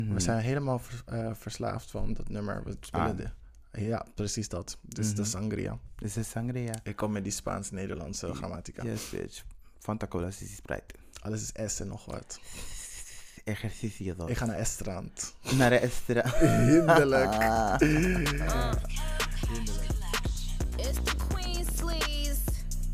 We zijn helemaal verslaafd van dat nummer. We spelen ja, precies dat. Dit is de sangria. Dit is de sangria. Ik kom met die Spaans-Nederlandse grammatica. Yes, bitch. Fanta Cola is Sprite. Alles is S en nog wat. Ejercicio dos. Ik ga naar Estrand. Naar de Estra. Hinderlijk. It's the Queen Sleaze.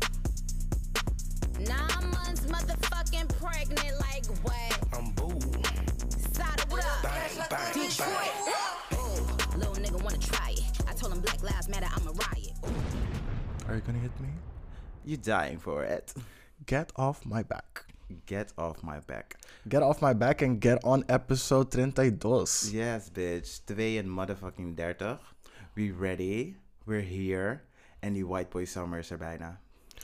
9 months motherfucking pregnant, like what? I'm boo. Side what up? Bang, Detroit. Ooh, little nigga wanna try it. I told him Black Lives Matter, I'm a riot. Are you gonna hit me? You're dying for it. Get off my back. Get off my back. Get off my back and get on episode 32. Yes, bitch. 32. We ready. We're here. En die White Boy Summer is er bijna.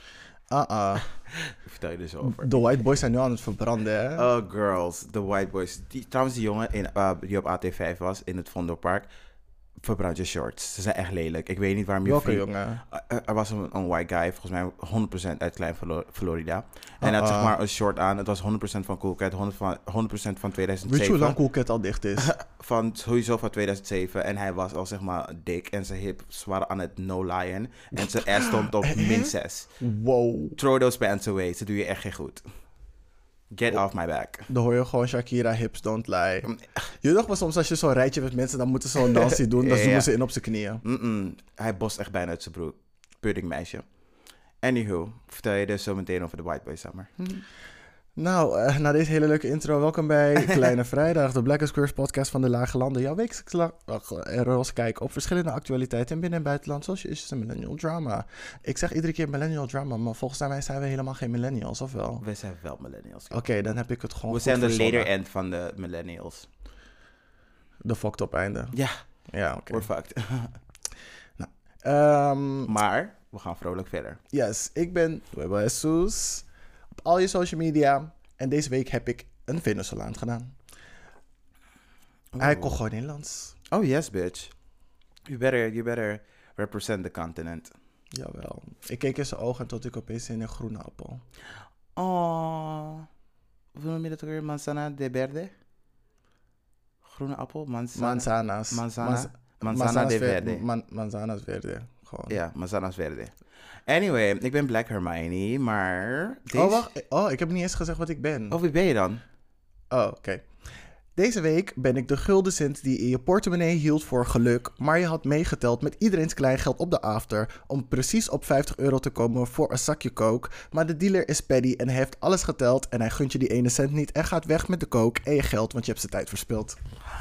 Vertel je dus over. De white boys zijn nu aan het verbranden, hè? Oh, girls. De White Boys. Trouwens, die jongen die op AT5 was in het Vondelpark. Verbrand je shorts. Ze zijn echt lelijk. Ik weet niet waarom je Welke jongen? Er was een white guy, volgens mij 100% uit Klein Florida. En hij had zeg maar een short aan. Het was 100% van Cool Cat, 100% van 2007. Weet je hoe lang Cool Cat al dicht is? Sowieso van 2007. En hij was al zeg maar dik. En zijn hips waren aan het no lion. En zijn ass stond op min 6. Wow. Throw those pants away. Ze doe je echt geen goed. Get off my back. Dan hoor je gewoon Shakira, hips don't lie. Je dacht maar soms als je zo'n rijtje met mensen, dan moeten ze zo'n dansje doen. Dan zoomen ze in op zijn knieën. Hij bost echt bijna uit zijn broek. Puddingmeisje. Anywho, vertel je dus zo meteen over de White Boy Summer. Nou, na deze hele leuke intro, welkom bij Kleine Vrijdag, de Black Squares podcast van de Lage Landen. Jouw wekelijkse kijk op verschillende actualiteiten in binnen- en buitenland, zoals je is en millennial drama. Ik zeg iedere keer millennial drama, maar volgens mij zijn we helemaal geen millennials, of wel? We zijn wel millennials. Oké, dan heb ik het gewoon We goed zijn de verzonnen. later end van de millennials. De fucked up einde. Ja, oké. We're fucked. Maar, we gaan vrolijk verder. Yes, ik ben Nuevo Jesus op al je social media. En deze week heb ik een Venezolaan gedaan. Hij kon gewoon Nederlands. Oh yes, bitch. You better represent the continent. Jawel. Ik keek in zijn ogen tot ik opeens in een groene appel. Oh. Hoe noem je dat ook weer? Manzana de verde? Groene appel? Manzanas. Manzana de verde. Manzanas verde. Gewoon. Ja, manzanas verde. Anyway, ik ben Black Hermione, maar... Oh, wacht. Oh, ik heb niet eens gezegd wat ik ben. Oh, wie ben je dan? Oh, oké. Deze week ben ik de gulden cent die in je portemonnee hield voor geluk, maar je had meegeteld met iedereen's kleingeld op de after om precies op €50 te komen voor een zakje coke. Maar de dealer is Paddy en hij heeft alles geteld en hij gunt je die ene cent niet en gaat weg met de coke en je geld, want je hebt zijn tijd verspild.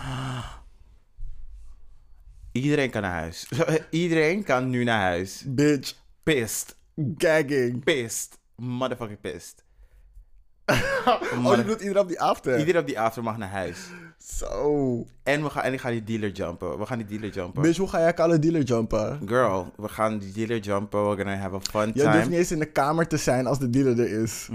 Iedereen kan naar huis. Iedereen kan nu naar huis. Bitch. Pissed. Gagging. Pissed. Motherfucking pissed. Oh, je bedoelt iedereen op die after? Iedereen op die after mag naar huis. Zo. En ik ga die dealer jumpen. We gaan die dealer jumpen. Bitch, hoe ga jij alle dealer jumpen? Girl, we gaan die dealer jumpen. We're gonna have a fun Je time. hoeft niet eens in de kamer te zijn als de dealer er is.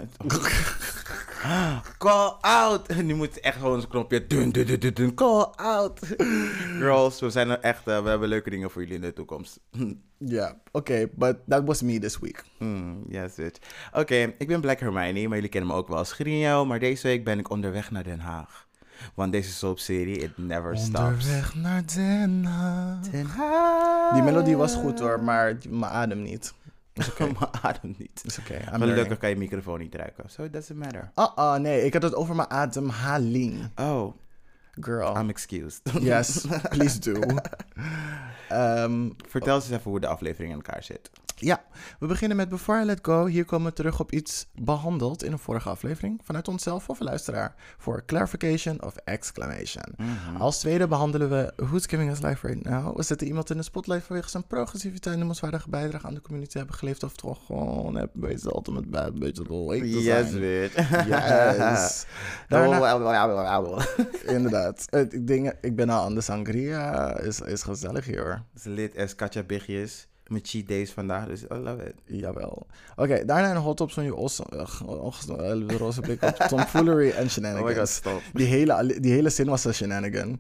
Call out. En nu moet echt gewoon zo'n knopje. Dun, dun, dun, dun, dun. Call out. Girls, we zijn er echt. We hebben leuke dingen voor jullie in de toekomst. Ja, oké, but that was me this week. Yes, bitch. Oké, ik ben Black Hermione, maar jullie kennen me ook wel als Grinjo. Maar deze week ben ik onderweg naar Den Haag. Want deze soapserie, it never stops. Onderweg naar Den Haag. Den Haag. Die melodie was goed hoor, maar mijn adem niet. Mijn adem niet. Is oké. Gelukkig kan je microfoon niet ruiken. So it doesn't matter. Nee, ik had het over mijn ademhaling. Oh, Girl. I'm excused. Yes, please do. Vertel eens even hoe de aflevering in elkaar zit. Ja, we beginnen met Before I Let Go. Hier komen we terug op iets behandeld in een vorige aflevering. Vanuit onszelf of een luisteraar. Voor clarification of exclamation. Als tweede behandelen we Who's Giving Us Life Right Now. We zetten iemand in de spotlight vanwege zijn progressiviteit en noemenswaardige bijdrage aan de community hebben geleverd. Of toch gewoon heb je de ultimate bad bitch leuk te zijn. Yes, bitch. Yes. Daarna, inderdaad. Ik ben al aan de sangria. Is gezellig hier hoor. Het is lid as Katja Bigjes. Mijn cheat days vandaag, dus I love it. Jawel. Oké, daarna een hot tops van je roze blik op tomfoolery en shenanigans. Oh my god, stop. Die hele zin was een shenanigan.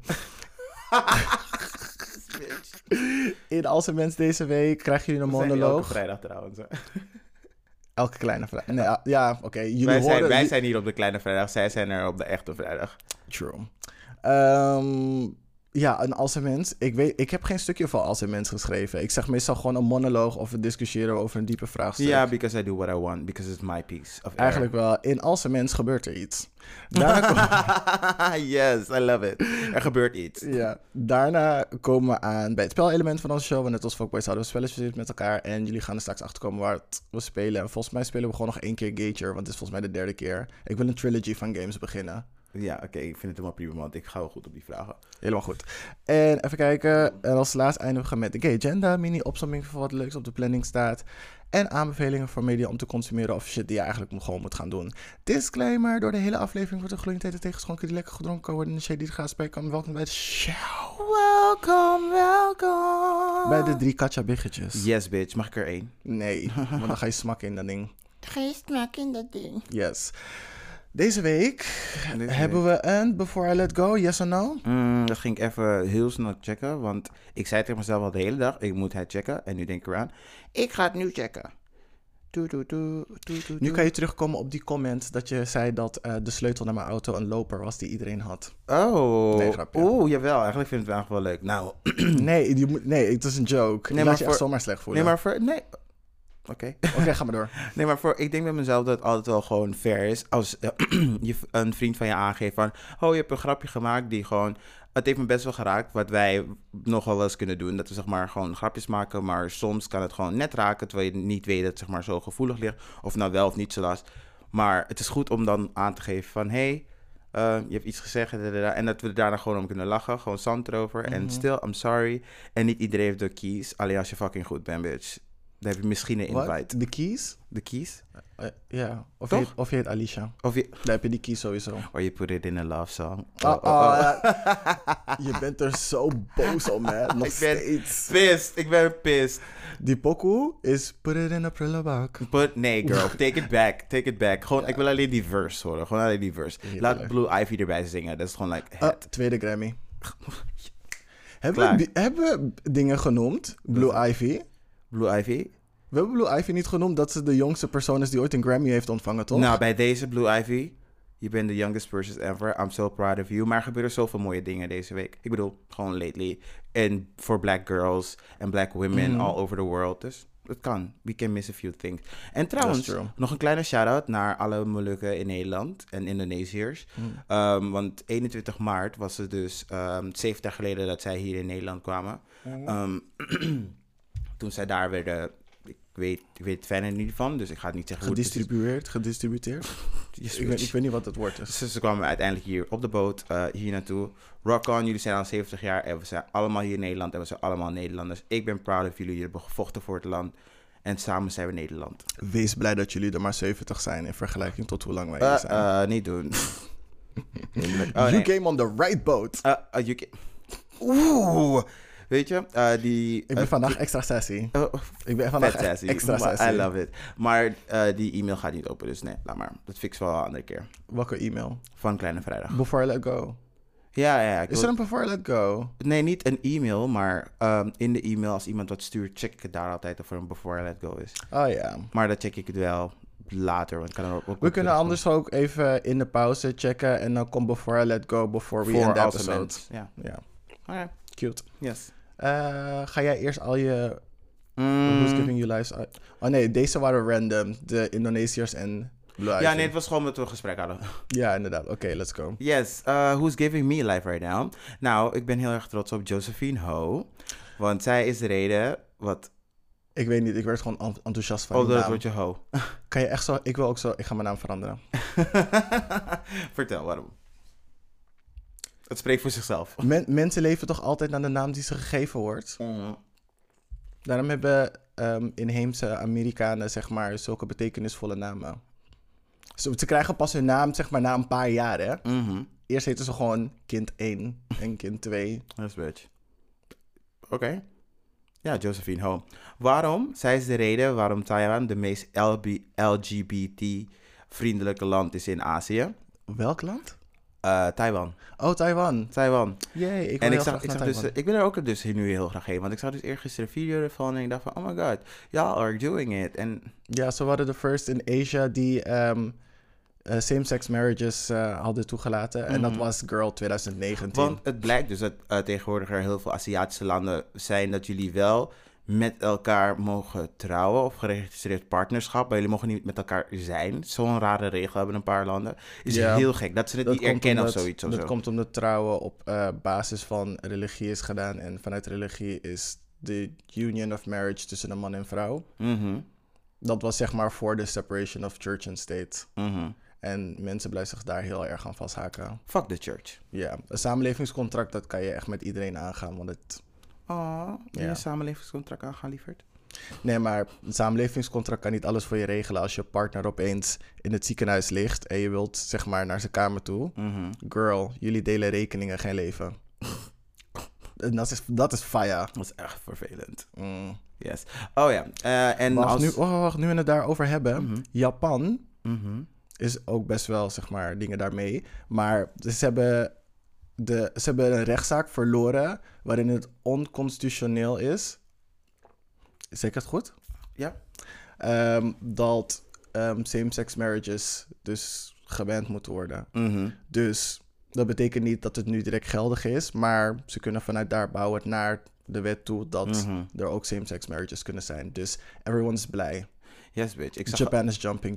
In Als een Mens deze week krijgen jullie een monoloog. Elke vrijdag trouwens. Hè. Elke kleine vrijdag. Nee, ja, oké. Wij zijn hier op de kleine vrijdag, zij zijn er op de echte vrijdag. True. Ja, een als een mens. Ik heb geen stukje van als een mens geschreven. Ik zeg meestal gewoon een monoloog of het discussiëren over een diepe vraagstuk. Ja, because I do what I want. Because it's my piece of air. Eigenlijk wel. In als een mens gebeurt er iets. Daarna Yes, I love it. Er gebeurt iets. Ja, daarna komen we aan bij het spelelement van onze show. Want net als Fuckboys hadden we spelletjes met elkaar. En jullie gaan er straks achterkomen waar we spelen. En volgens mij spelen we gewoon nog 1 keer Gager. Want het is volgens mij de 3e keer. Ik wil een trilogy van games beginnen. Ja, oké, ik vind het helemaal prima, want ik ga wel goed op die vragen. Helemaal goed. En even kijken. En als laatst eindigen we met de Gay Agenda. Mini-opsomming van wat leuks op de planning staat. En aanbevelingen voor media om te consumeren of shit die je eigenlijk gewoon moet gaan doen. Disclaimer. Door de hele aflevering wordt er gloeiend hete tegengeschonken die lekker gedronken kan worden in de shade die er gaat spreken. Welkom bij de show. Welkom. Bij de 3 katja biggetjes. Yes, bitch. Mag ik er 1? Nee, want dan ga je smakken in dat ding. Ga je smaken in dat ding? Yes. Deze week hebben we een Before I Let Go, yes or no? Dat ging ik even heel snel checken, want ik zei tegen mezelf al de hele dag, ik moet het checken. En nu denk ik eraan, ik ga het nu checken. Nu kan je terugkomen op die comment dat je zei dat de sleutel naar mijn auto een loper was die iedereen had. Oh, Nee, grapje. Oeh, jawel. Eigenlijk vind ik het eigenlijk wel leuk. Nou, Nee, het is een joke. Nee, Laat maar je echt zomaar slecht voelen. nee, maar voor... Nee. Oké. Oké, ga maar door. Nee, maar ik denk bij mezelf dat het altijd wel gewoon fair is als een vriend van je aangeeft van, oh, je hebt een grapje gemaakt die gewoon, het heeft me best wel geraakt, wat wij nogal wel eens kunnen doen, dat we zeg maar gewoon grapjes maken, maar soms kan het gewoon net raken, terwijl je niet weet dat het zeg maar zo gevoelig ligt, of nou wel of niet zoals. Maar het is goed om dan aan te geven van, hey, je hebt iets gezegd, en dat we er daarna gewoon om kunnen lachen, gewoon zand erover, en still, I'm sorry, en niet iedereen heeft de keys, alleen als je fucking goed bent, bitch. Dan heb je misschien een invite. Wat? De keys? De keys? Ja. Toch? Of je heet Alicia. Of je... Dan heb je die keys sowieso. Or you put it in a love song. Je bent er zo boos om, hè? Nog Ik ben steeds. pissed. Ik ben pissed. Die pokoe is put it in a prullenbak. Nee, girl. Take it back. Take it back. Gewoon, ik wil alleen die verse horen. Gewoon alleen die verse. Heerlijk. Laat Blue Ivy erbij zingen. Dat is gewoon like het. Tweede Grammy. Hebben we dingen genoemd? Blue Ivy? Blue Ivy? We hebben Blue Ivy niet genoemd dat ze de jongste persoon is die ooit een Grammy heeft ontvangen, toch? Nou, bij deze Blue Ivy, je bent the youngest person ever. I'm so proud of you. Maar er gebeuren zoveel mooie dingen deze week. Ik bedoel, gewoon lately. En voor black girls en black women all over the world. Dus het kan. We can miss a few things. En trouwens, nog een kleine shout-out naar alle Molukken in Nederland en Indonesiërs. Want 21 maart was het dus 7 jaar geleden dat zij hier in Nederland kwamen. Toen zij daar werden... Ik weet het verder niet van, dus ik ga het niet zeggen Gedistributeerd? Ik weet niet wat het woord is. Dus ze kwamen uiteindelijk hier op de boot, hier naartoe. Rock on, jullie zijn al 70 jaar en we zijn allemaal hier in Nederland en we zijn allemaal Nederlanders. Ik ben proud of jullie hebben gevochten voor het land en samen zijn we Nederland. Wees blij dat jullie er maar 70 zijn in vergelijking tot hoe lang wij hier zijn. Niet doen. You came on the right boat. Oeh! Weet je, ik ben vandaag extra sassy. Ik ben vandaag sassy. extra sassy. I love it. Maar die e-mail gaat niet open, dus nee, laat maar. Dat fixen we wel een andere keer. Welke e-mail? Van Kleine Vrijdag. Before I Let Go. Ja. Is er een Before I Let Go? Nee, niet een e-mail, maar in de e-mail als iemand wat stuurt, check ik het daar altijd of er een Before I Let Go is. Oh ja. Maar dat check ik het wel later. Want kan er ook we kunnen anders ook even in de pauze checken en dan komt Before I Let Go, before we end the episode. Ja. Alright. Cute. Yes. Ga jij eerst al je Who's Giving You Lives uit? Oh nee, deze waren random. De Indonesiërs en Blue Ivy. Ja, nee, het was gewoon dat we een gesprek hadden. Ja, inderdaad. Oké, let's go. Yes, Who's Giving Me Life right now? Nou, ik ben heel erg trots op Josephine Ho. Want zij is de reden wat... Ik weet niet, ik werd gewoon enthousiast van die naam. Dat wordt je Ho. Kan je echt zo... Ik wil ook zo... Ik ga mijn naam veranderen. Vertel, waarom? Het spreekt voor zichzelf. Mensen leven toch altijd naar de naam die ze gegeven wordt? Daarom hebben inheemse Amerikanen, zeg maar, zulke betekenisvolle namen. Ze krijgen pas hun naam, zeg maar, na een paar jaar, hè? Eerst heten ze gewoon kind 1 en kind 2. Dat is bitch. Oké. Ja, Josephine Ho. Waarom? Zij is de reden waarom Taiwan de meest LGBT-vriendelijke land is in Azië. Welk land? Taiwan. Oh, Taiwan. Yay, ik wil er ook dus nu heel graag heen. Want ik zag dus eergisteren een video ervan en ik dacht van, oh my god, y'all are doing it. En... Ja, ze waren de first in Asia die same-sex marriages hadden toegelaten. En dat was Girl 2019. Want het blijkt dus dat tegenwoordig er heel veel Aziatische landen zijn dat jullie wel met elkaar mogen trouwen of geregistreerd partnerschap, maar jullie mogen niet met elkaar zijn. Zo'n rare regel hebben een paar landen. Is heel gek dat ze het niet erkennen of zoiets. Dat komt omdat trouwen op basis van religie is gedaan. En vanuit religie is de union of marriage tussen een man en vrouw. Dat was zeg maar voor de separation of church and state. En mensen blijven zich daar heel erg aan vasthaken. Fuck the church. Ja, een samenlevingscontract, dat kan je echt met iedereen aangaan, want het... Een samenlevingscontract aangaan, lieverd? Nee, maar een samenlevingscontract kan niet alles voor je regelen. Als je partner opeens in het ziekenhuis ligt en je wilt zeg maar naar zijn kamer toe. Girl, jullie delen rekeningen, geen leven. En dat is fire. Dat is echt vervelend. Yes. Oh ja. En wacht, nu we het daarover hebben. Japan is ook best wel zeg maar dingen daarmee. Maar ze hebben een rechtszaak verloren waarin het onconstitutioneel is. Zeg ik het goed? Ja. Dat same-sex marriages dus geband moeten worden. Dus dat betekent niet dat het nu direct geldig is, maar ze kunnen vanuit daar bouwen naar de wet toe dat er ook same-sex marriages kunnen zijn. Dus everyone is blij. Yes, bitch. Japan is jumping.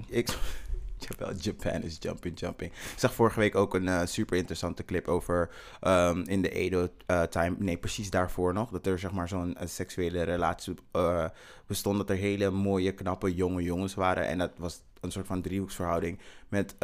Japan is jumping. Ik zag vorige week ook een super interessante clip over in de Edo-time. Nee, precies daarvoor nog. Dat er zeg maar zo'n seksuele relatie bestond. Dat er hele mooie, knappe, jonge jongens waren. En dat was een soort van driehoeksverhouding met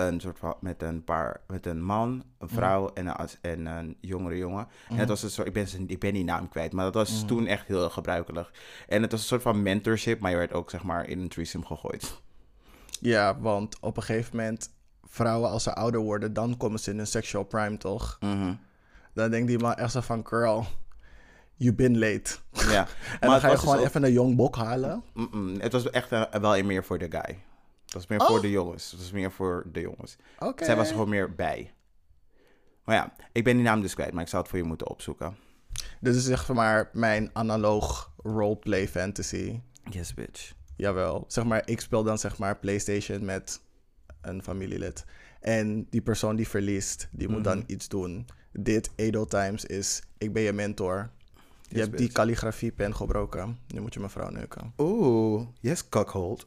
een man, een vrouw en een jongere jongen. En het was een soort, ik ben die naam kwijt, maar dat was toen echt heel gebruikelijk. En het was een soort van mentorship, maar je werd ook zeg maar in een threesome gegooid. Ja, want op een gegeven moment, vrouwen als ze ouder worden, dan komen ze in een sexual prime, toch? Dan denkt die man echt zo van, girl, you been late. Ja. En dan ga je gewoon even een jong bok halen. Het was echt wel meer voor de guy. Het was meer voor de jongens. Het was meer voor de jongens. Okay. Zij was er gewoon meer bij. Maar ja, ik ben die naam dus kwijt, maar ik zou het voor je moeten opzoeken. Dit is zeg maar mijn analoog roleplay fantasy. Yes, bitch. Jawel. Zeg maar, ik speel dan zeg maar PlayStation met een familielid. En die persoon die verliest, die moet dan iets doen. Dit, Edo Times, is, ik ben je mentor. Je hebt die kalligrafiepen gebroken. Nu moet je mijn vrouw neuken. Oeh, yes, cuckold.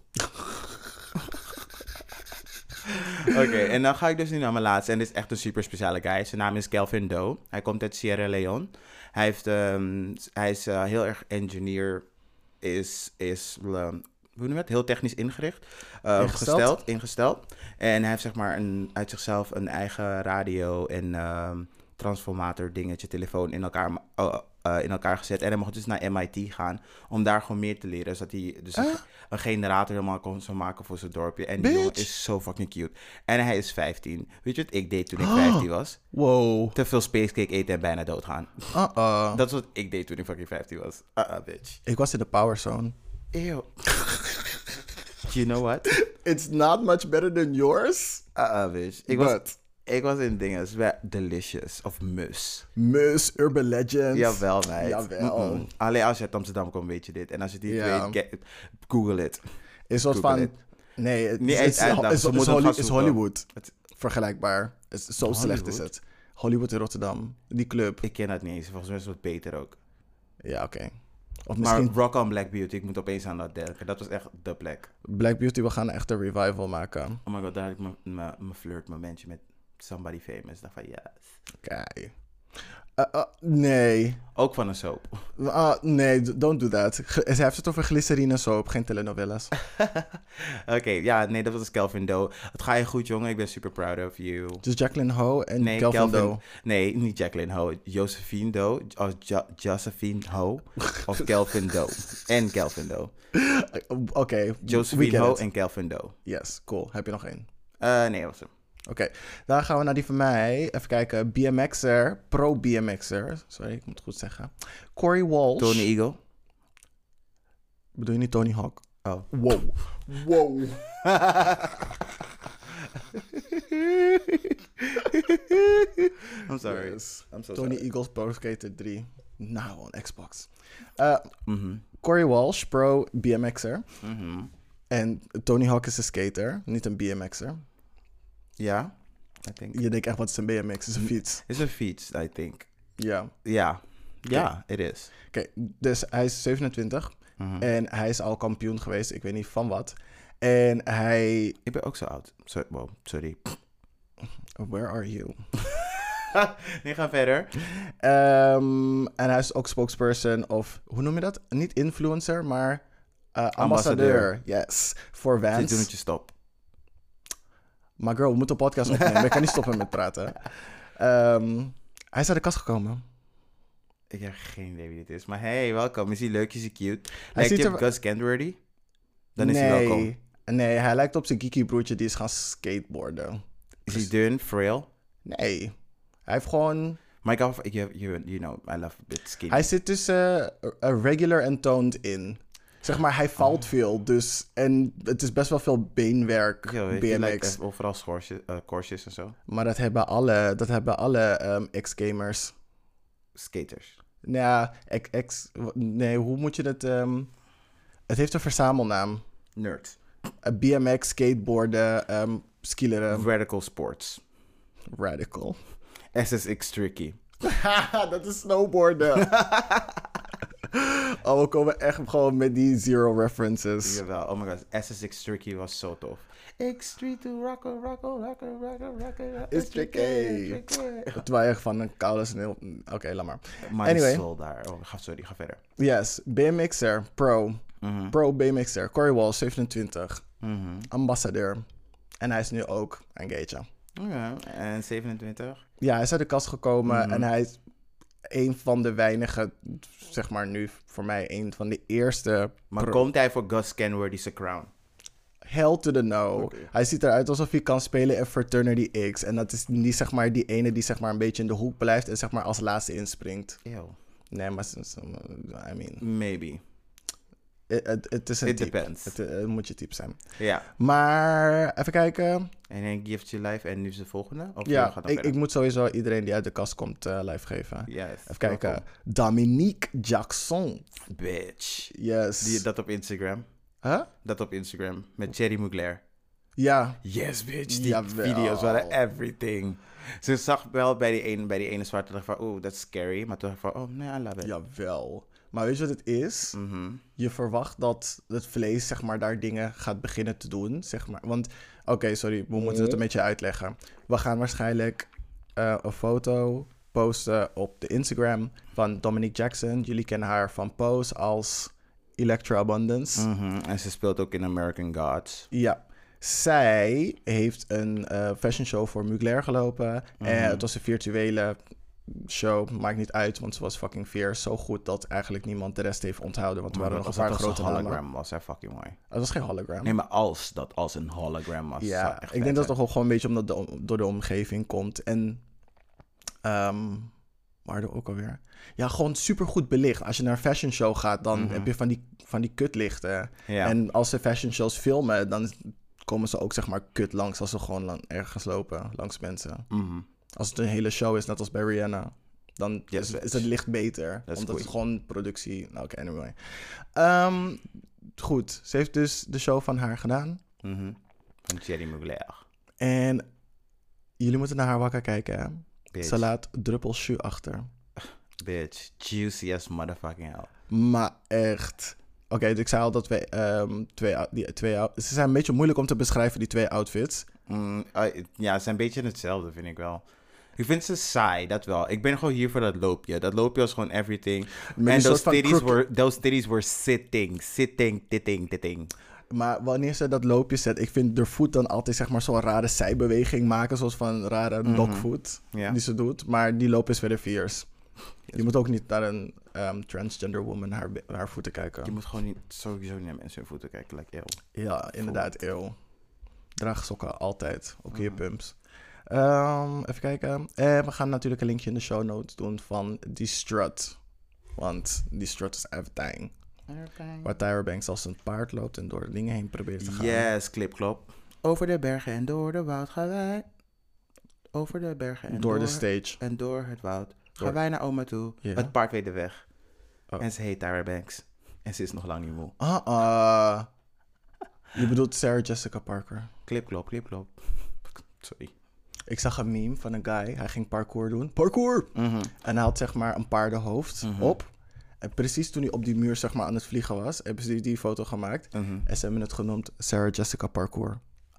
Oké, en dan ga ik dus nu naar mijn laatste. En dit is echt een super speciale guy. Zijn naam is Kelvin Doe. Hij komt uit Sierra Leone. Hij is heel erg engineer. Hoe noem je het? Heel technisch ingericht. Ingesteld. En hij heeft zeg maar uit zichzelf een eigen radio en transformator dingetje, telefoon in elkaar gezet. En hij mocht dus naar MIT gaan om daar gewoon meer te leren. Zodat hij dus een generator helemaal kon zo maken voor zijn dorpje. En die jongen is zo fucking cute. En hij is 15. Weet je wat ik deed toen ik 15 was? Wow. Te veel spacecake eten en bijna doodgaan. Dat is wat ik deed toen ik fucking 15 was. Bitch. Ik was in de power zone. Ew. You know what? It's not much better than yours. Bitch. Ik was in dingen, Delicious of Mus, Urban Legends. Jawel, meid. Jawel. Alleen als je uit Amsterdam komt, weet je dit. En als je het niet weet, Google it. Is wat van... Nee, het is Hollywood. Vergelijkbaar. Zo slecht is het. Hollywood in Rotterdam. Die club. Ik ken dat niet eens. Volgens mij is het wat beter ook. Ja, oké. Of misschien... Maar Rock on Black Beauty, ik moet opeens aan dat denken. Dat was echt de plek. Black Beauty, we gaan echt een revival maken. Oh my god, daar heb ik mijn flirtmomentje met somebody famous. Dacht van, yes. Oké. Nee. Ook van een soap. Nee, don't do that. Ze heeft het over glycerine soap, geen telenovelas. Oké, ja, nee, dat was Kelvin Doe. Het gaat je goed, jongen. Ik ben super proud of you. Dus Jacqueline Ho en Kelvin Doe? Nee, niet Jacqueline Ho. Josephine Doe. Of Josephine Ho. Of Kelvin Doe. En Kelvin Doe. Oké. Josephine Ho en Kelvin Doe. Yes, cool. Heb je nog één? Nee, dat was hem. Oké, dan gaan we naar die van mij. Even kijken. BMX'er, pro-BMX'er. Sorry, ik moet het goed zeggen. Corey Walsh. Tony Eagle. Bedoel je niet Tony Hawk? Oh. Wow. I'm sorry. Yes. I'm so Tony sorry. Eagles Pro Skater 3. Nou, on Xbox. Corey Walsh, pro-BMX'er. En Tony Hawk is een skater, niet een BMX'er. Ja, I think. Je denkt echt, wat is een BMX? Het is een fiets. Is een fiets, I think. Ja. Ja. Ja, it is. Oké, dus hij is 27 en hij is al kampioen geweest. Ik weet niet van wat. En hij... Ik ben ook zo oud. Sorry. Where are you? Nee, ga verder. En hij is ook spokesperson of... Hoe noem je dat? Niet influencer, maar... ambassadeur. Yes. Voor Vans. Zit doen het je stop. Maar girl, we moeten een podcast opnemen. Ik kan niet stoppen met praten. Hij is uit de kast gekomen. Ik heb geen idee wie dit is. Maar hey, welkom. Is hij leuk? Is hij cute? Hij Lijkt ziet je op er- Gus Kenworthy? Dan is hij welkom. Nee, hij lijkt op zijn geeky broertje die is gaan skateboarden. Is hij dun, frail? Nee. Hij heeft gewoon... Maar ik hou van... You know, I love a bit skinny. Hij zit tussen regular en toned in. Zeg maar, hij valt veel. Dus... En het is best wel veel beenwerk, Yo, je BMX. lijkt overal korsjes en zo. Maar dat hebben alle ex-gamers. Skaters. Nou, nee, hoe moet je het... het heeft een verzamelnaam. Nerds. BMX, skateboarden, skileren. Radical sports. Radical. SSX tricky. Dat is snowboarden. Oh, we komen echt gewoon met die zero references. Jawel, oh my god. SSX tricky was zo tof. X3 to rocker. Is tricky. Terwijl je van een koude sneeuw... Oké, laat maar. Maar Anyway. die soul daar. Oh, ga verder. Yes, BMX'er, pro. Pro BMX'er. Corey Walsh, 27. Ambassadeur. En hij is nu ook engaged. Oké, en 27? Ja, hij is uit de kast gekomen en hij is een van de weinige, zeg maar nu voor mij, een van de eerste... Maar komt hij voor Gus Kenworthy's crown? Hell to the no. Okay. Hij ziet eruit alsof hij kan spelen in Fraternity X. En dat is niet zeg maar die ene die zeg maar een beetje in de hoek blijft en zeg maar als laatste inspringt. Ew. Nee, maar I mean... Maybe. Het is een It type. depends. Het moet je type zijn. Ja. Maar even kijken. En dan Gift Your Life en nu is de volgende? Of Ja, gaat dat ik verder? moet sowieso iedereen die uit de kast komt live geven. Yes. Even kijken. Welkom. Dominique Jackson. Bitch. Yes. Dat op Instagram. Huh? Dat op Instagram. Met Cherry Mugler. Ja. Yes, bitch. Die Jawel. video's waren everything. Ze zag wel bij die ene zwarte dacht van, oeh, that's scary. Maar toen dacht ik van, oh, nee, I love it. Jawel. Maar weet je wat het is? Je verwacht dat het vlees, zeg maar, daar dingen gaat beginnen te doen, zeg maar. Want, oké, sorry, we moeten het een beetje uitleggen. We gaan waarschijnlijk een foto posten op de Instagram van Dominique Jackson. Jullie kennen haar van Pose als Electra Abundance. En ze speelt ook in American Gods. Ja. Zij heeft een fashion show voor Mugler gelopen. En het was een virtuele show. Maakt niet uit, want ze was fucking fierce. Zo goed dat eigenlijk niemand de rest heeft onthouden. Want er waren nog een paar grote namen. hologram was hij fucking mooi. Het was geen hologram. Nee, maar als dat als een hologram was. zou Ja, echt ik denk vet dat het zijn. toch ook gewoon een beetje omdat door de omgeving komt. En, waar er ook alweer? Ja, gewoon super goed belicht. Als je naar een fashion show gaat, dan heb je van die kutlichten. Ja. En als ze fashion shows filmen, dan komen ze ook zeg maar kut langs als ze gewoon ergens lopen langs mensen. Als het een hele show is, net als bij Rihanna, dan Yes, is het licht beter. That's Omdat het cool. gewoon productie... Nou, oké, anyway. Goed, ze heeft dus de show van haar gedaan. Van Cherry Mugler. En jullie moeten naar haar wakker kijken, hè? Bitch. Ze laat druppels jus achter. Bitch. Juicy as motherfucking hell. Maar echt... Oké, dus ik zei al dat ze zijn een beetje moeilijk om te beschrijven, die twee outfits. Ja, ze zijn een beetje hetzelfde, vind ik wel. Ik vind ze saai, dat wel. Ik ben gewoon hier voor dat loopje. Dat loopje was gewoon everything. Met En die soort van those titties were sitting. Maar wanneer ze dat loopje zet, ik vind de voet dan altijd zeg maar zo'n rare zijbeweging maken, zoals van een rare dogfoot Ja. die ze doet. Maar die loop is verder fierce. Je moet ook niet naar een transgender woman haar voeten kijken. Je moet gewoon sowieso niet naar mensen hun voeten kijken. Like, ew. Ja, inderdaad, eeuw. Draag sokken altijd. Ook je pumps. Even kijken. We gaan natuurlijk een linkje in de show notes doen van die strut. Want die strut is everything. Waar Tyra Banks als een paard loopt en door de dingen heen probeert te gaan. Yes, klipklop. Over de bergen en door de woud gaan wij. Over de bergen en Door de stage. En door het woud gaan wij naar oma toe. Ja. Het paard weet de weg. Oh. En ze heet Tyra Banks. En ze is nog lang niet moe. Je bedoelt Sarah Jessica Parker. Klipklop. Sorry. Ik zag een meme van een guy. Hij ging parkour doen. Parkour! En hij had zeg maar een paardenhoofd op. En precies toen hij op die muur zeg maar aan het vliegen was, hebben ze die foto gemaakt. En ze hebben het genoemd Sarah Jessica Parkour.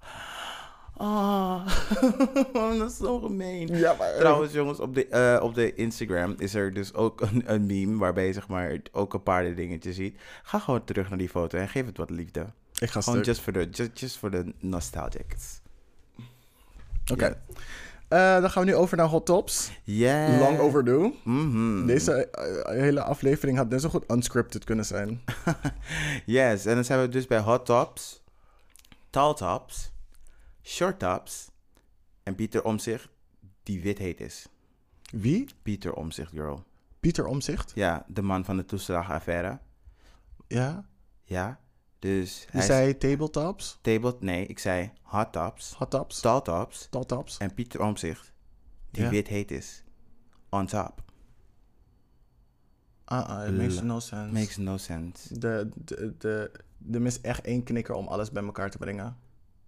Oh, dat is zo gemeen. Ja, maar... Trouwens, jongens, op de Instagram is er dus ook een meme waarbij je zeg maar ook een paar dingetje ziet. Ga gewoon terug naar die foto en geef het wat liefde. Ik ga Gewoon stuk. just for the nostalgics. Oké. Dan gaan we nu over naar Hot Tops. Yeah. Long overdue. Mhm. Deze hele aflevering had net zo goed unscripted kunnen zijn. Yes, en dan zijn we dus bij hot tops, tall tops, short tops en Pieter Omtzigt, die wit heet is. Wie? Pieter Omtzigt, girl. Pieter Omtzigt? Ja, de man van de toeslagenaffaire. Ja. Ja, dus Je hij zei tabletops, nee, ik zei hot tops, hot tops, tall tops tall tops. en Pieter Omtzigt, die Ja. wit heet is. On top. It makes no sense. Makes no sense. Er mis echt één knikker om alles bij elkaar te brengen.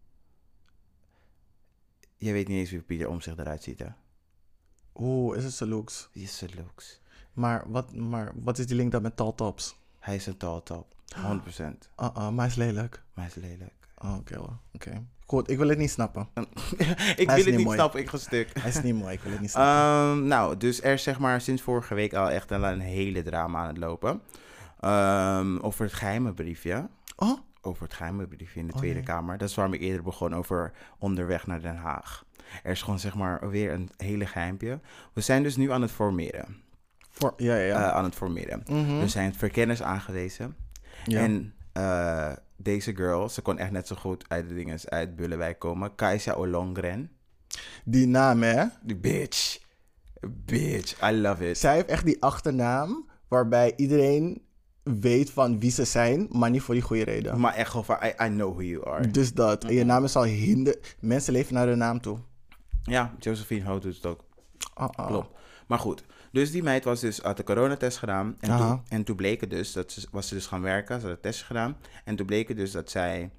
Je weet niet eens hoe Pieter Omtzigt eruit ziet, hè? Oeh, is het zijn looks? Yes, it looks. Maar wat is die link dan met tall tops? Hij is een tall top. 100%. Maar hij is lelijk. Maar hij is lelijk. Oh, oké. Goed, ik wil het niet snappen. Ik wil is het niet niet mooi. snappen, ik ga stuk. Hij is niet mooi, ik wil het niet snappen. Nou, dus er is zeg maar sinds vorige week al echt een hele drama aan het lopen. Over het geheime briefje. Oh? Over het geheime briefje in de Oh, Tweede nee. Kamer. Dat is waarom ik eerder begon over onderweg naar Den Haag. Er is gewoon zeg maar weer een hele geheimpje. We zijn dus nu aan het formeren. Ja. Aan het formeren. Mhm. Er zijn verkenners aangewezen. Ja. En deze girl, ze kon echt net zo goed uit de dingen uit Bullewijk komen. Kajsa Ollongren. Die naam, hè? Die bitch. Bitch, I love it. Zij heeft echt die achternaam waarbij iedereen weet van wie ze zijn, maar niet voor die goede reden. Maar echt gewoon van, I know who you are. Dus dat. En je naam is al mensen leven naar hun naam toe. Ja, Josephine Ho doet het ook. Klopt. Maar goed, dus die meid had de coronatest gedaan. En toen bleek het dus, was ze dus gaan werken. Ze had een test gedaan. En toen bleek het dus dat zij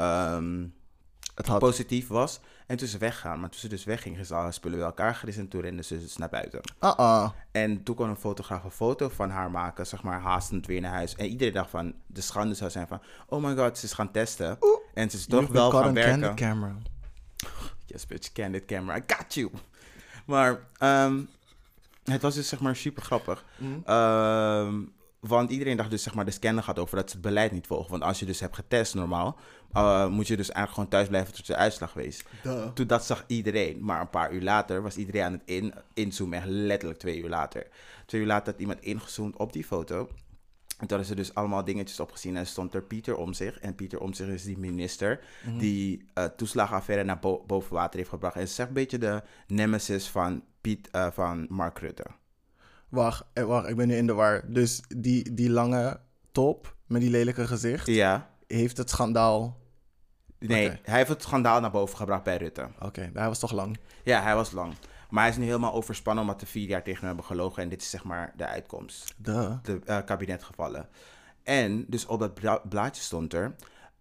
positief was. En toen ze weggaan. Maar toen ze dus wegging, ging ze alle spullen bij elkaar gerist. En toen rende ze dus naar buiten. En toen kon een fotograaf een foto van haar maken, zeg maar, haastend weer naar huis. En iedereen dacht van, de schande zou zijn van, oh my god, ze is gaan testen. En ze is toch wel gaan werken. Candid camera. Yes, bitch, candid camera, I got you. Maar het was dus zeg maar super grappig. Want iedereen dacht dus zeg maar de scandal gaat over dat ze het beleid niet volgen. Want als je dus hebt getest normaal, moet je dus eigenlijk gewoon thuis blijven tot de uitslag wees. Toen dat zag iedereen. Maar een paar uur later was iedereen aan het inzoomen. Echt letterlijk 2 uur later. 2 uur later had iemand ingezoomd op die foto. En toen hadden ze dus allemaal dingetjes opgezien. En stond er Pieter Omtzigt. En Pieter Omtzigt is die minister die toeslagenaffaire naar boven water heeft gebracht. En het is echt een beetje de nemesis van Mark Rutte. Wacht, ik ben nu in de war. Dus die lange top met die lelijke gezicht heeft het schandaal... Nee, Okay. hij heeft het schandaal naar boven gebracht bij Rutte. Oké, hij was toch lang? Ja, hij was lang. Maar hij is nu helemaal overspannen omdat er 4 jaar tegen hem hebben gelogen. En dit is zeg maar de uitkomst. De kabinetgevallen. En dus op dat blaadje stond er...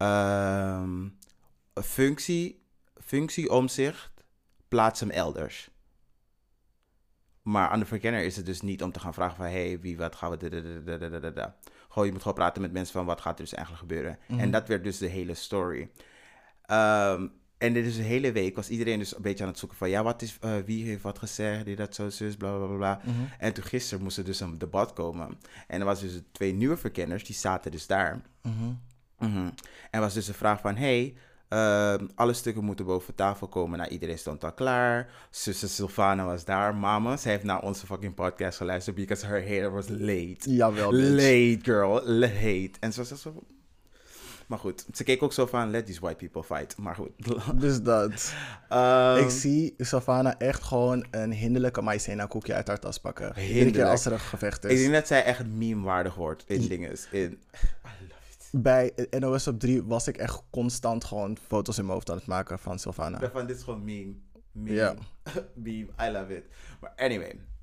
functie Omtzigt, plaats hem elders. Maar aan de verkenner is het dus niet om te gaan vragen van... hey, wie, wat gaan we... Gewoon, je moet gewoon praten met mensen van wat gaat er dus eigenlijk gebeuren. En dat werd dus de hele story. En dit is de hele week was iedereen dus een beetje aan het zoeken van... ja, wie heeft wat gezegd, die dat zo, zus, bla, bla, bla, bla. En toen gisteren moest er dus een debat komen. En er was dus 2 nieuwe verkenners, die zaten dus daar. En was dus de vraag van... hey, alle stukken moeten boven tafel komen. Nou, iedereen stond al klaar. Zuster Sylvana was daar. Mama, ze heeft naar onze fucking podcast geluisterd... because her hair was late. Jawel, bitch. Late, girl. Late. En zo... Maar goed, ze keek ook zo van, let these white people fight. Maar goed. Dus dat. Ik zie Savannah echt gewoon een hinderlijke maïzena koekje uit haar tas pakken. Iedere keer als er een gevecht is. Ik denk dat zij echt meme-waardig wordt in dingen. I love it. Bij NOS op 3 was ik echt constant gewoon foto's in mijn hoofd aan het maken van Savannah. Daarvan, dit is gewoon meme. Ja. Meme, I love it. Maar anyway.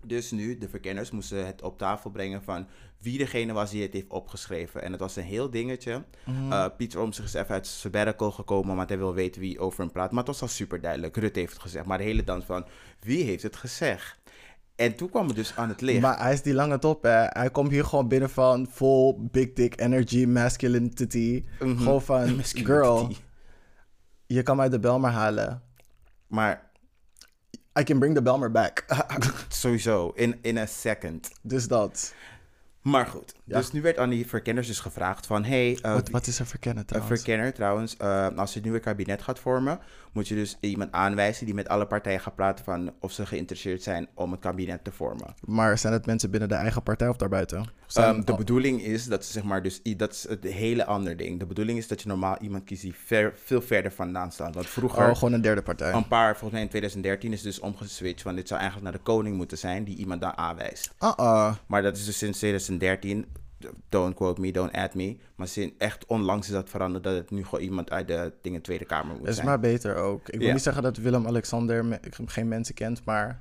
Dus nu, de verkenners moesten het op tafel brengen van wie degene was die het heeft opgeschreven. En het was een heel dingetje. Pieter Omtzigt is even uit zijn sabbatical gekomen, want hij wil weten wie over hem praat. Maar het was al super duidelijk. Rutte heeft het gezegd. Maar de hele dans van, wie heeft het gezegd? En toen kwam het dus aan het licht. Maar hij is die lange top, hè. Hij komt hier gewoon binnen van full big dick energy, masculinity. Gewoon van, Masculinity. girl, je kan mij de Belmer halen. Maar I can bring the Belmer back. sowieso, in a second. Dus dat. Maar goed, Ja. dus nu werd aan die verkenners dus gevraagd van... Hey, Wat is een verkennen een trouwens? verkenner trouwens, als je het nieuwe kabinet gaat vormen... moet je dus iemand aanwijzen die met alle partijen gaat praten van... of ze geïnteresseerd zijn om het kabinet te vormen. Maar zijn het mensen binnen de eigen partij of daarbuiten? De bedoeling is dat ze zeg maar dus... Dat is het hele andere ding. De bedoeling is dat je normaal iemand kiest die veel verder vandaan staat. Want vroeger... gewoon een derde partij. Een paar, volgens mij in 2013 is dus omgeswitcht... want dit zou eigenlijk naar de koning moeten zijn... die iemand dan aanwijst. Maar dat is dus sinds 2013... Don't quote me, don't add me. Maar echt onlangs is dat veranderd... dat het nu gewoon iemand uit de Tweede Kamer moet Is zijn. maar beter ook. Ik wil niet zeggen dat Willem-Alexander geen mensen kent, maar...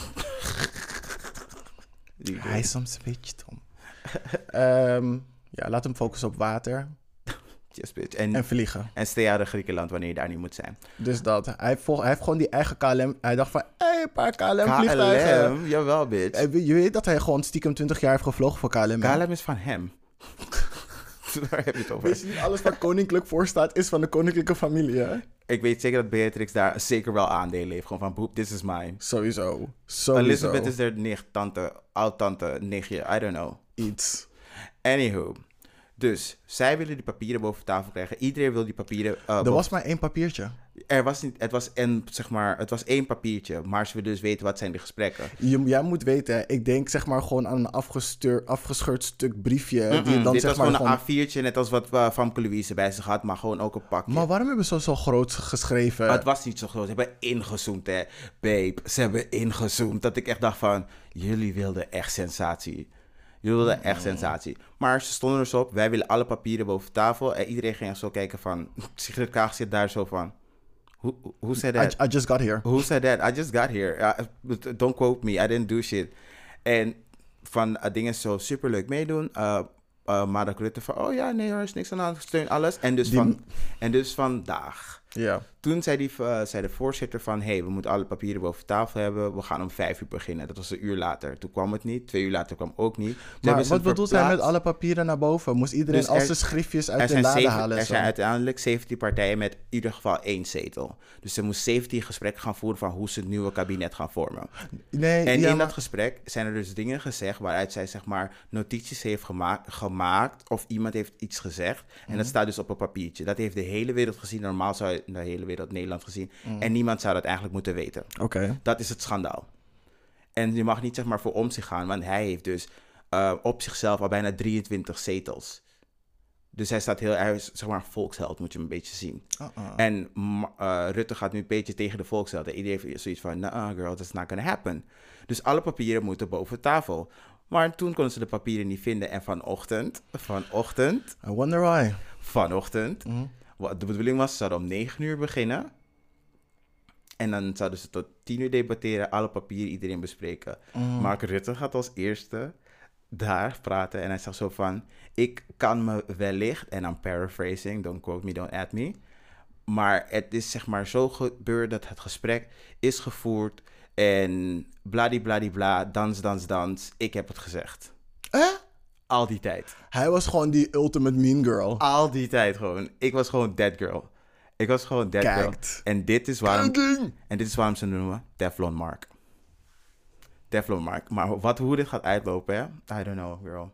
Hij is soms een beetje dom. Ja, laat hem focussen op water Yes, bitch. en vliegen. En stay out of Griekenland wanneer je daar niet moet zijn. Dus dat. Hij heeft gewoon die eigen KLM. Hij dacht van, een paar KLM-vliegtuigen. KLM? Jawel, bitch. Je weet dat hij gewoon stiekem 20 jaar heeft gevlogen voor KLM. hè? KLM is van hem. Daar heb je het over. Weet je niet, alles waar koninklijk voor staat, is van de koninklijke familie, hè? Ik weet zeker dat Beatrix daar zeker wel aandelen heeft. Gewoon van, boep, this is mine. Sowieso. Elizabeth is er nicht, tante, oud-tante, nichtje, I don't know. Iets. Anywho. Dus, zij willen die papieren boven tafel krijgen. Iedereen wil die papieren... Er was maar één papiertje. Er was niet... Het was één papiertje. Maar ze willen dus weten, wat zijn de gesprekken. Jij moet weten, ik denk zeg maar gewoon aan een afgescheurd stuk briefje. Die dan, Dit zeg was maar, gewoon een A4'tje, net als wat Famke Louise bij zich had. Maar gewoon ook een pakje. Maar waarom hebben ze zo groot geschreven? Het was niet zo groot. Ze hebben ingezoomd, hè. Babe, ze hebben ingezoomd. Dat ik echt dacht van, jullie wilden echt sensatie. Jullie wilden echt sensatie. Maar ze stonden er zo op. Wij willen alle papieren boven tafel. En iedereen ging zo kijken van... Sigrid Kaag zit daar zo van... Who said that? I just got here. Who said that? I just got here. Don't quote me. I didn't do shit. En van dingen zo superleuk meedoen. Mark Rutte van... Oh ja, nee, er is niks aan de hand. Steun alles. En dus vandaag... Ja. Toen zei de voorzitter van... Hey, we moeten alle papieren boven tafel hebben. We gaan om 5 uur beginnen. Dat was een uur later. Toen kwam het niet. 2 uur later kwam ook niet. Maar wat bedoelt hij met alle papieren naar boven? Moest iedereen Dus al zijn schriftjes uit de lade halen? Er zijn uiteindelijk 17 partijen met in ieder geval 1 zetel. Dus ze moest 17 gesprekken gaan voeren... van hoe ze het nieuwe kabinet gaan vormen. Dat gesprek zijn er dus dingen gezegd... waaruit zij zeg maar notities heeft gemaakt... of iemand heeft iets gezegd. En dat staat dus op een papiertje. Dat heeft de hele wereld gezien. Normaal zou de hele wereld Nederland gezien. En niemand zou dat eigenlijk moeten weten. Oké. Dat is het schandaal. En je mag niet zeg maar voor Omtzigt gaan... want hij heeft dus op zichzelf al bijna 23 zetels. Dus hij staat hij is zeg maar volksheld, moet je hem een beetje zien. En Rutte gaat nu een beetje tegen de volksheld. En iedereen heeft zoiets van, nah girl, that's not gonna happen. Dus alle papieren moeten boven tafel. Maar toen konden ze de papieren niet vinden. En vanochtend... I wonder why. Vanochtend... De bedoeling was, ze zouden om 9 uur beginnen. En dan zouden ze tot 10 uur debatteren, alle papieren, iedereen bespreken. Mark Rutte gaat als eerste daar praten. En hij zegt zo van, ik kan me wellicht, en I'm paraphrasing, don't quote me, don't add me. Maar het is zeg maar zo gebeurd dat het gesprek is gevoerd. En bladibladibla, dans. Ik heb het gezegd. Al die tijd. Hij was gewoon die ultimate mean girl. Al die tijd gewoon. Ik was gewoon that girl. Girl. En dit is waarom ze noemen Teflon Mark. Maar hoe dit gaat uitlopen, hè? I don't know, girl.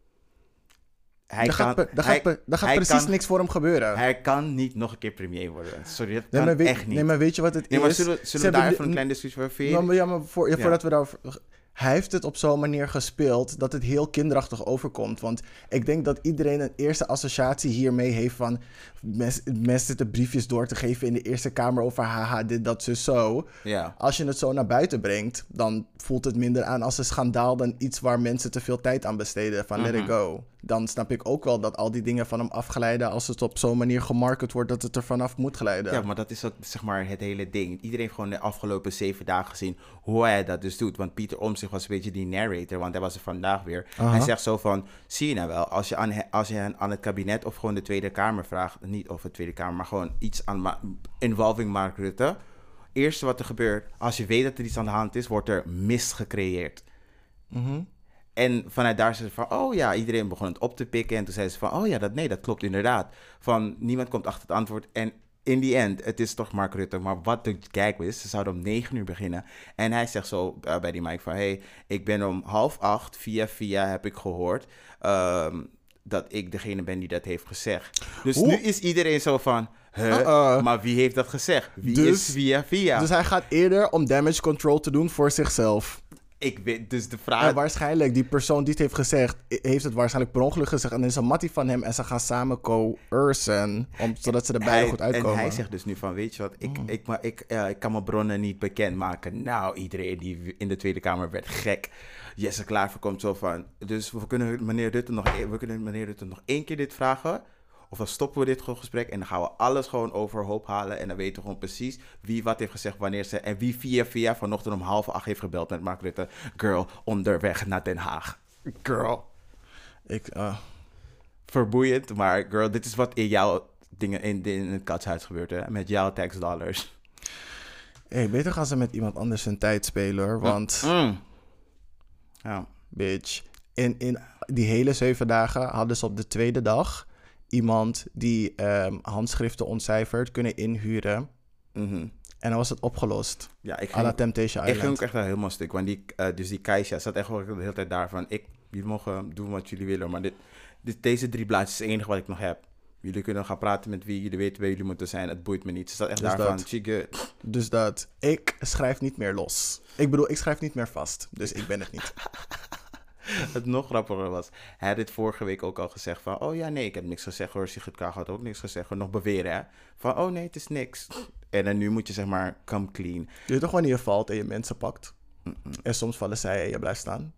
Er gaat precies niks voor hem gebeuren. Hij kan niet nog een keer premier worden. Sorry, dat kan echt niet. Nee, maar weet je wat het is? Maar zullen we daar even een klein discussie over vinden? Voordat we daarover... Hij heeft het op zo'n manier gespeeld dat het heel kinderachtig overkomt. Want ik denk dat iedereen een eerste associatie hiermee heeft van... mensen zitten briefjes door te geven in de Eerste Kamer over haha, dit, dat, zo. Ja. Als je het zo naar buiten brengt, dan voelt het minder aan als een schandaal dan iets waar mensen te veel tijd aan besteden. Van let it go. Dan snap ik ook wel dat al die dingen van hem afglijden als het op zo'n manier gemarket wordt dat het er vanaf moet glijden. Ja, maar dat is ook zeg maar het hele ding. Iedereen heeft gewoon de afgelopen 7 dagen gezien hoe hij dat dus doet. Want Pieter Omtzigt was een beetje die narrator, want hij was er vandaag weer. Aha. Hij zegt zo van, zie je nou wel, als je aan het kabinet of gewoon de Tweede Kamer vraagt, niet over de Tweede Kamer, maar gewoon iets aan involving Mark Rutte. Eerste wat er gebeurt, als je weet dat er iets aan de hand is, wordt er mist gecreëerd. Mhm. En vanuit daar zei ze van, oh ja, iedereen begon het op te pikken. En toen zei ze van, oh ja, dat klopt inderdaad. Van, niemand komt achter het antwoord. En in the end, het is toch Mark Rutte. Maar wat de gag is, ze zouden om 9 uur beginnen. En hij zegt zo bij die mic van, hey, ik ben om 7:30, via heb ik gehoord, dat ik degene ben die dat heeft gezegd. Dus nu is iedereen zo van, maar wie heeft dat gezegd? Wie is via? Dus hij gaat eerder om damage control te doen voor zichzelf. Ik weet, dus de vraag... En waarschijnlijk, die persoon die het heeft gezegd, heeft het waarschijnlijk per ongeluk gezegd. En dan is een mattie van hem en ze gaan samen coercen, zodat ze er beide goed uitkomen. En hij zegt dus nu van, weet je wat, ik kan mijn bronnen niet bekendmaken. Nou, iedereen die in de Tweede Kamer werd gek. Jesse Klaver komt zo van, dus we kunnen meneer Rutte nog 1 keer dit vragen. Of dan stoppen we dit gesprek en dan gaan we alles gewoon overhoop halen. En dan weten we gewoon precies wie wat heeft gezegd, wanneer ze... En wie via vanochtend om 7:30 heeft gebeld met Mark Rutte. Girl, onderweg naar Den Haag. Girl. Verboeiend, maar girl, dit is wat in jouw dingen in het katshuis gebeurt, hè. Met jouw tax dollars. Hey, beter gaan ze met iemand anders hun tijd spelen, hoor. Want... Ja. Bitch. In die hele 7 dagen hadden ze op de tweede dag... iemand die handschriften ontcijfert kunnen inhuren. Mm-hmm. En dan was het opgelost. Ja, à la Temptation Island. Ik ging ook echt wel helemaal stuk. Want die Keisha zat echt wel de hele tijd daar van... Jullie mogen doen wat jullie willen. Maar deze 3 blaadjes is het enige wat ik nog heb. Jullie kunnen gaan praten met wie jullie weten waar jullie moeten zijn. Het boeit me niet. Ze staat echt Dus daar van... She good. Dus dat... Ik schrijf niet meer los. Ik bedoel, ik schrijf niet meer vast. Dus ik ben het niet. Het nog grappiger was, hij had dit vorige week ook al gezegd van... Oh ja, nee, ik heb niks gezegd hoor. Sigrid Kaag had ook niks gezegd hoor. Nog beweren, hè. Van, oh nee, het is niks. En dan nu moet je zeg maar, come clean. Je weet toch wanneer je valt en je mensen pakt? En soms vallen zij en je blijft staan.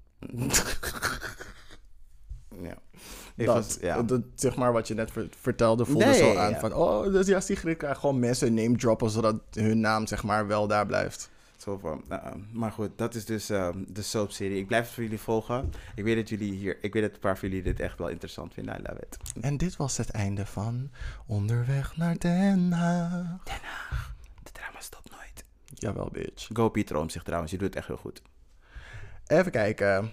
Ja. Dat, zeg maar wat je net vertelde, voelde zo aan van... Oh, dus ja, Sigrid Kaag gewoon mensen name droppen... zodat hun naam zeg maar wel daar blijft. Zo van, maar goed, dat is dus de soapserie. Ik blijf het voor jullie volgen. Ik weet dat een paar van jullie dit echt wel interessant vinden. I love it. En dit was het einde van Onderweg naar Den Haag. Den Haag. De drama stopt nooit. Jawel, bitch. Go Pieter Omtzigt trouwens, je doet het echt heel goed. Even kijken.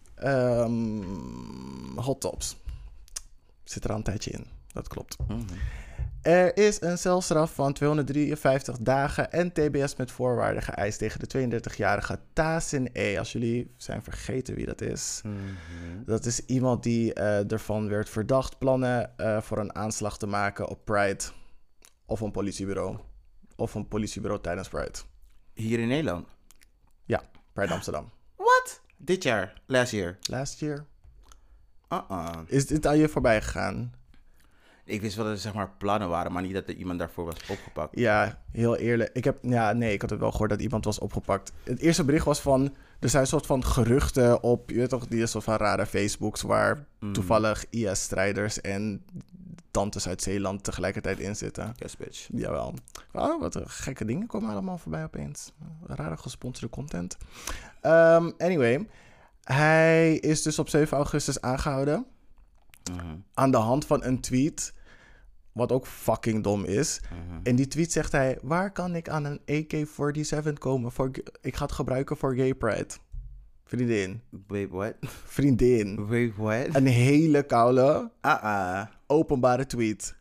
Hot Tops. Zit er al een tijdje in. Dat klopt. Er is een celstraf van 253 dagen en TBS met voorwaarden geëist tegen de 32-jarige Tasin E. Als jullie zijn vergeten wie dat is. Dat is iemand die ervan werd verdacht plannen voor een aanslag te maken op Pride. Of een politiebureau. Of een politiebureau tijdens Pride. Hier in Nederland? Ja, Pride Amsterdam. What? Dit jaar? Last year? Last year. Is dit aan je voorbij gegaan? Ik wist wel dat er zeg maar plannen waren, maar niet dat er iemand daarvoor was opgepakt. Ja, heel eerlijk. Ik had het wel gehoord dat iemand was opgepakt. Het eerste bericht was van... Er zijn een soort van geruchten op... Je weet toch, die soort van rare Facebooks... waar toevallig IS-strijders en tantes uit Zeeland tegelijkertijd in zitten. Yes, bitch. Jawel. Oh, wat gekke dingen komen allemaal voorbij opeens. Rare gesponsorde content. Anyway, hij is dus op 7 augustus aangehouden... aan de hand van een tweet, wat ook fucking dom is. In die tweet zegt hij... Waar kan ik aan een AK-47 komen? Ik ga het gebruiken voor gay pride. Vriendin. Wait, what? Vriendin. Wait, what? Een hele koude, openbare tweet.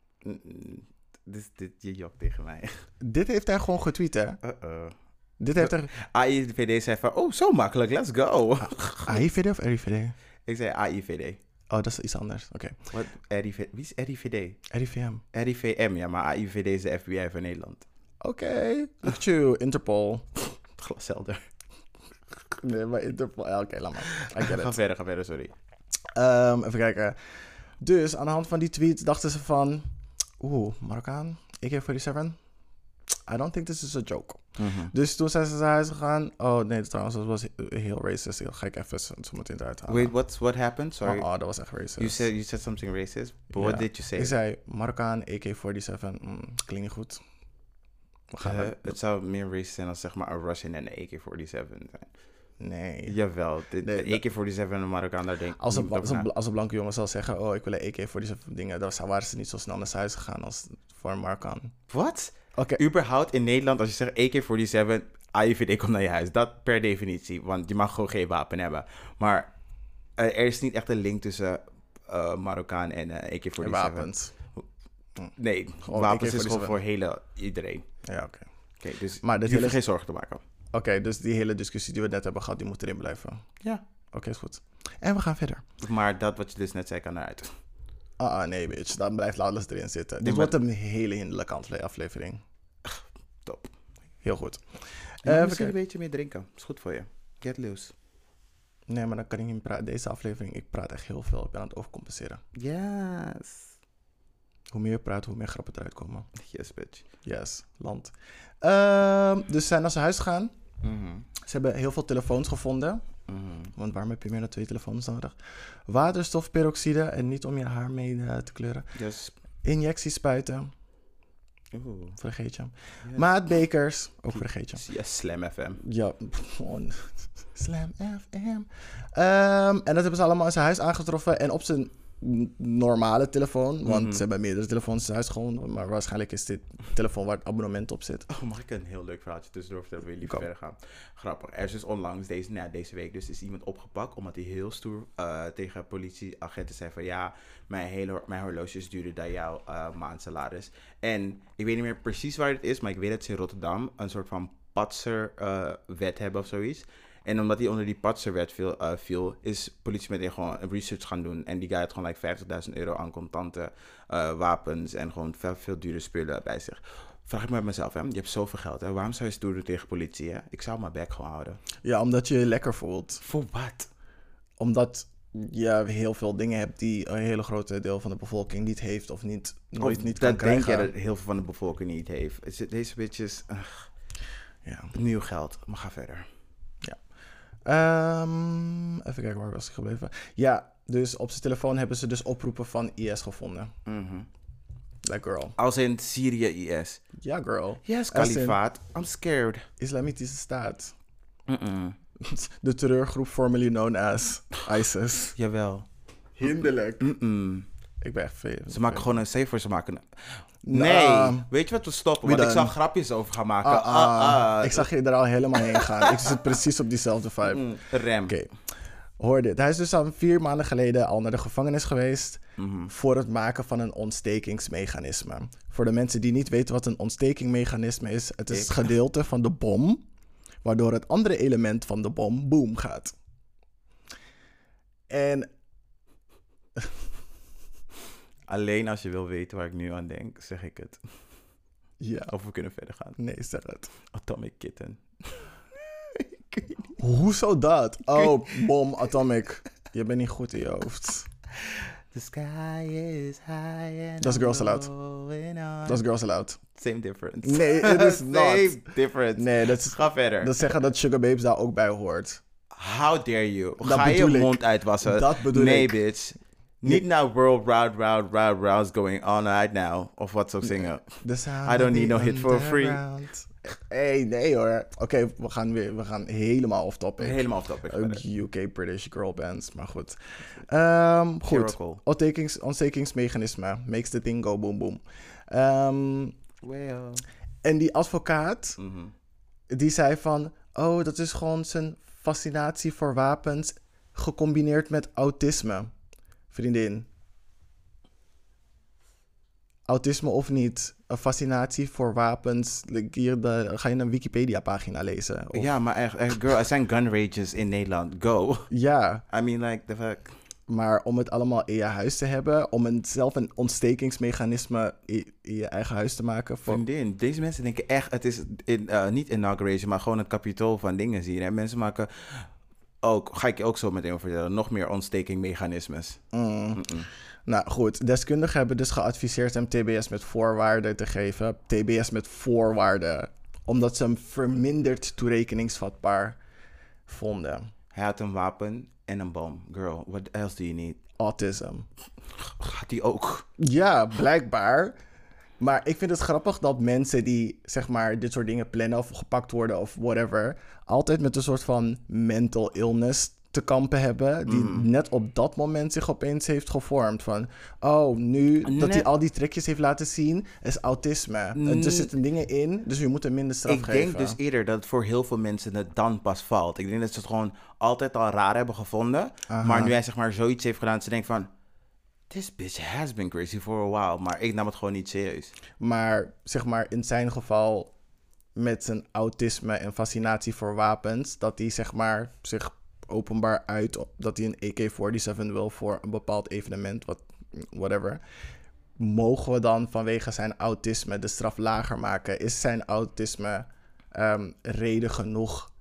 Je jokt tegen mij. Dit heeft hij gewoon getweet, hè? Dit heeft hij... AIVD zei van... Oh, zo makkelijk, let's go. AIVD of RIVD? Ik zei AIVD. Oh, dat is iets anders. Oké. Wie is RIVD? RIVM. RIVM, ja, maar AIVD is de FBI van Nederland. Oké. Look at you, Interpol. Glashelder. Nee, maar Interpol... Oké, laat maar. I get it. Ga verder, sorry. Even kijken. Dus aan de hand van die tweet dachten ze van... Marokkaan, AK-47? I don't think this is a joke. Dus toen zijn ze naar huis gegaan. Oh nee, trouwens, dat was heel racist. Dat ga ik even zo meteen eruit halen. Wait, what happened? Sorry. Oh, dat was echt racist. You said something racist? But what did you say? Ik zei, Marokkaan, AK-47, klinkt niet goed. Het zou meer racist zijn als zeg maar een Russian en een AK-47 zijn. Nee. Jawel. Nee, De AK-47 en een Marokkaan, daar denk ik Als niet over na. een blanke jongen zal zeggen, oh, ik wil een AK-47 dingen, dan waren ze niet zo snel naar huis gegaan als voor een Marokkaan. Wat? Oké. Überhaupt in Nederland, als je zegt AK-47, AIVD komt naar je huis. Dat per definitie, want je mag gewoon geen wapen hebben. Maar er is niet echt een link tussen Marokkaan en AK-47. Wapens. Nee, Gewoon wapens is AK-47. gewoon voor iedereen. Ja, oké. Oké, dus Maar dit je hoeft hele- geen zorgen te maken. Oké, dus die hele discussie die we net hebben gehad, die moet erin blijven. Ja. Oké, is goed. En we gaan verder. Maar dat wat je dus net zei kan eruit. Nee, bitch. Dan blijft alles erin zitten. Dit maar- wordt een hele hinderlijke aflevering. Top. Heel goed. Je mag Even misschien een kijken. beetje meer drinken. Is goed voor je. Get loose. Nee, maar dan kan ik niet praten. Deze aflevering, ik praat echt heel veel. Ik ben aan het overcompenseren. Yes. Hoe meer je praat, hoe meer grappen eruit komen. Yes, bitch. Yes, land. Dus ze zijn naar zijn huis gegaan. Mhm. Ze hebben heel veel telefoons gevonden. Mhm. Want waarom heb je meer dan 2 telefoons nodig? Waterstofperoxide en niet om je haar mee te kleuren. Yes. Injecties spuiten. Oeh. Vergeet je. Yes. Maatbekers. Ook vergeet je. Yes, Slam FM. Ja, gewoon. Slam FM. En dat hebben ze allemaal in zijn huis aangetroffen. En op zijn normale telefoon. Want ze hebben meerdere telefoons in zijn huis gewoon. Maar waarschijnlijk is dit de telefoon waar het abonnement op zit. Oh, mag ik een heel leuk verhaaltje tussendoor vertellen? Wil je liever Kom. verder gaan? Grappig. Er is dus onlangs, deze week, dus is iemand opgepakt. Omdat hij heel stoer tegen politieagenten zei van... Ja, mijn horloge is duurder dan jouw maandsalaris. En ik weet niet meer precies waar het is. Maar ik weet dat ze in Rotterdam een soort van patserwet hebben of zoiets. En omdat hij onder die patserwet viel, is politie meteen gewoon een research gaan doen. En die guy had gewoon like €50.000 aan contante wapens en gewoon veel dure spullen bij zich. Vraag ik me bij mezelf, hè? Je hebt zoveel geld, hè? Waarom zou je stoer doen tegen politie, hè? Ik zou mijn bek gewoon houden. Ja, omdat je je lekker voelt. Voor wat? Omdat je heel veel dingen hebt die een hele grote deel van de bevolking niet heeft of nooit niet kan dat denk krijgen. je dat heel veel van de bevolking niet heeft. Deze bitches, Ja. nieuw geld. Maar ga verder. Even kijken, waar was ik gebleven? Ja, dus op zijn telefoon hebben ze dus oproepen van IS gevonden. Mhm. Like girl. Als in Syrië IS. Ja, girl. Yes, Als in kalifaat. I'm scared. Islamitische staat. Mm-mm. De terreurgroep formerly known as ISIS. Jawel. Hinderlijk. Mm-mm. Ik ben echt veel. Ze maken gewoon een safe voor ze maken. Nee, weet je wat, we stoppen. wie Want ik dan? zal grapjes over gaan maken. Ik zag je er al helemaal heen gaan. Ik zit precies op diezelfde vibe. Rem. Oké, hoor dit. Hij is dus al 4 maanden geleden al naar de gevangenis geweest voor het maken van een ontstekingsmechanisme. Voor de mensen die niet weten wat een ontstekingmechanisme is, het is het gedeelte van de bom waardoor het andere element van de bom boom gaat. En Alleen als je wil weten waar ik nu aan denk, zeg ik het. ja, Of we kunnen verder gaan. nee, zeg het. Atomic Kitten. Hoezo dat? Oh, bom, atomic. Je bent niet goed in je hoofd. The sky is high and Dat is Girls Aloud. going on. Dat is Girls Aloud. Same difference. Nee, it is Same not. difference. Nee, dat is... Ga verder. Dat zeggen dat Sugar Babes daar ook bij hoort. How dare you? Dat Ga je bedoel ik. mond uitwassen. Dat bedoel nee, ik. bitch. Niet nou world round is going on right now. Of wat zou zingen. I don't need no hit for free. Hey, nee hoor. Oké, we gaan helemaal off topic. Helemaal off topic. UK British girl bands, maar goed. Goed. Miracle. Ontstekingsmechanisme makes the thing go boom boom. Well. En die advocaat, Mhm. die zei van... Oh, dat is gewoon zijn fascinatie voor wapens gecombineerd met autisme. Vriendin. Autisme of niet, een fascinatie voor wapens. Ga je een Wikipedia-pagina lezen? Of, Ja, maar echt, girl, er zijn gun rages in Nederland. Go. Ja, I mean, like, the fuck. maar om het allemaal in je huis te hebben... om zelf een ontstekingsmechanisme in je eigen huis te maken... Vriendin, deze mensen denken echt, het is niet inauguration, maar gewoon het kapitool van dingen zien. Hè? Mensen maken ook, ga ik je ook zo meteen over vertellen, nog meer ontstekingmechanismes. Nou goed, deskundigen hebben dus geadviseerd hem TBS met voorwaarden te geven. TBS met voorwaarden. Omdat ze hem verminderd toerekeningsvatbaar vonden. Hij had een wapen en een bom. Girl, what else do you need? Autism. Gaat hij ook? Ja, blijkbaar. Maar ik vind het grappig dat mensen die, zeg maar, dit soort dingen plannen of gepakt worden of whatever, altijd met een soort van mental illness te kampen hebben, die net op dat moment zich opeens heeft gevormd. Van, oh, nu dat hij al die trekjes heeft laten zien, is autisme. Er zitten dingen in, dus je moet hem minder straf geven. Ik denk dus eerder dat het voor heel veel mensen het dan pas valt. Ik denk dat ze het gewoon altijd al raar hebben gevonden. Maar nu hij zeg maar zoiets heeft gedaan, dat ze denken van, this bitch has been crazy for a while. Maar ik nam het gewoon niet serieus. Maar zeg maar in zijn geval met zijn autisme en fascinatie voor wapens, dat hij zeg maar zich openbaar uit dat hij een AK-47 wil voor een bepaald evenement, whatever. Mogen we dan vanwege zijn autisme de straf lager maken? Is zijn autisme reden genoeg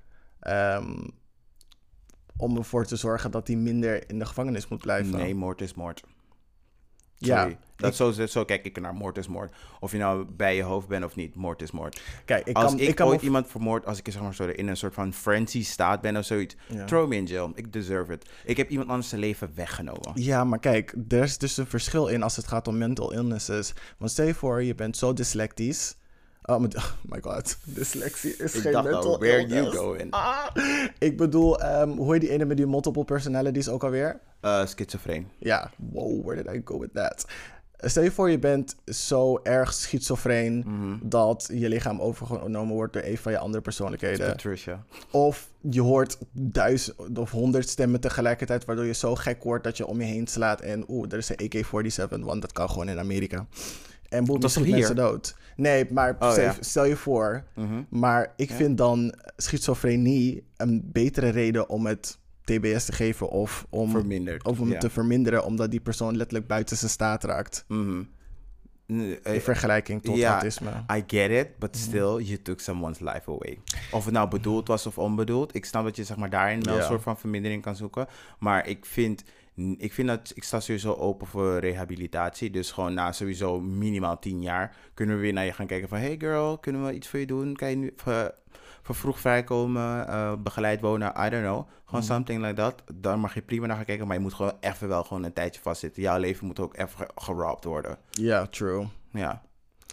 om ervoor te zorgen dat hij minder in de gevangenis moet blijven? Nee, moord is moord. Sorry. Ja, zo kijk ik naar moord is moord. Of je nou bij je hoofd bent of niet, moord is moord. Kijk, als ik ooit iemand vermoord, als ik zeg maar in een soort van frenzy staat ben of zoiets, throw me in jail. Ik deserve it. Ik heb iemand anders zijn leven weggenomen. Ja, maar kijk, er is dus een verschil in als het gaat om mental illnesses. Want stel je voor, je bent zo dyslectisch. Oh my god, dyslexie is geen mental where illness. you going? Ik bedoel, hoe heet die ene met die multiple personalities ook alweer? Schizofreen. Ja, wow, where did I go with that? Stel je voor, je bent zo erg schizofreen dat je lichaam overgenomen wordt door een van je andere persoonlijkheden. Patricia. Of je hoort 1000 of 100 stemmen tegelijkertijd, waardoor je zo gek wordt dat je om je heen slaat en er is een AK-47, want dat kan gewoon in Amerika. En boem, je schiet mensen dood. Nee, maar stel je voor. Maar ik vind dan schizofrenie een betere reden om het TBS te geven of om het te verminderen, omdat die persoon letterlijk buiten zijn staat raakt. In vergelijking tot autisme. I get it, but still, you took someone's life away. Of het nou bedoeld was of onbedoeld. Ik snap dat je zeg maar daarin wel een soort van vermindering kan zoeken. Maar ik vind dat ik sta sowieso open voor rehabilitatie. Dus gewoon na sowieso minimaal 10 jaar kunnen we weer naar je gaan kijken van, hey girl, kunnen we iets voor je doen? Kan je nu vroeg vrijkomen, begeleid wonen, I don't know. Gewoon something like that. Dan mag je prima naar gaan kijken, maar je moet gewoon even wel gewoon een tijdje vastzitten. Jouw leven moet ook even gerobbed worden. Ja, true. Ja.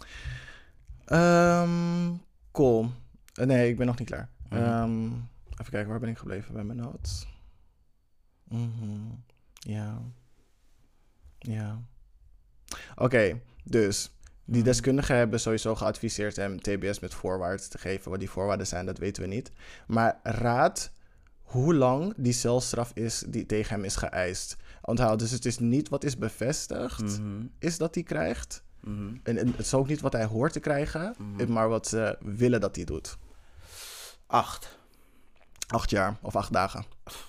Cool. Nee, ik ben nog niet klaar. Even kijken, waar ben ik gebleven bij mijn notes? Ja. Oké, dus die deskundigen hebben sowieso geadviseerd hem TBS met voorwaarden te geven. Wat die voorwaarden zijn, dat weten we niet. Maar raad hoe lang die celstraf is die tegen hem is geëist. Onthoud, dus het is niet wat is bevestigd, is dat hij krijgt. En het is ook niet wat hij hoort te krijgen, maar wat ze willen dat hij doet. 8 jaar of 8 dagen.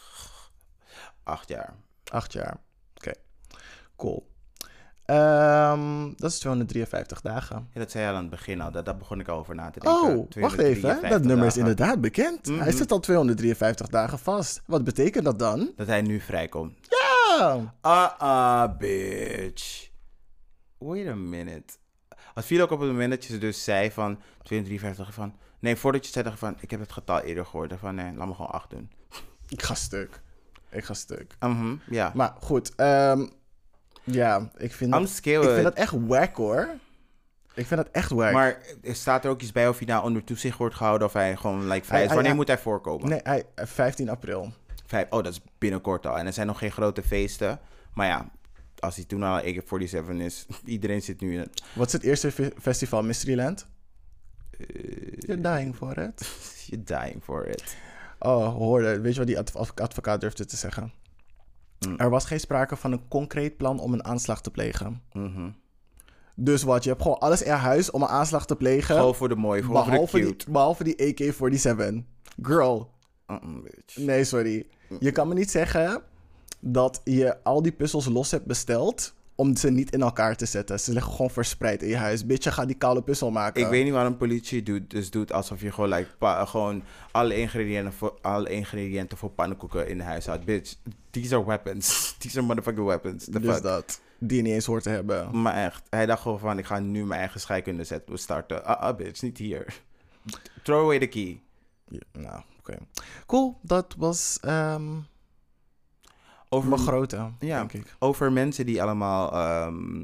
8 jaar. 8 jaar. Oké. Cool. Dat is 253 dagen. Ja, dat zei je al aan het begin al. Daar begon ik al over na te denken. Oh, wacht even. Dat nummer is inderdaad bekend. Hij zit al 253 dagen vast. Wat betekent dat dan? Dat hij nu vrijkomt. Ja! Bitch. Wait a minute. Het viel ook op het moment dat je dus zei van 253 van... Nee, voordat je zei van, ik heb het getal eerder gehoord. Van, nee, laat me gewoon 8 doen. Ik ga stuk. Ja. Maar goed, ja, ik vind dat echt wack, hoor. Ik vind dat echt wack. Maar staat er ook iets bij of hij nou onder toezicht wordt gehouden of hij gewoon vrij is? Wanneer moet hij voorkomen? Nee, 15 april. Dat is binnenkort al. En er zijn nog geen grote feesten. Maar ja, als hij toen al AK-47 is, iedereen zit nu in het... Wat is het eerste festival? Mysteryland? You're dying for it. You're dying for it. Oh, hoorde. Weet je wat die advocaat durfde te zeggen? Er was geen sprake van een concreet plan om een aanslag te plegen. Dus wat, je hebt gewoon alles in huis om een aanslag te plegen. Gewoon voor de mooie, voor de cute. Behalve die AK-47. Girl. Bitch. Nee, sorry. Je kan me niet zeggen dat je al die puzzels los hebt besteld om ze niet in elkaar te zetten. Ze liggen gewoon verspreid in je huis. Bitch, je gaat die koude puzzel maken. Ik weet niet waarom politie doet alsof je gewoon gewoon alle ingrediënten voor pannenkoeken in huis had. Bitch, these are weapons. These are motherfucking weapons. Dus dat. Die je niet eens hoort te hebben. Maar echt, hij dacht gewoon van, ik ga nu mijn eigen scheikunde starten. Bitch, niet hier. Throw away the key. Ja, nou, oké. Cool, dat was over mijn grote, denk ik. Over mensen die allemaal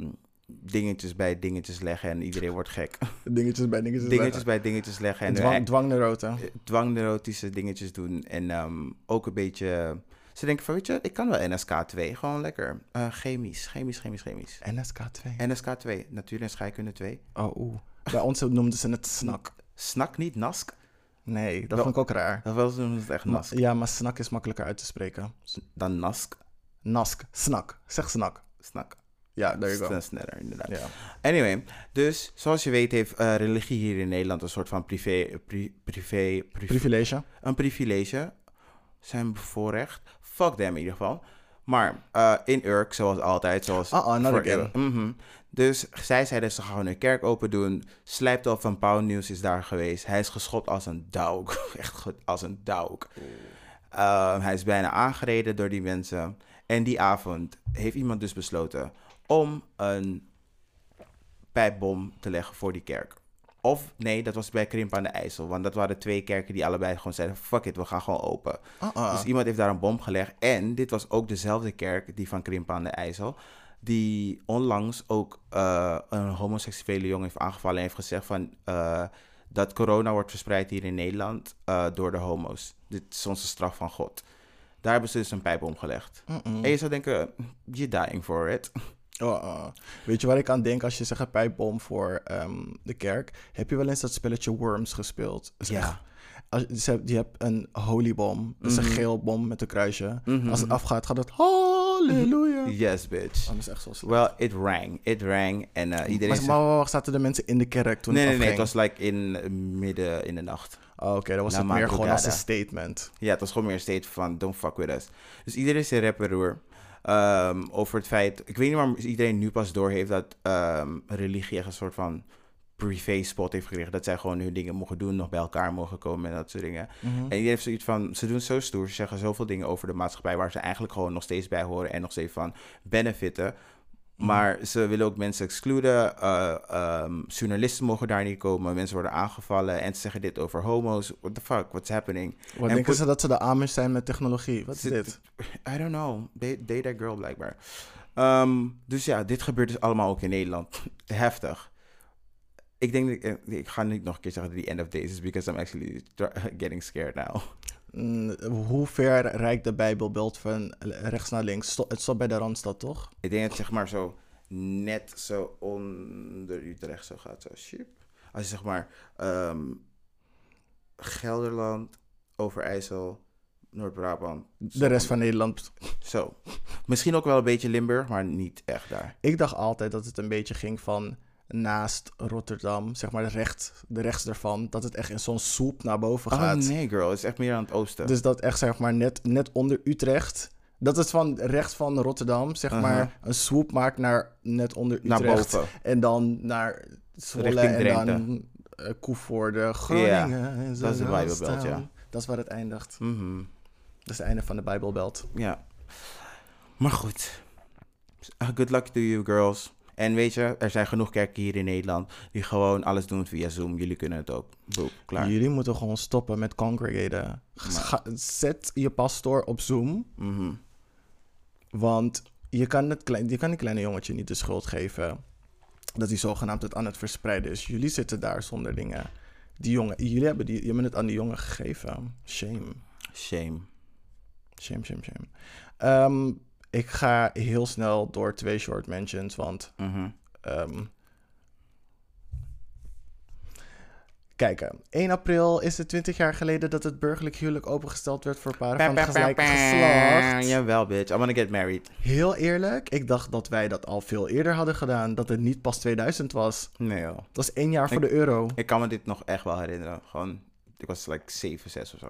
dingetjes bij dingetjes leggen en iedereen wordt gek. Dingetjes bij dingetjes. Dingetjes bij dingetjes leggen. En Dwangneuroten. dwangneurotische dingetjes doen. En ook een beetje... Ze denken van, weet je, ik kan wel NSK2. Gewoon lekker chemisch. NSK2. NSK2, natuur en scheikunde 2. Oh, bij ons noemden ze het SNAK. Snak niet, nask? Nee, dat vond ik ook raar. Dat wel noemen ze het echt nask. Ja, maar SNAK is makkelijker uit te spreken. Dan nask. Nask, SNAK. Zeg SNAK. Snak. Ja, there you go. Dat is sneller, inderdaad. Ja. Anyway, dus zoals je weet heeft religie hier in Nederland een soort van Privilege. een privilege. Zijn bevoorrecht. Fuck them in ieder geval. Maar in Urk, zoals altijd. Zoals not again. Dus zij zei dat ze gewoon een kerk open doen. Slijptop van Pauw Nieuws is daar geweest. Hij is geschopt als een dauk. Echt als een dauk. Hij is bijna aangereden door die mensen. En die avond heeft iemand dus besloten om een pijpbom te leggen voor die kerk. Of nee, dat was bij Krimp aan de IJssel. Want dat waren 2 kerken die allebei gewoon zeiden, fuck it, we gaan gewoon open. Dus iemand heeft daar een bom gelegd. En dit was ook dezelfde kerk, die van Krimp aan de IJssel, die onlangs ook een homoseksuele jongen heeft aangevallen en heeft gezegd van dat corona wordt verspreid hier in Nederland door de homo's. Dit is onze straf van God. Daar hebben ze dus een pijpbom gelegd. En je zou denken, you're dying for it. Weet je waar ik aan denk als je zegt een pijpbom voor de kerk? Heb je wel eens dat spelletje Worms gespeeld? Ja. Je hebt een holybom. Dat is een geel bom met een kruisje. Als het afgaat, gaat het halleluja. Yes, bitch. Dat is echt zo slecht. Well, it rang. En iedereen... Maar zaten de mensen in de kerk toen het afging? Nee, het was like midden in de nacht. Oké, dat was het meer gewoon als een statement. Ja, het was gewoon meer een statement van don't fuck with us. Dus iedereen is in rep en roer. Over het feit... Ik weet niet waarom iedereen nu pas doorheeft dat religie echt een soort van privé spot heeft gekregen. Dat zij gewoon hun dingen mogen doen, nog bij elkaar mogen komen en dat soort dingen. En iedereen heeft zoiets van... Ze doen zo stoer, ze zeggen zoveel dingen over de maatschappij waar ze eigenlijk gewoon nog steeds bij horen en nog steeds van benefitten. Maar ze willen ook mensen excluden. Journalisten mogen daar niet komen. Mensen worden aangevallen. En ze zeggen dit over homo's. What the fuck? What's happening? Wat denken ze dat ze de Amish zijn met technologie? Wat is dit? I don't know. Date that girl blijkbaar. Dus ja, dit gebeurt dus allemaal ook in Nederland. Heftig. Ik denk dat ik ga niet nog een keer zeggen the end of days is because I'm actually getting scared now. Hoe ver reikt de Bijbelbeeld van rechts naar links? Het stopt bij de Randstad, toch? Ik denk dat zeg maar zo net zo onder Utrecht zo gaat. Zo, ship. Als je zeg maar Gelderland, Overijssel, Noord-Brabant. De rest van Nederland. Zo. Misschien ook wel een beetje Limburg, maar niet echt daar. Ik dacht altijd dat het een beetje ging van naast Rotterdam, zeg maar de rechts ervan, dat het echt in zo'n soep naar boven gaat. Oh nee girl, het is echt meer aan het oosten. Dus dat echt zeg maar net onder Utrecht, dat het van rechts van Rotterdam, zeg maar, een swoep maakt naar net onder Utrecht. Naar boven. En dan naar Zwolle richting en dan Koevoorde, Groningen. Ja, dat is de Bijbelbelt, ja. Dat is waar het eindigt. Dat is het einde van de Bijbelbelt. Ja. Maar goed. Good luck to you girls. En weet je, er zijn genoeg kerken hier in Nederland die gewoon alles doen via Zoom. Jullie kunnen het ook. Boek, klaar. Jullie moeten gewoon stoppen met congregaten. Zet je pastoor op Zoom. Want je kan die kleine jongetje niet de schuld geven dat hij zogenaamd het aan het verspreiden is. Jullie zitten daar zonder dingen. Jullie hebben het aan die jongen gegeven. Shame. Ik ga heel snel door 2 short mentions, want... Kijk, 1 april is het 20 jaar geleden dat het burgerlijk huwelijk opengesteld werd voor paren van het gelijke geslacht. Jawel, bitch. I wanna get married. Heel eerlijk, ik dacht dat wij dat al veel eerder hadden gedaan. Dat het niet pas 2000 was. Nee, joh. Dat was 1 jaar voor de euro. Ik kan me dit nog echt wel herinneren. Gewoon, ik was like 7, 6 of zo.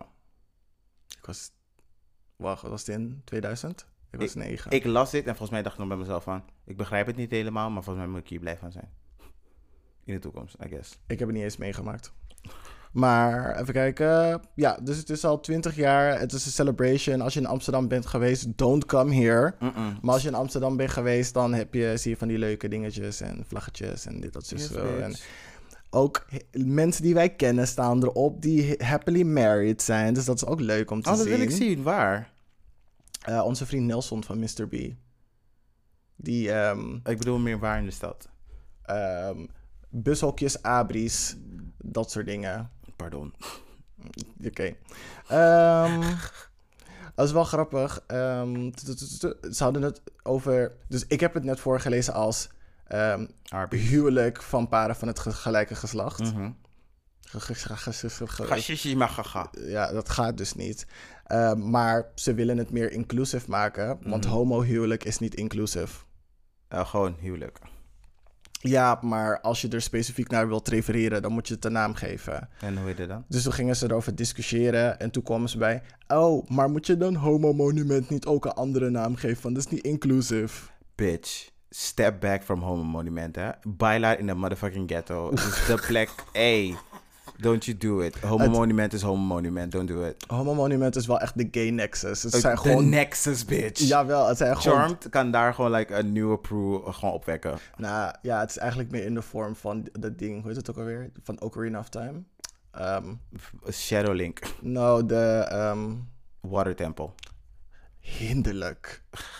Wacht, wat was het in 2000? Ik was 9. Ik las dit en volgens mij dacht ik nog bij mezelf van... Ik begrijp het niet helemaal, maar volgens mij moet ik hier blij van zijn. In de toekomst, I guess. Ik heb het niet eens meegemaakt. Maar even kijken. Ja, dus het is al 20 jaar. Het is een celebration. Als je in Amsterdam bent geweest, don't come here. Maar als je in Amsterdam bent geweest, dan zie je van die leuke dingetjes en vlaggetjes en dit, dat, zo. En ook mensen die wij kennen staan erop die happily married zijn. Dus dat is ook leuk om te zien. Oh, dat wil ik zien. Waar? Onze vriend Nelson van Mr. B. Die Ik bedoel meer waar in de stad. bushokjes, abris, dat soort dingen. Pardon. Oké. Dat is wel grappig. Ze hadden het over... Dus ik heb het net voorgelezen als Arby's. huwelijk van paren van het gelijke geslacht. Mhm. Ja, dat gaat dus niet. Maar ze willen het meer inclusief maken, want homohuwelijk is niet inclusief. Gewoon huwelijk. Ja, maar als je er specifiek naar wilt refereren, dan moet je het een naam geven. En hoe heet het dan? Dus toen gingen ze erover discussiëren en toen kwamen ze bij... Oh, maar moet je dan homo-monument niet ook een andere naam geven? Want dat is niet inclusief. Bitch. Step back from Homo Monument, hè. Bailar in the motherfucking ghetto. Dus de plek, hey, don't you do it. Homo Monument is Homo Monument, don't do it. Homo-monument is wel echt de gay nexus. Het zijn De gewoon... Nexus, bitch. Jawel, het zijn gewoon... Charmed kan daar gewoon een nieuwe crew gewoon opwekken. Nou ja, het is eigenlijk meer in de vorm van dat ding, hoe heet het ook alweer? Van Ocarina of Time. Shadowlink. Nou, de... Water Temple. hinderlijk.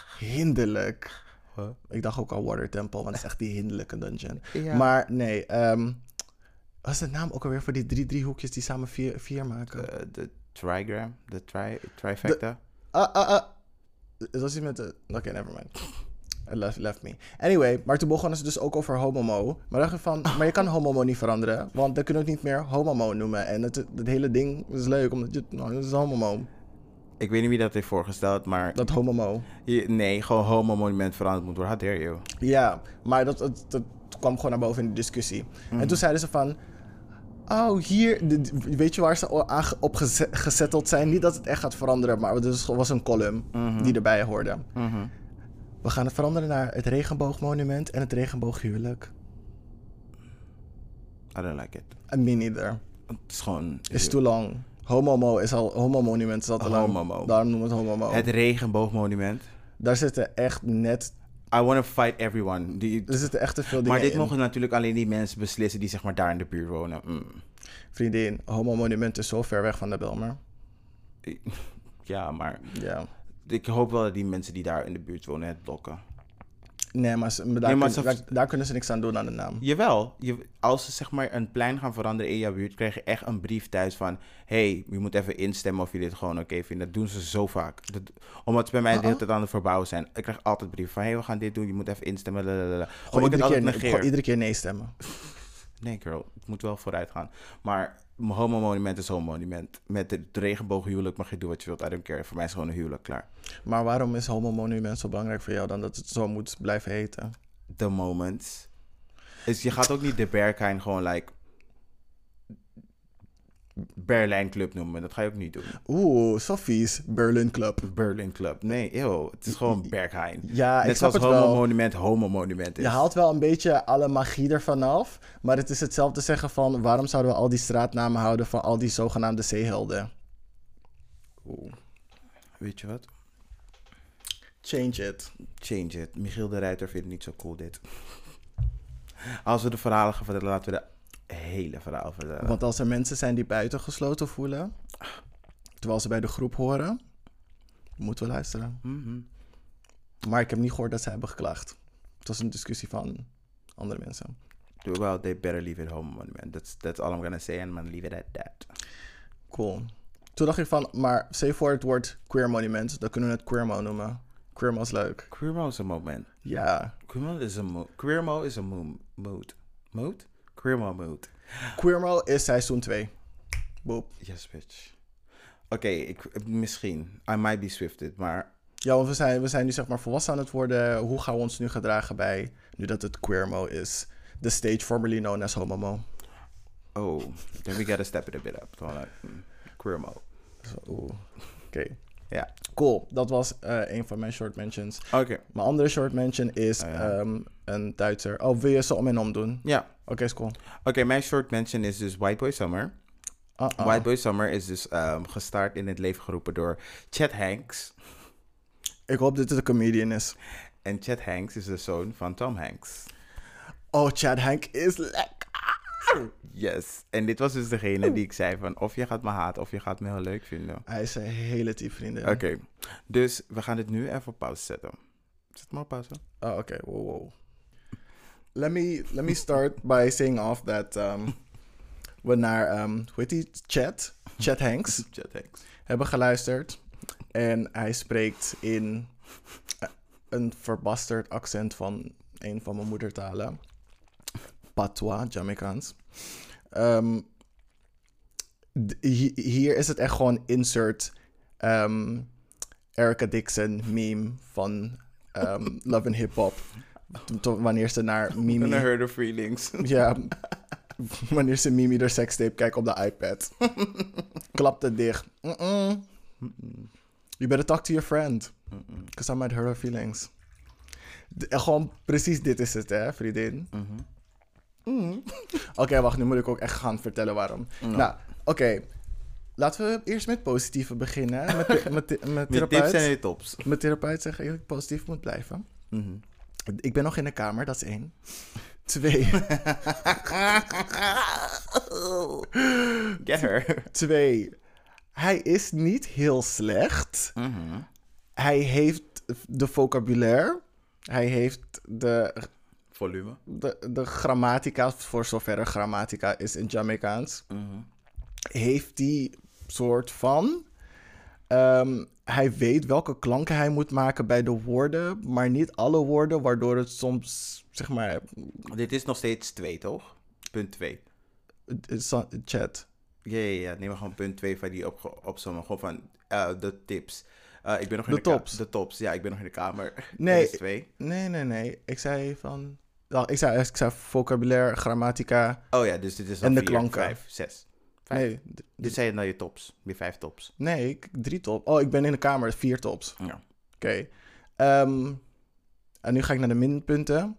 Huh? Ik dacht ook al Water Temple, want het is echt die hinderlijke dungeon. Ja. Maar nee, wat is de naam ook alweer voor die drie driehoekjes die samen vier maken? De trigram, de trifecta. Dat is iets met de... Oké, never mind. It left me. Anyway, maar toen begonnen ze dus ook over homomo. Maar dacht ik van, maar je kan homomo niet veranderen. Want dan kunnen we het niet meer homomo noemen. En het hele ding is leuk, omdat je... Nou, het is homomo. Ik weet niet wie dat heeft voorgesteld, maar... Dat homomo. Nee, gewoon Homo Monument veranderd moet worden. How dare you? Ja, maar dat kwam gewoon naar boven in de discussie. En toen zeiden ze van... Oh, hier... weet je waar ze op gezetteld zijn? Niet dat het echt gaat veranderen, maar er was een column die erbij hoorde. We gaan het veranderen naar het regenboogmonument en het regenbooghuwelijk. I don't like it. Me neither. Het is gewoon... Is too long. Homo-monument is al te lang. Homomo. Daarom noemen we het homomo. Het regenboogmonument. Daar zitten echt net... I want to fight everyone. Er zitten echt te veel dingen Maar dit in. mogen natuurlijk alleen die mensen beslissen die zeg maar daar in de buurt wonen. Vriendin, homo-monument is zo ver weg van de Bijlmer. Ja, maar Ja. ik hoop wel dat die mensen die daar in de buurt wonen het blokken. Nee, maar daar kunnen ze niks aan doen aan de naam. Jawel, als ze zeg maar een plein gaan veranderen in jouw buurt, krijg je echt een brief thuis van... Hey, je moet even instemmen of je dit gewoon oké vindt. Dat doen ze zo vaak. Omdat ze bij mij de hele tijd aan het verbouwen zijn. Ik krijg altijd brieven van, hey, we gaan dit doen, je moet even instemmen. Gewoon iedere keer nee stemmen. Nee, girl, het moet wel vooruit gaan. Maar homo-monument is homo-monument. Met het regenbooghuwelijk mag je doen wat je wilt. I don't care. Voor mij is gewoon een huwelijk klaar. Maar waarom is homo-monument zo belangrijk voor jou dan dat het zo moet blijven heten? The moments. Dus je gaat ook niet de Berghain gewoon Berlijn Club noemen. Dat ga je ook niet doen. Oeh, Sophie's Berlin Club. Berlin Club. Nee, eeuw. Het is gewoon Berghain. Ja, net ik snap zoals het wel. homo-monument is. Je haalt wel een beetje alle magie ervan af. Maar het is hetzelfde zeggen van... waarom zouden we al die straatnamen houden van al die zogenaamde zeehelden? Oeh. Weet je wat? Change it. Change it. Michiel de Ruiter vindt het niet zo cool dit. Als we de verhalen gaan vertellen, laten we de hele verhaal vertellen. Want als er mensen zijn die buitengesloten voelen... terwijl ze bij de groep horen... moeten we luisteren. Maar ik heb niet gehoord dat ze hebben geklaagd. Het was een discussie van andere mensen. Well, they better leave it home, man. That's all I'm gonna say, and I'm gonna leave it at that. Cool. Toen dacht ik van, maar stel je voor het woord queer monument, dan kunnen we het queermo noemen. Queermo is leuk. Queermo is een moment. Ja. Queermo is een mood. Queermo is een mood. Mood? Queermo mood. Queermo is seizoen 2. Boop. Yes, bitch. Oké, misschien. I might be swifted, maar... Ja, want we zijn nu zeg maar volwassen aan het worden. Hoe gaan we ons nu gedragen bij, nu dat het queermo is? The stage formerly known as homomo. Oh, then we gotta step it a bit up. Queermo. Oké. Ja. Cool, dat was een van mijn short mentions. Oké. Mijn andere short mention is een Duitser. Oh, wil je ze om en om doen? Ja. Oké, is cool. Oké, mijn short mention is dus White Boy Summer. White Boy Summer is dus gestart in het leven geroepen door Chet Hanks. Ik hoop dat het een comedian is. En Chet Hanks is de zoon van Tom Hanks. Oh, Chet Hanks is lekker. Yes. En dit was dus degene die ik zei van... of je gaat me haten of je gaat me heel leuk vinden. Hij is een hele type vriendin. Oké. Dus we gaan dit nu even op pauze zetten. Zet maar op pauze. Oh, oké. Wow. Let me start by saying off that we naar, hoe heet die? Chet Hanks Chet Hanks. hebben geluisterd. En hij spreekt in een verbasterd accent van een van mijn moedertalen. Patois, Jamaicaans. Hier is het echt gewoon insert Erica Dixon meme van Love and Hip Hop. Wanneer ze naar Mimi... And I heard her feelings. Ja, wanneer ze Mimi de sekstape kijkt op de iPad. Klapt het dicht. You better talk to your friend. Because I might hurt her feelings. Gewoon precies dit is het, hè, vriendin. Oké, wacht, nu moet ik ook echt gaan vertellen waarom. Nou, oké. Laten we eerst met positieve beginnen. Met Met therapeut. tips en je tops. Mijn therapeut zegt dat ik positief moet blijven. Ik ben nog in de kamer, dat is 1. 2. Get her. 2. Hij is niet heel slecht. Hij heeft de vocabulaire. Hij heeft Volume. de grammatica, voor zover er grammatica is in Jamaicaans. Heeft die soort van... hij weet welke klanken hij moet maken bij de woorden, maar niet alle woorden, waardoor het soms, zeg maar... Dit is nog steeds 2, toch? Punt 2. Chat. Ja. Neem maar gewoon punt 2 van die opzommen. Gewoon van de tips. Ik ben nog in De tops. De tops, ja, ik ben nog in de kamer. Nee. Dat is 2. Nee. Ik zei van... Nou, ik zei vocabulaire, grammatica... Oh ja, dus dit is al En de 4, klanken. 5, 6. 5. Nee, Dit zijn nou je tops. Weer 5 tops. nee, 3 tops. Oh, ik ben in de kamer, 4 tops. Ja. Oké. En nu ga ik naar de minpunten.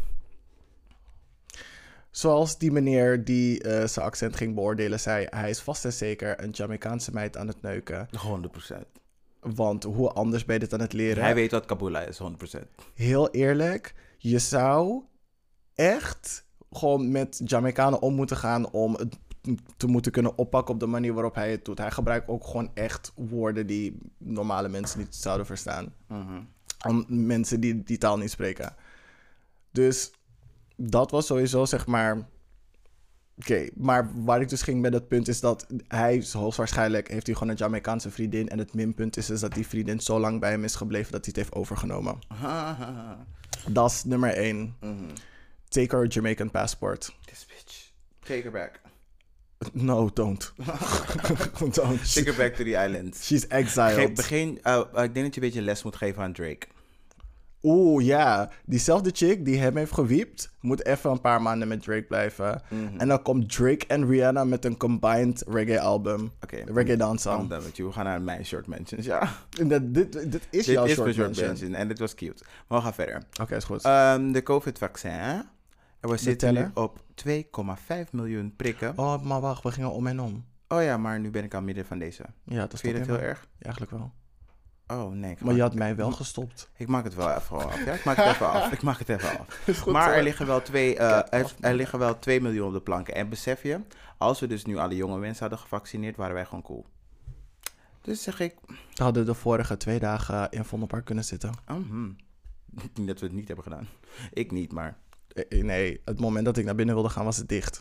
Zoals die meneer die zijn accent ging beoordelen zei... Hij is vast en zeker een Jamaicaanse meid aan het neuken. 100%. Want hoe anders ben je dit aan het leren? Hij weet wat Kabula is, 100%. Heel eerlijk, je zou echt gewoon met Jamaicanen om moeten gaan... om het te moeten kunnen oppakken op de manier waarop hij het doet. Hij gebruikt ook gewoon echt woorden die normale mensen niet zouden verstaan. Om mensen die die taal niet spreken. Dus dat was sowieso, zeg maar... Oké, maar waar ik dus ging met het punt is dat hij hoogstwaarschijnlijk heeft hij gewoon een Jamaicaanse vriendin. En het minpunt is dus dat die vriendin zo lang bij hem is gebleven dat hij het heeft overgenomen. Dat is nummer 1. Take her Jamaican passport. This bitch. Take her back. No, don't. Don't. Take her back to the island. She's exiled. Ik denk dat je een beetje les moet geven aan Drake. Oeh, ja. Diezelfde chick die hem heeft gewiept, moet even een paar maanden met Drake blijven. En dan komt Drake en Rihanna met een combined reggae-album. Oké. Reggae dance-song. I'm done with you. We gaan naar mijn short mentions, ja. Dit is jouw Dit is short mijn mention. mention en dit was cute. Maar we gaan verder. Oké, is goed. De COVID-vaccin. En we zitten nu op 2,5 miljoen prikken. Oh, maar wacht, we gingen om en om. Oh ja, maar nu ben ik aan midden van deze. Ja, dat is Vind je toch dat heel helemaal- erg? Ja, eigenlijk wel. Oh nee. Maar je had mij wel gestopt. Ik maak het wel even af. Ja? Ik maak het even af. Is goed, Maar hoor. er liggen wel 2 miljoen op de planken. En besef je, als we dus nu alle jonge mensen hadden gevaccineerd, waren wij gewoon cool. Dus zeg ik... We hadden de vorige 2 dagen in Vondelpark kunnen zitten. Ik denk dat we het niet hebben gedaan. Ik niet, maar... Nee, het moment dat ik naar binnen wilde gaan was het dicht.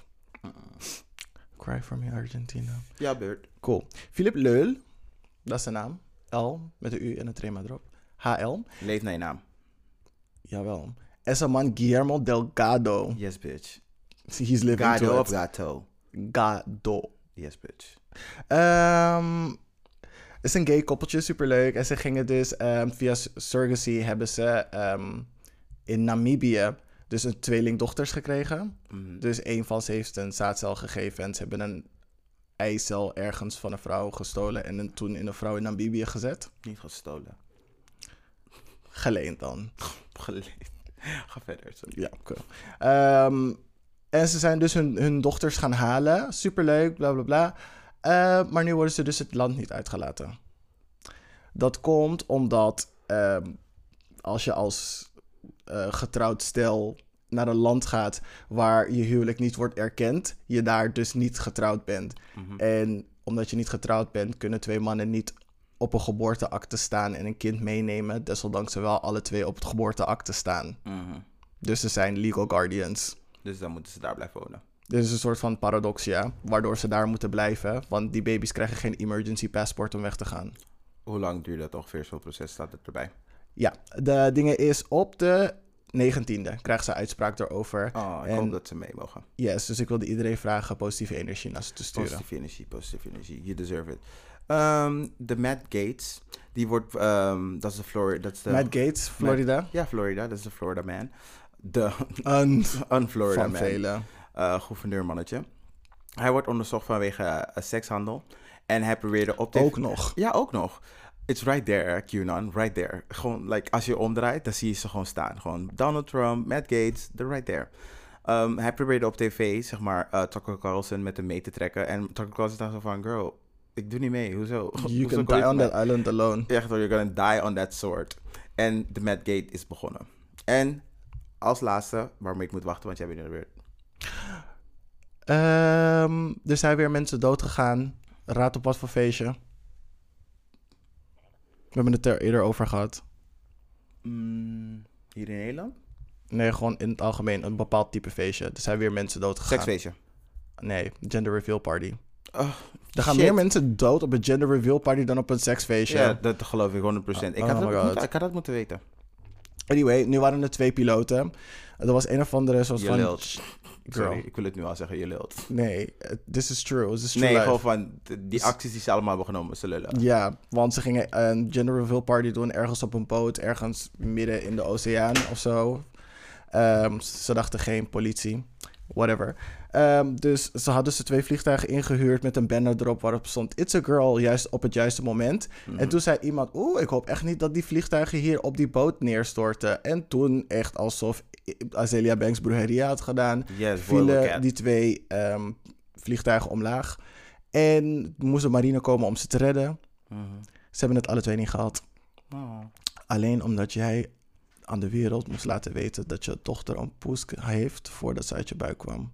Cry for me, Argentina. Ja, beurt. Cool. Philippe Leul, dat is zijn naam. L, met de U en een trema erop. HL. Leef naar je naam. Jawel. Ese man Guillermo Delgado. Yes, bitch. He's living Gado to of it. gato? Gado. Yes, bitch. Het is een gay koppeltje, superleuk. En ze gingen dus via surrogacy hebben ze in Namibië dus een tweelingdochters gekregen. Dus een van ze heeft een zaadcel gegeven en ze hebben een eicel ergens van een vrouw gestolen en toen in een vrouw in Namibië gezet. Niet gestolen. Geleend dan. Geleend. Ga verder. Sorry. Ja, cool. En ze zijn dus hun dochters gaan halen. Superleuk, bla bla bla. Maar nu worden ze dus het land niet uitgelaten. Dat komt omdat als je als getrouwd stel naar een land gaat waar je huwelijk niet wordt erkend, je daar dus niet getrouwd bent. En omdat je niet getrouwd bent, kunnen 2 mannen niet op een geboorteakte staan en een kind meenemen, desondanks ze wel alle twee op het geboorteakte staan. Dus ze zijn legal guardians. Dus dan moeten ze daar blijven wonen. Dit is een soort van paradox, ja, waardoor ze daar moeten blijven, want die baby's krijgen geen emergency passport om weg te gaan. Hoe lang duurt dat ongeveer, zo'n proces? Staat het erbij? Ja, de dingen is op de 19e krijgt ze uitspraak erover. Ik hoop dat ze mee mogen. Yes, dus ik wilde iedereen vragen positieve energie naar ze te sturen. Positieve energie. You deserve it. De Matt Gates, die wordt, dat is de Florida. Matt Gates, Florida. Ja, Florida, dat is de Florida man. De van Florida man. velen. Gouverneurmannetje. Hij wordt onderzocht vanwege sekshandel. En hij probeerde op Ook nog. Ja, ook nog. It's right there, QAnon, right there. Gewoon, like, als je omdraait, dan zie je ze gewoon staan. Gewoon Donald Trump, Matt Gates, they're right there. Hij probeerde op tv, zeg maar, Tucker Carlson met hem mee te trekken. En Tucker Carlson dacht zo van, girl, ik doe niet mee. Hoezo? You can die on that island alone. Echt, you're gonna die on that sword. En de Matt Gate is begonnen. En als laatste, waarmee ik moet wachten, want jij bent in de beurt. Er zijn weer mensen doodgegaan. Raad op wat voor feestje. We hebben het er eerder over gehad. Hier in Nederland? Nee, gewoon in het algemeen een bepaald type feestje. Er zijn weer mensen doodgegaan. Seksfeestje? Nee, gender reveal party. Oh, er gaan meer mensen dood op een gender reveal party dan op een seksfeestje. Ja, dat geloof ik 100%. Ik had dat moeten weten. Anyway, nu waren er 2 piloten. Er was een of andere soort je van... Lilt. Sorry, ik wil het nu al zeggen, je lilt. Nee, this is true. This is true nee, life. gewoon van die acties die ze allemaal hebben genomen, ze lullen. Ja, want ze gingen een gender reveal party doen ergens op een boot, ergens midden in de oceaan of zo. Ze dachten geen politie, whatever. Dus ze hadden 2 vliegtuigen ingehuurd met een banner erop waarop stond It's a girl, juist op het juiste moment. En toen zei iemand, ik hoop echt niet dat die vliegtuigen hier op die boot neerstorten. En toen echt alsof Azealia Banks broeheria had gedaan, vielen die 2 vliegtuigen omlaag. En moest de marine komen om ze te redden. Ze hebben het alle 2 niet gehad. Alleen omdat jij aan de wereld moest laten weten dat je dochter een poes heeft voordat ze uit je buik kwam.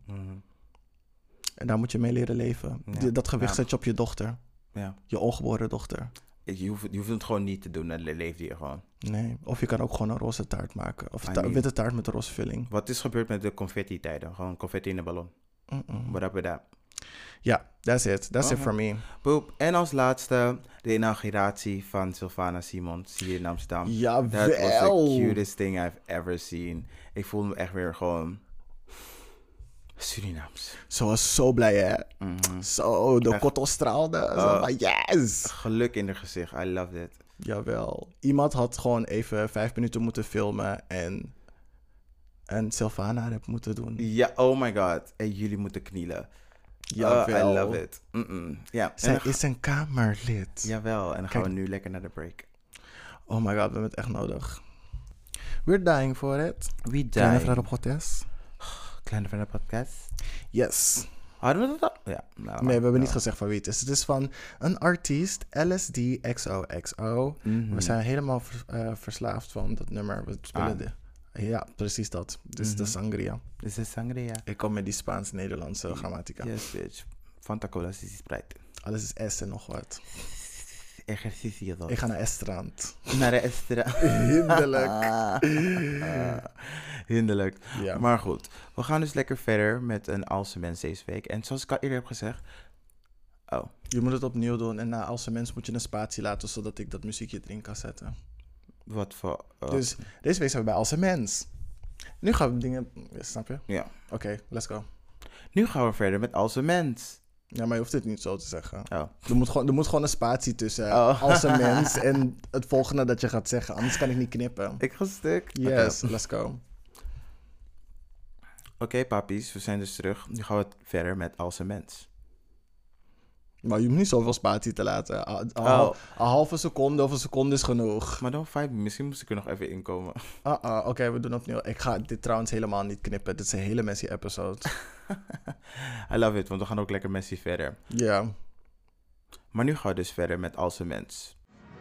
En daar moet je mee leren leven. Ja. Dat gewicht zet je op je dochter. Ja. Je ongeboren dochter. Je hoeft het gewoon niet te doen, dan leeft je gewoon. Nee, of je kan ook gewoon een roze taart maken. Of witte taart met een roze vulling. Wat is gebeurd met de confetti-tijden? Gewoon confetti in de ballon. What up with that? Ja, that's it. That's it for me. Boop. En als laatste de inauguratie van Sylvana Simons hier in Amsterdam. Jawel. That was the cutest thing I've ever seen. Ik voelde me echt weer gewoon Surinaams. Ze was zo blij, hè? Zo, de kottel straalde. Zo van, yes! Geluk in haar gezicht. I love it. Jawel. Iemand had gewoon even 5 minuten moeten filmen en Sylvana heb moeten doen. Ja, oh my god. En jullie moeten knielen. Jawel. I love it. Ja. Zij is een kamerlid. Jawel, en dan gaan we nu lekker naar de break. Oh my god, we hebben het echt nodig. We're dying for it. We dying. Kleine Vrouw op Protest. Kleine Vrouw op Podcast? Yes. Hadden we dat al? Ja. Nee, we hebben niet gezegd van wie het is. Het is van een artiest, LSD XOXO. We zijn helemaal verslaafd van dat nummer. We spelen ja, precies dat. Dit is de sangria. Dit is de sangria. Ik kom met die Spaans-Nederlandse grammatica. Yes, bitch. Fanta Cola is Sprite. Alles is S en nog wat. Exercitie dan. Ik ga naar Estrand. Naar de Estrand. Hinderlijk. Ja. Maar goed, we gaan dus lekker verder met een Alse Mens deze week. En zoals ik al eerder heb gezegd... Je moet het opnieuw doen en na Alse Mens moet je een spatie laten, zodat ik dat muziekje erin kan zetten. Wat voor... Dus deze week zijn we bij Alse Mens. Nu gaan we dingen... Snap je? Ja. Oké, let's go. Nu gaan we verder met Alse Mens. Ja, maar je hoeft dit niet zo te zeggen. Oh. Er moet gewoon een spatie tussen als een mens en het volgende dat je gaat zeggen. Anders kan ik niet knippen. Ik ga stuk. Yes, let's go. Oké, papies, we zijn dus terug. Nu gaan we verder met Als een Mens. Maar je hoeft niet zoveel spatie te laten. Een halve seconde of een seconde is genoeg. Maar dan 5, misschien moest ik er nog even inkomen. Oké, we doen opnieuw. Ik ga dit trouwens helemaal niet knippen. Dit is een hele messy episode. I love it, want we gaan ook lekker messy verder. Ja. Maar nu gaan we dus verder met Als een Mens.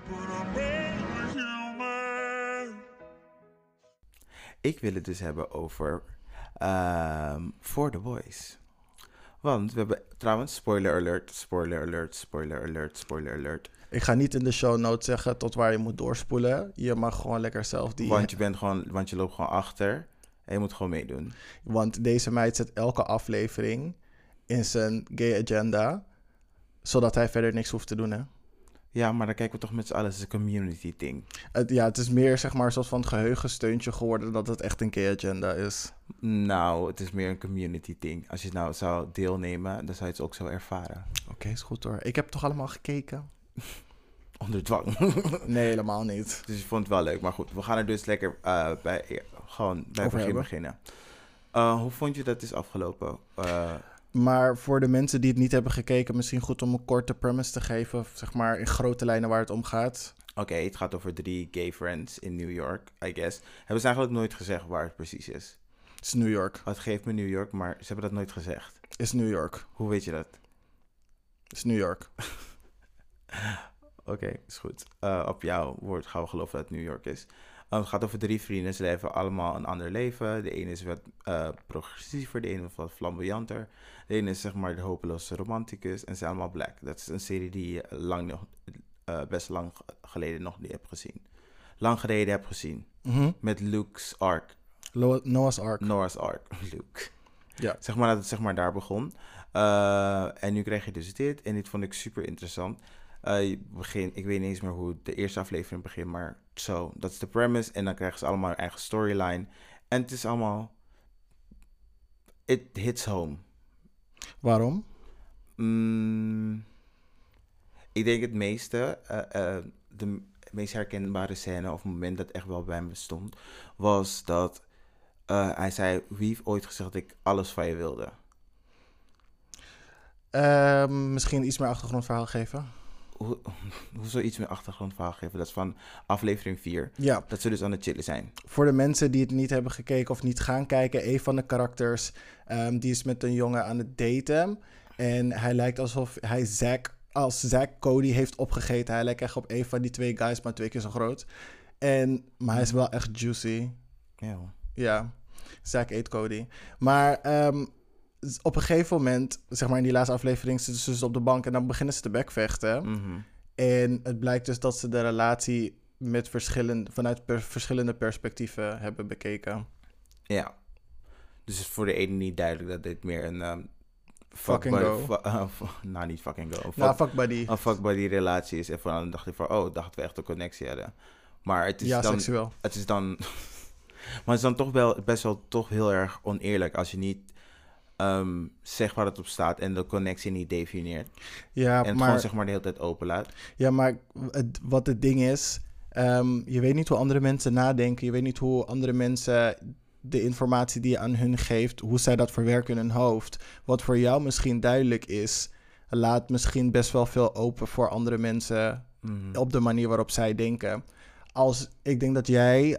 Ik wil het dus hebben over For The Boys. Want we hebben trouwens, spoiler alert. Ik ga niet in de show notes zeggen tot waar je moet doorspoelen. Je mag gewoon lekker zelf die... Want je loopt gewoon achter en je moet gewoon meedoen. Want deze meid zet elke aflevering in zijn gay agenda, zodat hij verder niks hoeft te doen, hè? Ja, maar dan kijken we toch met z'n allen. Het is een community ding. Het is meer zeg maar een soort van geheugensteuntje geworden dat het echt een gay agenda is. Nou, het is meer een community ding. Als je nou zou deelnemen, dan zou je het ook zo ervaren. Oké, is goed hoor. Ik heb toch allemaal gekeken? Onder dwang. Nee, helemaal niet. Dus ik vond het wel leuk. Maar goed, we gaan er dus lekker bij het begin beginnen. Hoe vond je dat het is afgelopen? Maar voor de mensen die het niet hebben gekeken, misschien goed om een korte premise te geven, zeg maar in grote lijnen waar het om gaat. Oké, het gaat over 3 gay friends in New York, I guess. Hebben ze eigenlijk nooit gezegd waar het precies is? Het is New York. Het geeft me New York, maar ze hebben dat nooit gezegd. Is New York. Hoe weet je dat? Is New York. Oké, is goed. Op jouw woord gaan we geloven dat het New York is. Het gaat over 3 vrienden. Ze leven allemaal een ander leven. De ene is wat progressiever, de ene is wat flamboyanter. De ene is zeg maar de hopeloze romanticus. En ze zijn allemaal black. Dat is een serie die je best lang geleden nog niet hebt gezien. Lang geleden heb gezien. Mhm. Met Luke's Ark. Noah's Ark. Noah's Ark, Luke. Ja. Zeg maar dat het zeg maar daar begon. En nu krijg je dus dit. En dit vond ik super interessant. Ik weet niet eens meer hoe de eerste aflevering begint, maar zo, dat is de premise. En dan krijgen ze allemaal hun eigen storyline. En het is allemaal... It hits home. Waarom? Ik denk het meeste, de meest herkenbare scène of moment dat echt wel bij me stond, was dat hij zei, wie heeft ooit gezegd dat ik alles van je wilde? Misschien iets meer achtergrondverhaal geven. Hoezo iets meer achtergrondverhaal geven? Dat is van aflevering 4. Ja. Dat ze dus aan het chillen zijn. Voor de mensen die het niet hebben gekeken of niet gaan kijken, een van de karakters, die is met een jongen aan het daten. En hij lijkt alsof hij Zack Cody heeft opgegeten. Hij lijkt echt op een van die 2 guys, maar 2 keer zo groot. Maar hij is wel echt juicy. Ja. Ja, Zack eet Cody. Maar op een gegeven moment, zeg maar in die laatste aflevering, zitten ze dus op de bank en dan beginnen ze te bekvechten. Mm-hmm. En het blijkt dus dat ze de relatie vanuit verschillende perspectieven hebben bekeken. Ja. Dus het is voor de ene niet duidelijk dat dit meer een... Fucking go. Nou, niet fucking go. Fuck buddy. Een fuck buddy relatie is. En dan dacht ik van, dachten we echt een connectie hadden. Maar het is dan... seksueel. Het is dan... maar het is dan toch wel best wel toch heel erg oneerlijk als je niet zegt waar het op staat en de connectie niet definieert. Ja, en het gewoon zeg maar de hele tijd open laat. Ja, maar wat het ding is, je weet niet hoe andere mensen nadenken. Je weet niet hoe andere mensen de informatie die je aan hun geeft, hoe zij dat verwerken in hun hoofd. Wat voor jou misschien duidelijk is, laat misschien best wel veel open voor andere mensen op de manier waarop zij denken. Ik denk dat jij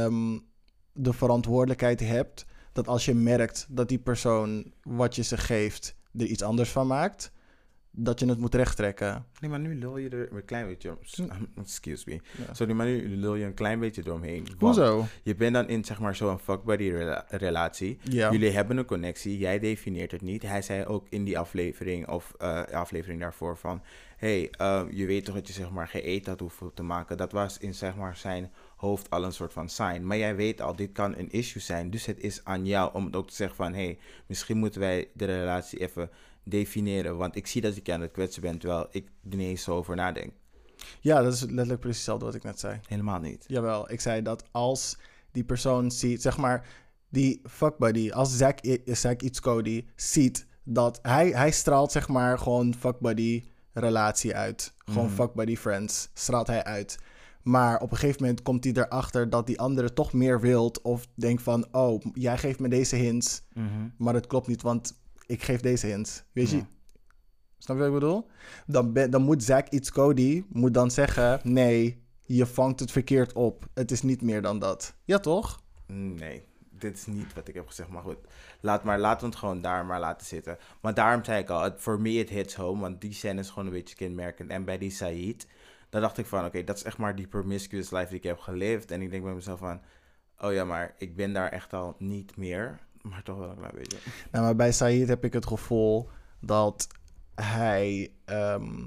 de verantwoordelijkheid hebt dat als je merkt dat die persoon wat je ze geeft er iets anders van maakt, dat je het moet rechttrekken. Nee, maar nu lul je er een klein beetje... Excuse me. Ja. Sorry, maar nu lul je een klein beetje doorheen. Hoezo? Je bent dan in, zeg maar, zo'n fuck buddy relatie. Ja. Jullie hebben een connectie. Jij definieert het niet. Hij zei ook in die aflevering of aflevering daarvoor van... je weet toch dat je, zeg maar, geen eet had hoeven te maken. Dat was in, zeg maar, zijn hoofd al een soort van sign. Maar jij weet al, dit kan een issue zijn. Dus het is aan jou om het ook te zeggen van... misschien moeten wij de relatie even definiëren. Want ik zie dat ik aan het kwetsen ben, terwijl ik er niet eens zo over nadenk. Ja, dat is letterlijk precies hetzelfde wat ik net zei. Helemaal niet. Jawel, ik zei dat als die persoon ziet, zeg maar, die fuckbuddy, als Zack iets Cody ziet dat hij straalt, zeg maar, gewoon fuckbuddy relatie uit. Gewoon fuckbuddy friends straalt hij uit. Maar op een gegeven moment komt hij erachter dat die andere toch meer wilt of denkt van, oh, jij geeft me deze hints, maar het klopt niet, want ik geef deze hints. Weet je? Snap je wat ik bedoel? Dan moet Zack iets Cody moet dan zeggen, nee, je vangt het verkeerd op. Het is niet meer dan dat. Ja, toch? Nee, dit is niet wat ik heb gezegd. Maar goed, laten we het gewoon daar maar laten zitten. Maar daarom zei ik al, voor me it hits home. Want die scène is gewoon een beetje kenmerkend. En bij die Said, dan dacht ik van, oké, dat is echt maar die promiscuous life die ik heb geleefd. En ik denk bij mezelf van, oh ja, maar ik ben daar echt al niet meer. Maar toch wel een klein beetje. Nou, maar bij Said heb ik het gevoel dat hij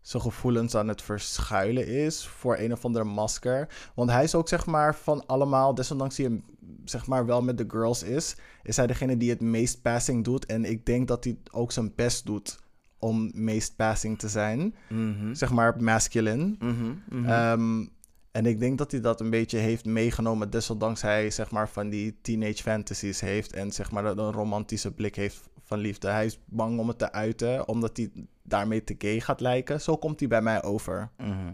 zijn gevoelens aan het verschuilen is voor een of andere masker. Want hij is ook zeg maar van allemaal, desondanks hij zeg maar wel met de girls is hij degene die het meest passing doet. En ik denk dat hij ook zijn best doet om meest passing te zijn. Zeg maar masculine. En ik denk dat hij dat een beetje heeft meegenomen, desondanks hij zeg maar van die teenage fantasies heeft en zeg maar een romantische blik heeft van liefde. Hij is bang om het te uiten, omdat hij daarmee te gay gaat lijken. Zo komt hij bij mij over.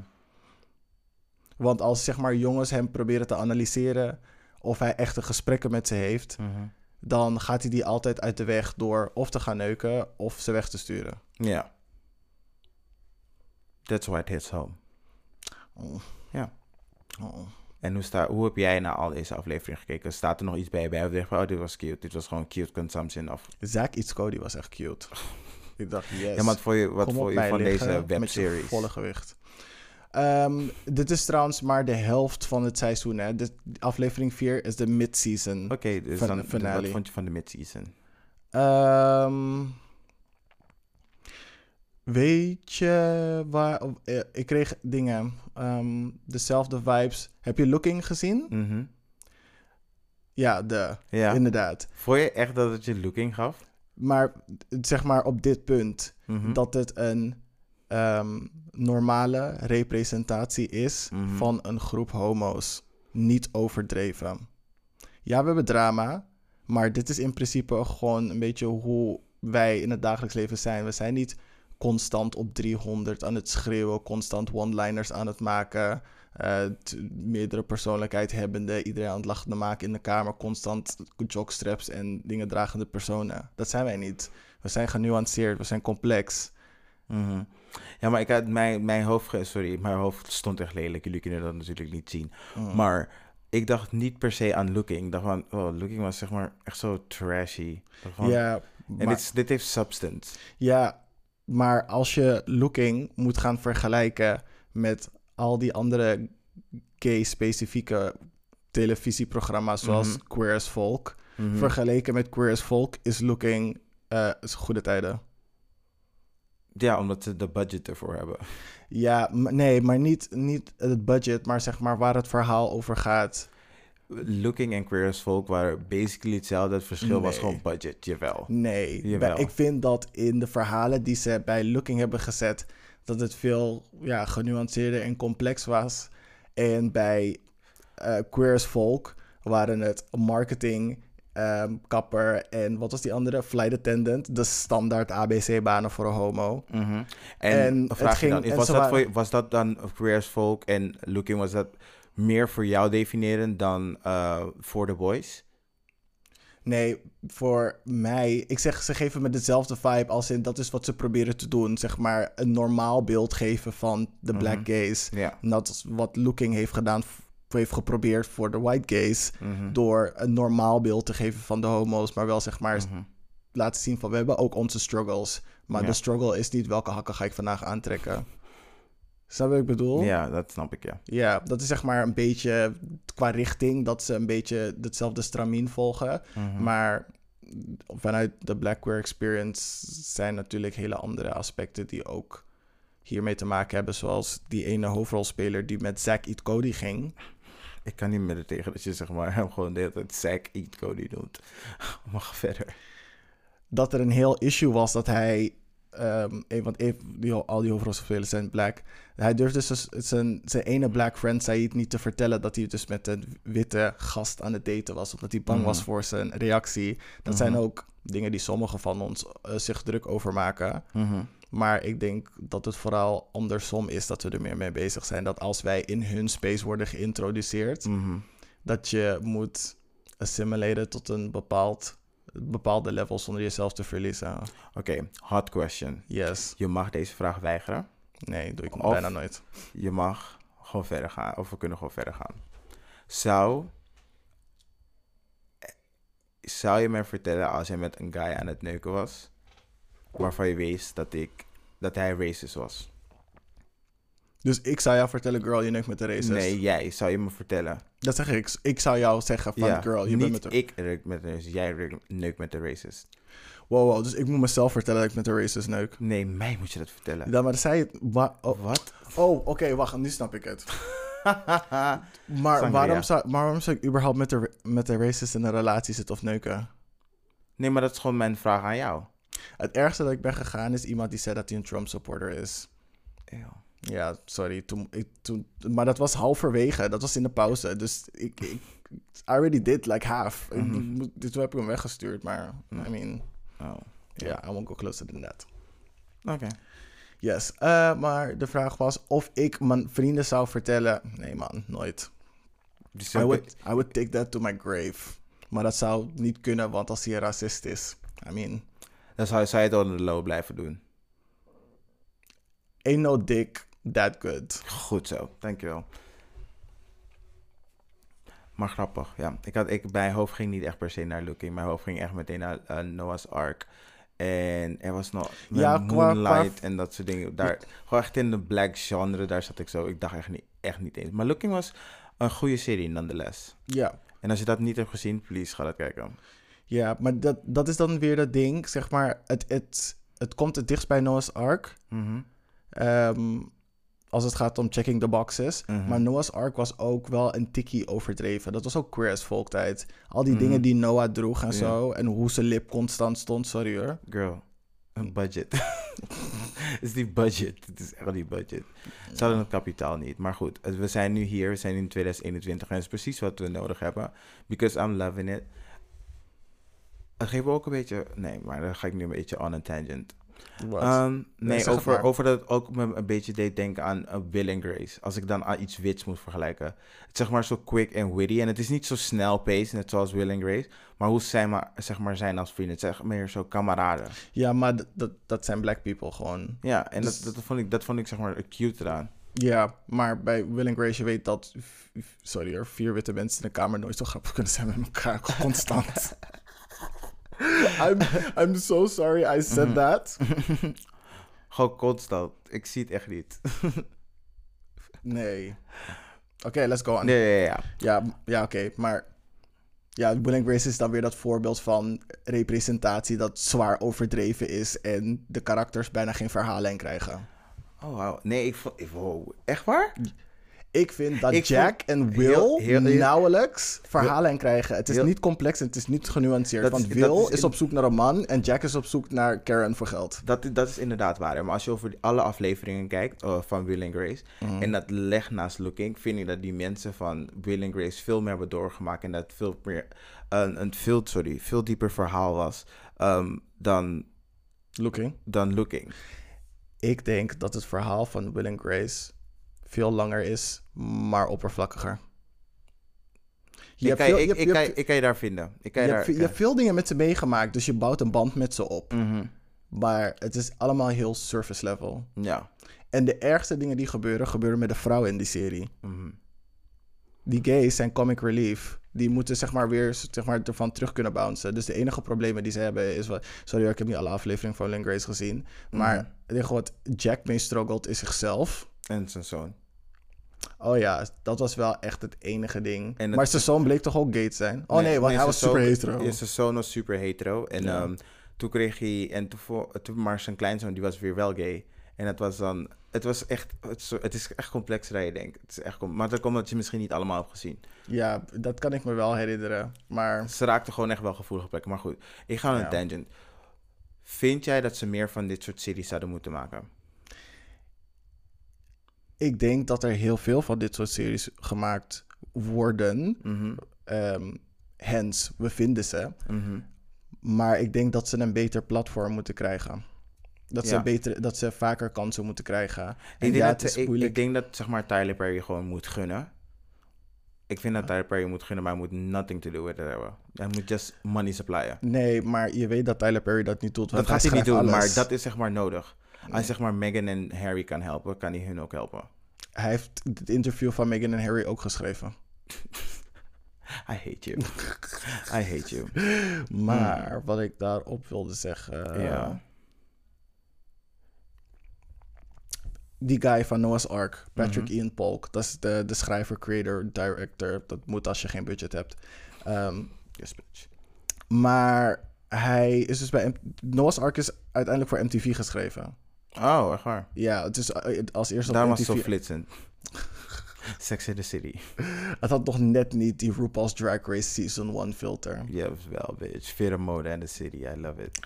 Want als zeg maar jongens hem proberen te analyseren of hij echte gesprekken met ze heeft, dan gaat hij die altijd uit de weg door of te gaan neuken of ze weg te sturen. Ja. That's why it hits home. Ja. En hoe heb jij naar al deze afleveringen gekeken? Staat er nog iets bij of dacht je, dit was cute. Dit was gewoon cute consumption. Of... Zack Eats Cody was echt cute. Ik dacht, yes. Ja, maar wat vond je van deze webseries? Volle gewicht. Dit is trouwens maar de helft van het seizoen. Hè? Aflevering 4 is de mid-season. Oké, dus dan wat vond je van de mid-season? Weet je waar... ik kreeg dingen. Dezelfde vibes. Heb je Looking gezien? Ja, inderdaad. Vond je echt dat het je Looking gaf? Maar zeg maar op dit punt. Dat het een normale representatie is van een groep homo's. Niet overdreven. Ja, we hebben drama. Maar dit is in principe gewoon een beetje hoe wij in het dagelijks leven zijn. We zijn niet constant op 300 aan het schreeuwen, constant one-liners aan het maken, meerdere persoonlijkheid hebbende, iedereen aan het lachen maken in de kamer, constant jockstraps en dingen dragende personen. Dat zijn wij niet. We zijn genuanceerd, we zijn complex. Ja, maar ik had mijn hoofd stond echt lelijk. Jullie kunnen dat natuurlijk niet zien. Maar ik dacht niet per se aan Looking. Ik dacht van, Looking was zeg maar echt zo trashy. Ja, en dit heeft substance. Ja, maar als je Looking moet gaan vergelijken met al die andere gay-specifieke televisieprogramma's zoals Queer as Folk, vergeleken met Queer as Folk is Looking goede tijden. Ja, omdat ze de budget ervoor hebben. Ja, nee, maar niet het budget, maar zeg maar waar het verhaal over gaat. Looking en Queer as Folk waren basically hetzelfde. Het verschil was gewoon budget, jawel. Nee, jawel. Ik vind dat in de verhalen die ze bij Looking hebben gezet, dat het veel genuanceerder en complex was. En bij Queer as Folk waren het marketing, kapper en wat was die andere? Flight attendant, de standaard ABC-banen voor een homo. En vraag je dan, was dat dan Queer as Folk en Looking, was dat meer voor jou definiërend dan voor de boys? Nee, voor mij... Ik zeg, ze geven me dezelfde vibe als in... Dat is wat ze proberen te doen. Zeg maar een normaal beeld geven van de black gays. Yeah. En dat is wat Looking heeft gedaan... heeft geprobeerd voor de white gays... door een normaal beeld te geven van de homo's... maar wel zeg maar laten zien van... we hebben ook onze struggles. Maar de struggle is niet... welke hakken ga ik vandaag aantrekken. Snap je wat ik bedoel? Ja, dat snap ik, ja. Ja, dat is zeg maar een beetje qua richting... dat ze een beetje hetzelfde stramien volgen. Maar vanuit de Black Queer Experience... zijn natuurlijk hele andere aspecten... die ook hiermee te maken hebben. Zoals die ene hoofdrolspeler... die met Zack Eat Cody ging. Ik kan niet meer tegen dat je zeg maar... hem gewoon de hele tijd Zack Eat Cody noemt. Mag verder. Dat er een heel issue was dat hij... al die hoofdrolspelers zijn black. Hij durfde dus zijn ene black friend Said niet te vertellen... dat hij dus met een witte gast aan het daten was... omdat hij bang was voor zijn reactie. Dat zijn ook dingen die sommigen van ons zich druk over maken. Maar ik denk dat het vooral andersom is... dat we er meer mee bezig zijn. Dat als wij in hun space worden geïntroduceerd... dat je moet assimilaten tot een bepaalde level zonder jezelf te verliezen. Oké, hot question. Yes. Je mag deze vraag weigeren. Nee, doe ik bijna nooit. Je mag gewoon verder gaan. Of we kunnen gewoon verder gaan. Zou je me vertellen als je met een guy aan het neuken was... waarvan je wist dat hij racist was? Dus ik zou jou vertellen, girl, je neukt met de racist. Nee, jij. Zou je me vertellen? Dat zeg ik. Ik zou jou zeggen van, girl, je bent niet met de... ik reuk met de racist. Jij neukt met de racist. Wow, dus ik moet mezelf vertellen dat ik met de racist neuk. Nee, mij moet je dat vertellen. Ja, maar zei je... Wat? Oh, oké, wacht, nu snap ik het. Maar Sangria. waarom zou ik überhaupt met de racist in een relatie zitten of neuken? Nee, maar dat is gewoon mijn vraag aan jou. Het ergste dat ik ben gegaan is iemand die zei dat hij een Trump supporter is. Eeuw. Ja, sorry. Maar dat was halverwege. Dat was in de pauze. Dus I already did like half. Dus toen heb ik hem weggestuurd. Maar, I mean... Oh. Ja, I won't go closer than that. Oké. Yes. Maar de vraag was of ik mijn vrienden zou vertellen... Nee man, nooit. Dus I would take that to my grave. Maar dat zou niet kunnen, want als hij een racist is... I mean... Dan zou je het onder de low blijven doen. Ain't no dick that good. Goed zo, dankjewel. Maar grappig, ja. Mijn hoofd ging niet echt per se naar Looking. Mijn hoofd ging echt meteen naar Noah's Ark. En er was nog Moonlight en dat soort dingen. Daar, gewoon echt in de black genre, daar zat ik zo. Ik dacht echt niet eens. Maar Looking was een goede serie, nonetheless. Ja. En als je dat niet hebt gezien, please, ga dat kijken. Ja, maar dat is dan weer dat ding. Zeg maar, het komt het dichtst bij Noah's Ark. Als het gaat om checking the boxes. Maar Noah's Ark was ook wel een tikkie overdreven. Dat was ook queer as folk tijd. Al die dingen die Noah droeg en zo. En hoe zijn lip constant stond. Sorry hoor. Girl, een budget. Het is die budget. Het is echt die budget. Ze hadden het kapitaal niet. Maar goed, we zijn nu hier. We zijn in 2021. En dat is precies wat we nodig hebben. Because I'm loving it. Het geeft me ook een beetje... Nee, maar dan ga ik nu een beetje on a tangent. Nee, over dat het ook me een beetje deed denken aan Will and Grace. Als ik dan aan iets wits moet vergelijken. Het is zeg maar zo quick en witty. En het is niet zo snel paced, net zoals Will and Grace. Maar hoe zij zijn als vrienden. Het is echt meer zo kameraden. Ja, maar dat zijn black people gewoon. Ja, en dus, dat vond ik zeg maar cute eraan. Ja, maar bij Will and Grace, je weet dat... Sorry hoor, 4 witte mensen in de kamer nooit zo grappig kunnen zijn met elkaar. Constant. I'm so sorry I said that. Gewoon constant. Ik zie het echt niet. Nee. Oké, let's go on. Nee. Ja, oké. Maar ja, Will and Grace is dan weer dat voorbeeld van representatie dat zwaar overdreven is en de karakters bijna geen verhaallijn krijgen. Oh, wow. Nee, wow. Echt waar? Ik vind dat Jack en Will nauwelijks verhalen krijgen. Het is niet complex en het is niet genuanceerd. Want Will is op zoek naar een man en Jack is op zoek naar Karen voor geld. Dat is inderdaad waar. Maar als je over alle afleveringen kijkt van Will and Grace... en dat legt naast Looking... vind ik dat die mensen van Will and Grace veel meer hebben doorgemaakt... en dat veel meer veel dieper verhaal was dan Looking. Ik denk dat het verhaal van Will and Grace... veel langer is, maar oppervlakkiger. Ik kan je daar vinden. Je hebt veel dingen met ze meegemaakt, dus je bouwt een band met ze op. Maar het is allemaal heel surface level. Ja. En de ergste dingen die gebeuren met de vrouwen in die serie. Die gays zijn comic relief. Die moeten weer ervan terug kunnen bouncen. Dus de enige problemen die ze hebben is... Sorry, ik heb niet alle afleveringen van Will and Grace gezien. Maar wat Jack mee struggelt is zichzelf... En zijn zoon. Oh ja, dat was wel echt het enige ding. Maar zijn zoon bleek toch ook gay te zijn? Hij was super hetero. Ja, zijn zoon was super hetero. En toen kreeg hij... Maar zijn kleinzoon, die was weer wel gay. En het was dan... Het is echt complexer dan je denkt. Het is echt maar dat komt omdat je misschien niet allemaal hebt gezien. Ja, dat kan ik me wel herinneren. Maar... Ze raakten gewoon echt wel gevoelige plekken. Maar goed, ik ga naar een tangent. Vind jij dat ze meer van dit soort series zouden moeten maken? Ik denk dat er heel veel van dit soort series gemaakt worden. Hence, we vinden ze. Maar ik denk dat ze een beter platform moeten krijgen. Dat ze vaker kansen moeten krijgen. Ik denk dat zeg maar Tyler Perry gewoon moet gunnen. Ik vind dat Tyler Perry moet gunnen, maar hij moet nothing to do with it hebben. Hij moet just money supplyen. Nee, maar je weet dat Tyler Perry dat niet doet. Dat gaat hij niet doen, maar dat is zeg maar nodig. Als zeg maar Meghan en Harry kan helpen, kan hij hun ook helpen. Hij heeft het interview van Meghan en Harry ook geschreven. I hate you. Maar wat ik daarop wilde zeggen... die guy van Noah's Ark, Patrick Ian Polk. Dat is de schrijver, creator, director. Dat moet als je geen budget hebt. Yes, bitch. Maar hij is dus bij... Noah's Ark is uiteindelijk voor MTV geschreven. Oh, echt waar? Ja, het is als eerste op Daarom MTV. was het zo flitsend. Sex in the City. Het had nog net niet die RuPaul's Drag Race Season 1 filter. Ja, wel, bitch. Pheromone and the City, I love it.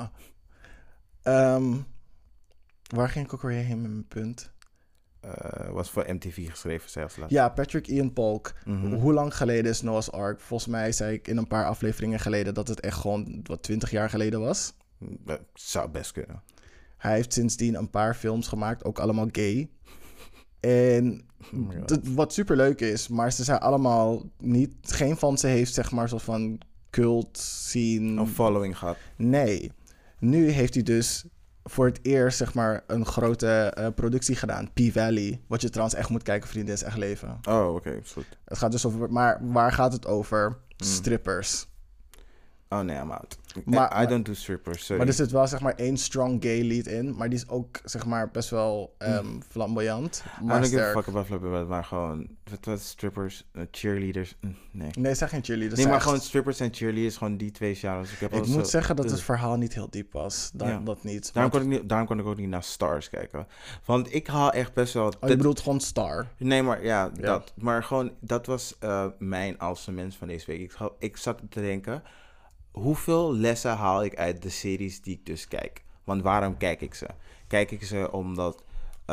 Waar ging ik ook weer heen met mijn punt? Was voor MTV geschreven zelfs laatst. Ja, Patrick Ian Polk. Hoe lang geleden is Noah's Ark? Volgens mij zei ik in een paar afleveringen geleden dat het echt gewoon 20 jaar geleden was. Dat zou best kunnen. Hij heeft sindsdien een paar films gemaakt, ook allemaal gay. En wat super leuk is, maar ze zijn allemaal niet... Geen van ze heeft zeg maar soort van cult scene... Een following gehad. Nee. Nu heeft hij dus voor het eerst zeg maar een grote productie gedaan. P-Valley. Wat je trouwens echt moet kijken, vrienden, is echt leven. Oh, oké, is goed. Het gaat dus over... Maar waar gaat het over? Strippers. Oh nee, I'm out. Maar- I don't do strippers, sorry. Maar er zit wel zeg maar één strong gay lead in. Maar die is ook zeg maar best wel flamboyant. I Maar don't give a sterk. fuck about flippers, maar gewoon... Wat strippers, cheerleaders, nee. Nee, zeg geen cheerleaders. Nee, maar Echt- gewoon strippers en cheerleaders, gewoon die twee genres. Ik moet zeggen dat het verhaal niet heel diep was. Ja. Dat niet. Daarom kon ik ook niet naar Stars kijken. Want ik haal echt best wel... Oh, je bedoelt gewoon Star. Nee, maar ja, dat. Maar gewoon, dat was mijn alsement van deze week. Ik zat te denken, hoeveel lessen haal ik uit de series die ik dus kijk? Want waarom kijk ik ze? Kijk ik ze omdat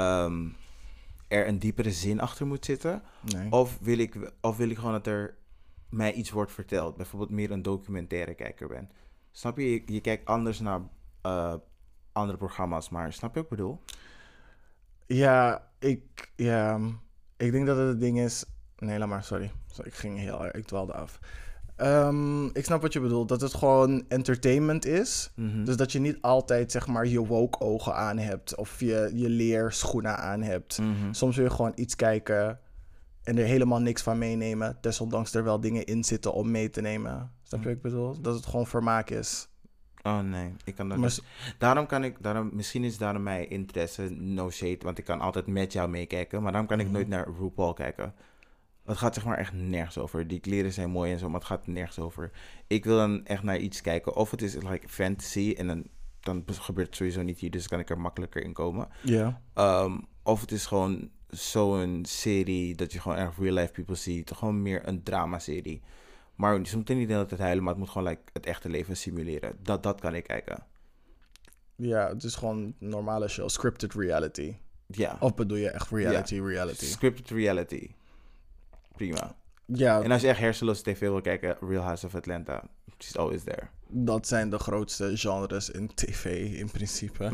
er een diepere zin achter moet zitten? Nee. Of wil ik gewoon dat er mij iets wordt verteld? Bijvoorbeeld meer een documentaire kijker ben. Snap je? Je kijkt anders naar andere programma's, maar snap je wat ik bedoel? Ja, ik denk dat het ding is... Nee, laat maar, sorry. Ik dwaalde af. Ik snap wat je bedoelt. Dat het gewoon entertainment is. Dus dat je niet altijd zeg maar je woke ogen aan hebt. Of je leerschoenen aan hebt. Soms wil je gewoon iets kijken en er helemaal niks van meenemen. Desondanks er wel dingen in zitten om mee te nemen. Snap je wat ik bedoel? Dat het gewoon vermaak is. Oh nee, ik kan dat Maar niet. Misschien is daarom mijn interesse no shade, want ik kan altijd met jou meekijken. Maar daarom kan ik nooit naar RuPaul kijken. Het gaat zeg maar echt nergens over. Die kleren zijn mooi en zo, maar het gaat nergens over. Ik wil dan echt naar iets kijken. Of het is like fantasy en dan gebeurt het sowieso niet hier, dus kan ik er makkelijker in komen. Ja. Of het is gewoon zo'n serie dat je gewoon echt real life people ziet. Gewoon meer een drama-serie. Maar ze moeten niet de hele tijd huilen, maar het moet gewoon het echte leven simuleren. Dat kan ik kijken. Ja, het is gewoon normale show. Scripted reality. Ja. Of bedoel je echt reality? Scripted reality. Prima. Ja, En als je echt hersenloos tv wil kijken, Real House of Atlanta. She's always there. dat zijn de grootste genres in tv in principe.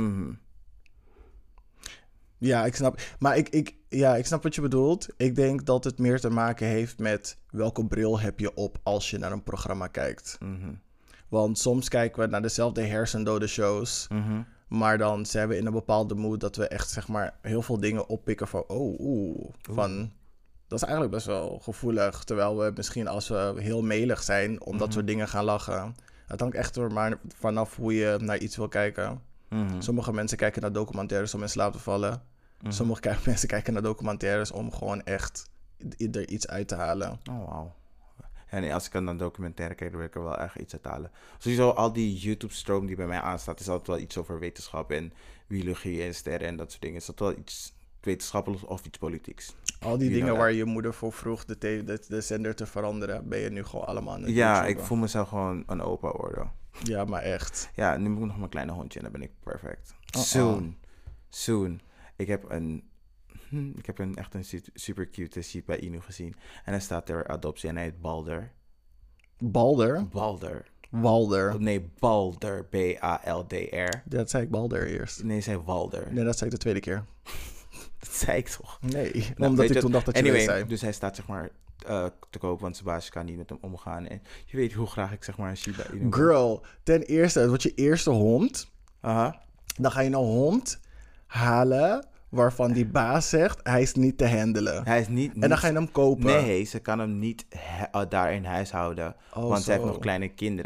Ja, ik snap. Maar ik snap wat je bedoelt. Ik denk dat het meer te maken heeft met welke bril heb je op als je naar een programma kijkt. Want soms kijken we naar dezelfde hersendode shows. Maar dan zijn we in een bepaalde mood dat we echt zeg maar heel veel dingen oppikken van van... Dat is eigenlijk best wel gevoelig. Terwijl we misschien als we heel melig zijn om dat soort dingen gaan lachen. Het hangt echt er maar vanaf hoe je naar iets wil kijken. Sommige mensen kijken naar documentaires om in slaap te vallen. Sommige mensen kijken naar documentaires om gewoon echt er iets uit te halen. Oh, wauw. Ja, nee, als ik dan een documentaire kijk, dan wil ik er wel echt iets uit halen. Sowieso, al die YouTube-stroom die bij mij aanstaat, is altijd wel iets over wetenschap en biologie en sterren en dat soort dingen. Is dat wel iets wetenschappelijks of iets politieks? Al die dingen waar je moeder voor vroeg de zender te veranderen, ben je nu gewoon allemaal aan het Ja, YouTuben. ik voel mezelf gewoon een opa worden. Ja, maar echt. Ja, nu moet ik nog mijn kleine hondje en dan ben ik perfect. Soon. Ik heb echt een super cute Shiba Inu gezien. En hij staat ter adoptie en hij heet Balder. Balder? Walder. Nee, Balder. B-A-L-D-R. Dat zei ik Balder eerst. Nee, zei Walder. Nee, dat zei ik de tweede keer. Dat zei ik toch? Nee, Nou, omdat ik toen dacht dat je anyway, het zei. dus hij staat zeg maar te koop, want zijn baasje kan niet met hem omgaan. En je weet hoe graag ik zeg maar een Shiba Inu... Girl, ten eerste, het wordt je eerste hond. Dan ga je een hond halen waarvan die baas zegt, hij is niet te handelen. Hij is niet... En dan ga je hem kopen. Nee, ze kan hem niet daar in huis houden, want zo. zij heeft nog kleine kinderen.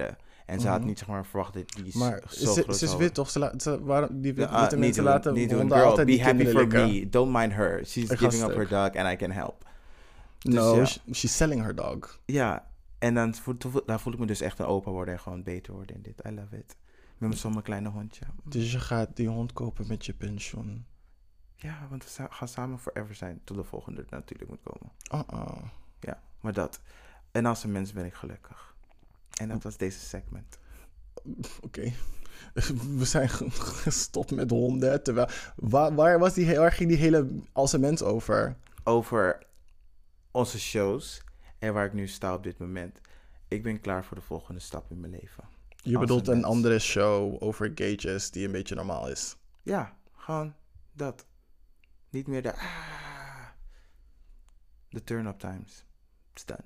En ze had niet zeg maar verwacht dat die Maar zo groot ze is zou wit toch? Die witte niet mensen doen, laten niet doen. honden Girl, altijd be die happy kinderen for likken. me. Don't mind her. She's Ik ga giving up stuk. her dog and I can help. Dus No, ja. she's selling her dog. Ja, en dan daar voel ik me dus echt een opa worden en gewoon beter worden in dit. I love it. Met zo'n kleine hondje. Dus je gaat die hond kopen met je pensioen. Ja, want we gaan samen forever zijn. Tot de volgende natuurlijk moet komen. Uh-uh. Ja, maar dat. En als een mens ben ik gelukkig. En dat was deze segment. Oké. We zijn gestopt met honden. Terwijl, waar ging die hele als een mens over? Over onze shows en waar ik nu sta op dit moment. Ik ben klaar voor de volgende stap in mijn leven. Je Als bedoelt een een mens. andere show over gauges die een beetje normaal is. Ja, gewoon dat. Niet meer de turn-up times. It's done.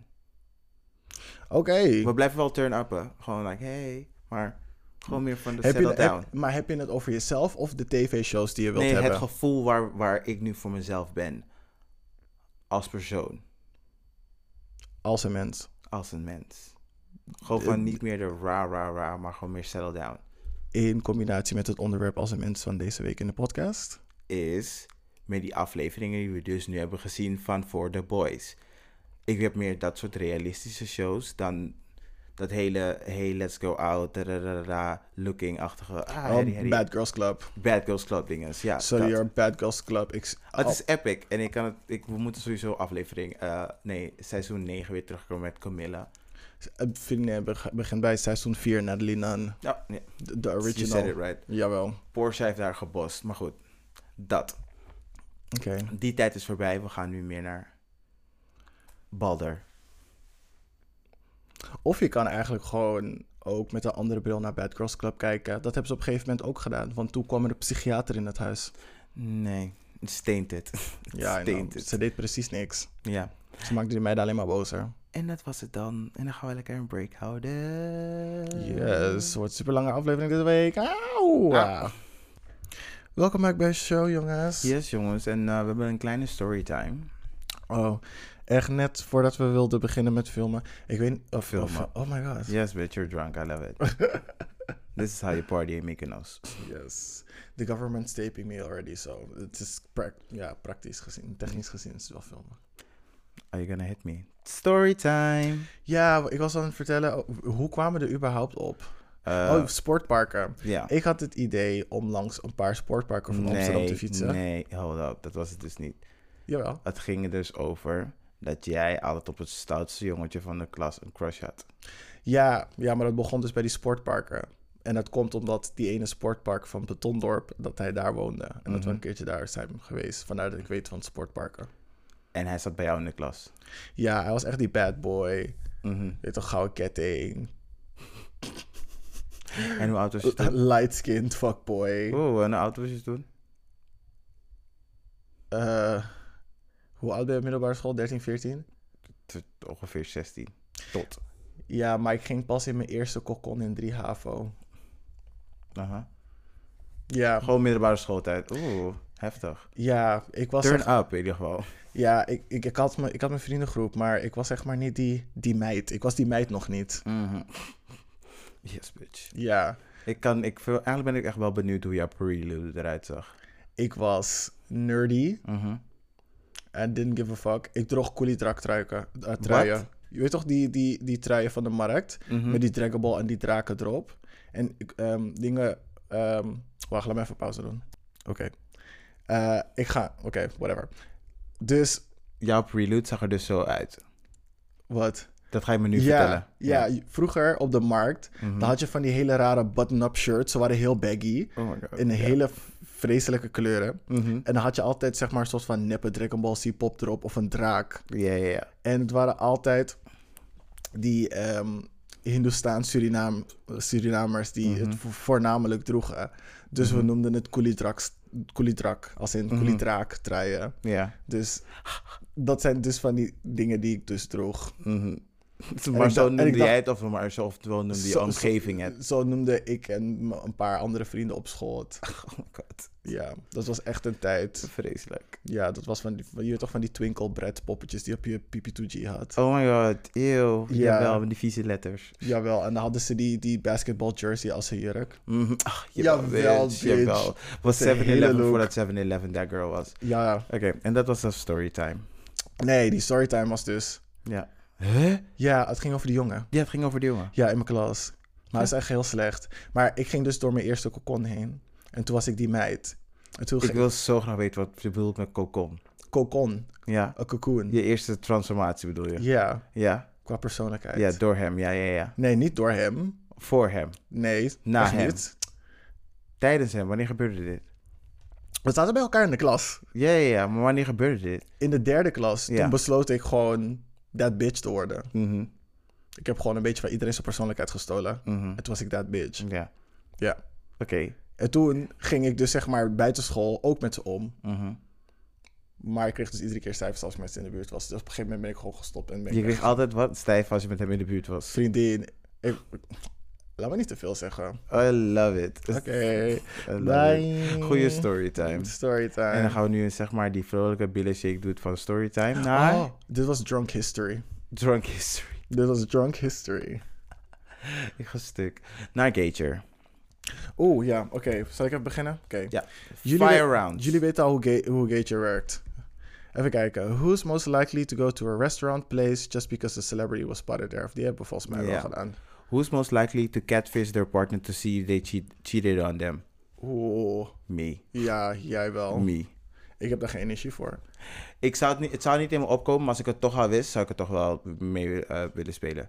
Oké. We blijven wel turn-uppen. Gewoon like, hey. Maar gewoon meer van de settle down. Maar heb je het over jezelf of de tv-shows die je wilt Nee, hebben? het gevoel waar ik nu voor mezelf ben. Als persoon. Als een mens. Als een mens. Gewoon van niet meer de ra, maar gewoon meer settle down. In combinatie met het onderwerp als een mens van deze week in de podcast. Is met die afleveringen die we dus nu hebben gezien van For The Boys. Ik heb meer dat soort realistische shows dan dat hele hey let's go out looking-achtige herrie. Bad Girls Club. Bad Girls Club dingen. Ja, Sorry, dat. your Bad Girls Club. Het is epic en we moeten sowieso seizoen 9 weer terugkomen met Camilla. Begint bij seizoen 4, Natalie Nunn. Ja, nee. De original. You said it right. Jawel. Porsche heeft daar gebost, maar goed. Dat. Oké. Die tijd is voorbij, we gaan nu meer naar Balder. Of je kan eigenlijk gewoon ook met een andere bril naar Bad Girls Club kijken. Dat hebben ze op een gegeven moment ook gedaan. Want toen kwam er een psychiater in het huis. Nee, it's tainted. Ja, It's tainted. ze deed precies niks. Ja. Ze maakte die meiden alleen maar bozer. En dat was het dan. En dan gaan we lekker een break houden. Yes, wordt een super lange aflevering deze week. Auw. Ah. Welkom back bij de show, jongens. Yes, jongens. En we hebben een kleine storytime. Oh, echt net voordat we wilden beginnen met filmen. Ik weet niet of Filmen. oh my god. Yes, bitch, you're drunk. I love it. This is how you party in Mykonos. Yes. The government's taping me already, so het is praktisch gezien, technisch gezien is het wel filmen. Are you gonna hit me? Storytime. Ja, ik was aan het vertellen, hoe kwamen we er überhaupt op? Sportparken. Ja. Ik had het idee om langs een paar sportparken van Amsterdam te fietsen. Nee, hold up. Dat was het dus niet. Jawel. Het ging er dus over dat jij altijd op het stoutste jongetje van de klas een crush had. Ja, maar dat begon dus bij die sportparken. En dat komt omdat die ene sportpark van Betondorp, dat hij daar woonde. En dat we een keertje daar zijn geweest. Vandaar dat ik weet van sportparken. En hij zat bij jou in de klas. Ja, hij was echt die bad boy. Mhm. Weet toch, gouden ketting. En hoe oud was je toen? Light-skinned fuckboy. Oeh, en hoe oud was je toen? Hoe oud ben je op middelbare school? 13, 14? Ongeveer 16. Tot. Ja, maar ik ging pas in mijn eerste kokon in 3 HAVO. Aha. Ja, Gewoon middelbare schooltijd. Oeh, heftig. ja, ik was... Turn up in ieder geval. Ja, ik had mijn vriendengroep, maar ik was zeg maar niet die meid. Ik was die meid nog niet. Mhm. Yes, bitch. Ja, Eigenlijk ben ik echt wel benieuwd hoe jouw prelude eruit zag. ik was nerdy. Mhm. I didn't give a fuck. Ik droeg Koolitrak truien. Wat? Je weet toch die truien van de markt? Mhm. Met die Dragon Ball en die draken erop. En dingen... wacht, laat me even pauze doen. Oké. Oké, whatever. Dus, Jouw prelude zag er dus zo uit. wat? Dat ga je me nu vertellen. Ja, vroeger op de markt, Mhm. dan had je van die hele rare button-up shirts. Ze waren heel baggy. Oh my god. In hele vreselijke kleuren. Mhm. En dan had je altijd zeg maar een soort van neppe Dragon Ball Z-pop erop of een draak. Ja. En het waren altijd die Surinamers die het voornamelijk droegen. Dus we noemden het Koolitrak, als in Koolitrak truien. Ja. Dus dat zijn dus van die dingen die ik dus droeg. Mhm. Maar zo en noemde ik jij het, of maar zo noemde je omgeving het. Zo noemde ik en een paar andere vrienden op school het. Oh my god, Ja, dat was echt een tijd. vreselijk. Ja, dat was je weet toch van die Twinkle Bread poppetjes die op je PP2G had. Oh my god, eeuw. Ja. Jawel, met die vieze letters. Jawel, en dan hadden ze die basketball jersey als een jurk. Ach, Jawel, bitch. bitch. Jawel. Was De hele 7-Eleven look. voordat 7-Eleven that girl was. Ja, Oké, en dat was dan storytime. nee, die storytime was dus... Ja. Huh? Ja, het ging over die jongen. Ja, het ging over die jongen. Ja, in mijn klas. Maar het is echt heel slecht. Maar ik ging dus door mijn eerste cocon heen. En toen was ik die meid. En toen Ik wil zo graag weten wat je bedoelt met cocon. Cocon, Ja. een cocoon. Je eerste transformatie bedoel je? Ja, Ja. qua persoonlijkheid. Ja, door hem. Ja. Nee, niet door hem. Voor hem. Nee, Na echt hem. niet. Tijdens hem. Wanneer gebeurde dit? We zaten bij elkaar in de klas. Ja. Maar wanneer gebeurde dit? In de derde klas. Ja. Toen besloot ik gewoon that bitch te worden. Mhm. Ik heb gewoon een beetje van iedereen zijn persoonlijkheid gestolen. Mhm. En toen was ik that bitch. Ja. Ja. Oké. En toen ging ik dus zeg maar buitenschool ook met ze om. Mhm. Maar ik kreeg dus iedere keer cijfers als ik met ze in de buurt was. Dus op een gegeven moment ben ik gewoon gestopt. En ben Je ik kreeg altijd wat stijf als je met hem in de buurt was. vriendin. Laat me niet te veel zeggen. I love it. Oké. I love Bye. it. Goeie storytime. Storytime. En dan gaan we nu zeg maar die vrolijke Billy Shake doet van storytime naar Oh, dit was drunk history. drunk history. Dit was drunk history. Ik ga stuk. Naar Gager. Oeh, ja. Oké. Zal ik even beginnen? Oké. Ja. Jullie Fire we- rounds. Jullie weten al hoe Gager werkt. Even kijken. Who's most likely to go to a restaurant place just because a celebrity was spotted there? Of die hebben we volgens mij wel Ja. gedaan. Who's most likely to catfish their partner to see if they cheated on them? Oeh. Me. Ja, jij wel. Me. Ik heb daar geen energie voor. Het zou niet in me opkomen, maar als ik het toch al wist, zou ik het toch wel mee willen spelen.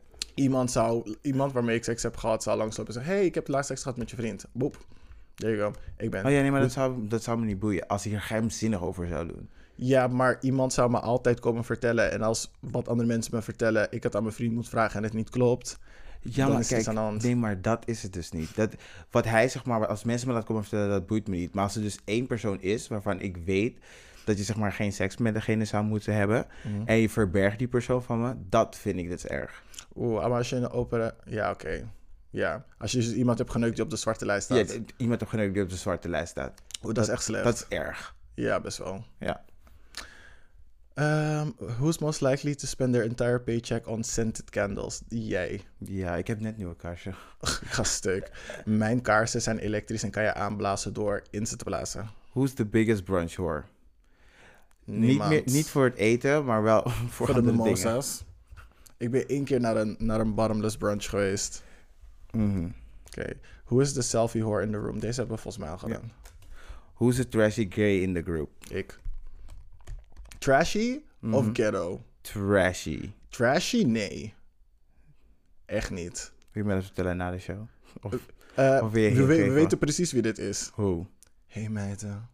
Iemand waarmee ik seks heb gehad, zou langslopen en zeggen: hey, ik heb laatst seks gehad met je vriend. Boep. There you go. Ik ben. Oh ja, nee, maar dat zou me niet boeien. Als hij er geheimzinnig over zou doen. Ja, maar iemand zou me altijd komen vertellen. En als wat andere mensen me vertellen, ik het aan mijn vriend moet vragen en het niet klopt. Ja, Dan maar is er iets aan de kijk, hand. nee, maar dat is het dus niet. Wat hij, zeg maar, als mensen me dat komen vertellen, dat boeit me niet. Maar als er dus één persoon is waarvan ik weet dat je, zeg maar, geen seks met degene zou moeten hebben, en je verbergt die persoon van me, dat vind ik dus erg. Oeh, maar als je in een opera... Ja, oké. Ja, als je dus iemand hebt geneukt die op de zwarte lijst Ja, staat. iemand op geneukt die op de zwarte lijst staat. Oeh, dat is echt slecht. Dat is erg. Ja, best wel. Ja. Who's most likely to spend their entire paycheck on scented candles? Jij. Ja, ik heb net nieuwe kaarsen. Ik ga stuk. Mijn kaarsen zijn elektrisch en kan je aanblazen door in ze te blazen. Who's the biggest brunch whore? Niemand. Niet voor het eten, maar wel voor de andere dingen. mimosa's. Ik ben 1 keer naar een bottomless brunch geweest. Mhm. Oké. Who is the selfie whore in the room? Deze hebben we volgens mij al gedaan. Who's the trashy gay in the group? Ik. Trashy of ghetto? Trashy. Trashy? Nee. Echt niet. Wil je me dat vertellen na de show? Of Of wil je we hier we geven? weten precies wie dit is. who? Hey meiden.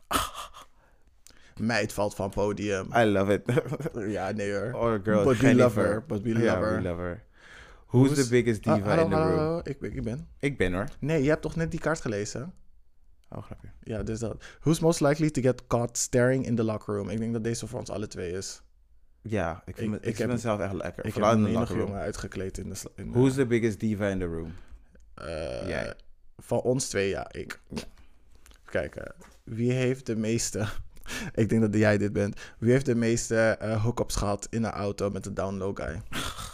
Meid valt van podium. I love it. Ja, nee hoor. Oh, girl. But we Jennifer. love her. But we love Ja, her. we love her. Who's the biggest diva Hallo, in the room? hallo. Ik ben. Ik ben hoor. Nee, je hebt toch net die kaart gelezen? Oh, grapje. Ja, dus dat. Who's most likely to get caught staring in the locker room? Ik denk dat deze voor ons alle twee is. Ja, ik vind Ik heb- mezelf echt lekker. Ik Vooral heb in een de menig locker room. jongen uitgekleed in de... Who's the biggest diva in the room? Jij. Van ons twee, ja, ik. Kijk, wie heeft de meeste... ik denk dat jij dit bent. Wie heeft de meeste hookups gehad in een auto met een down low guy?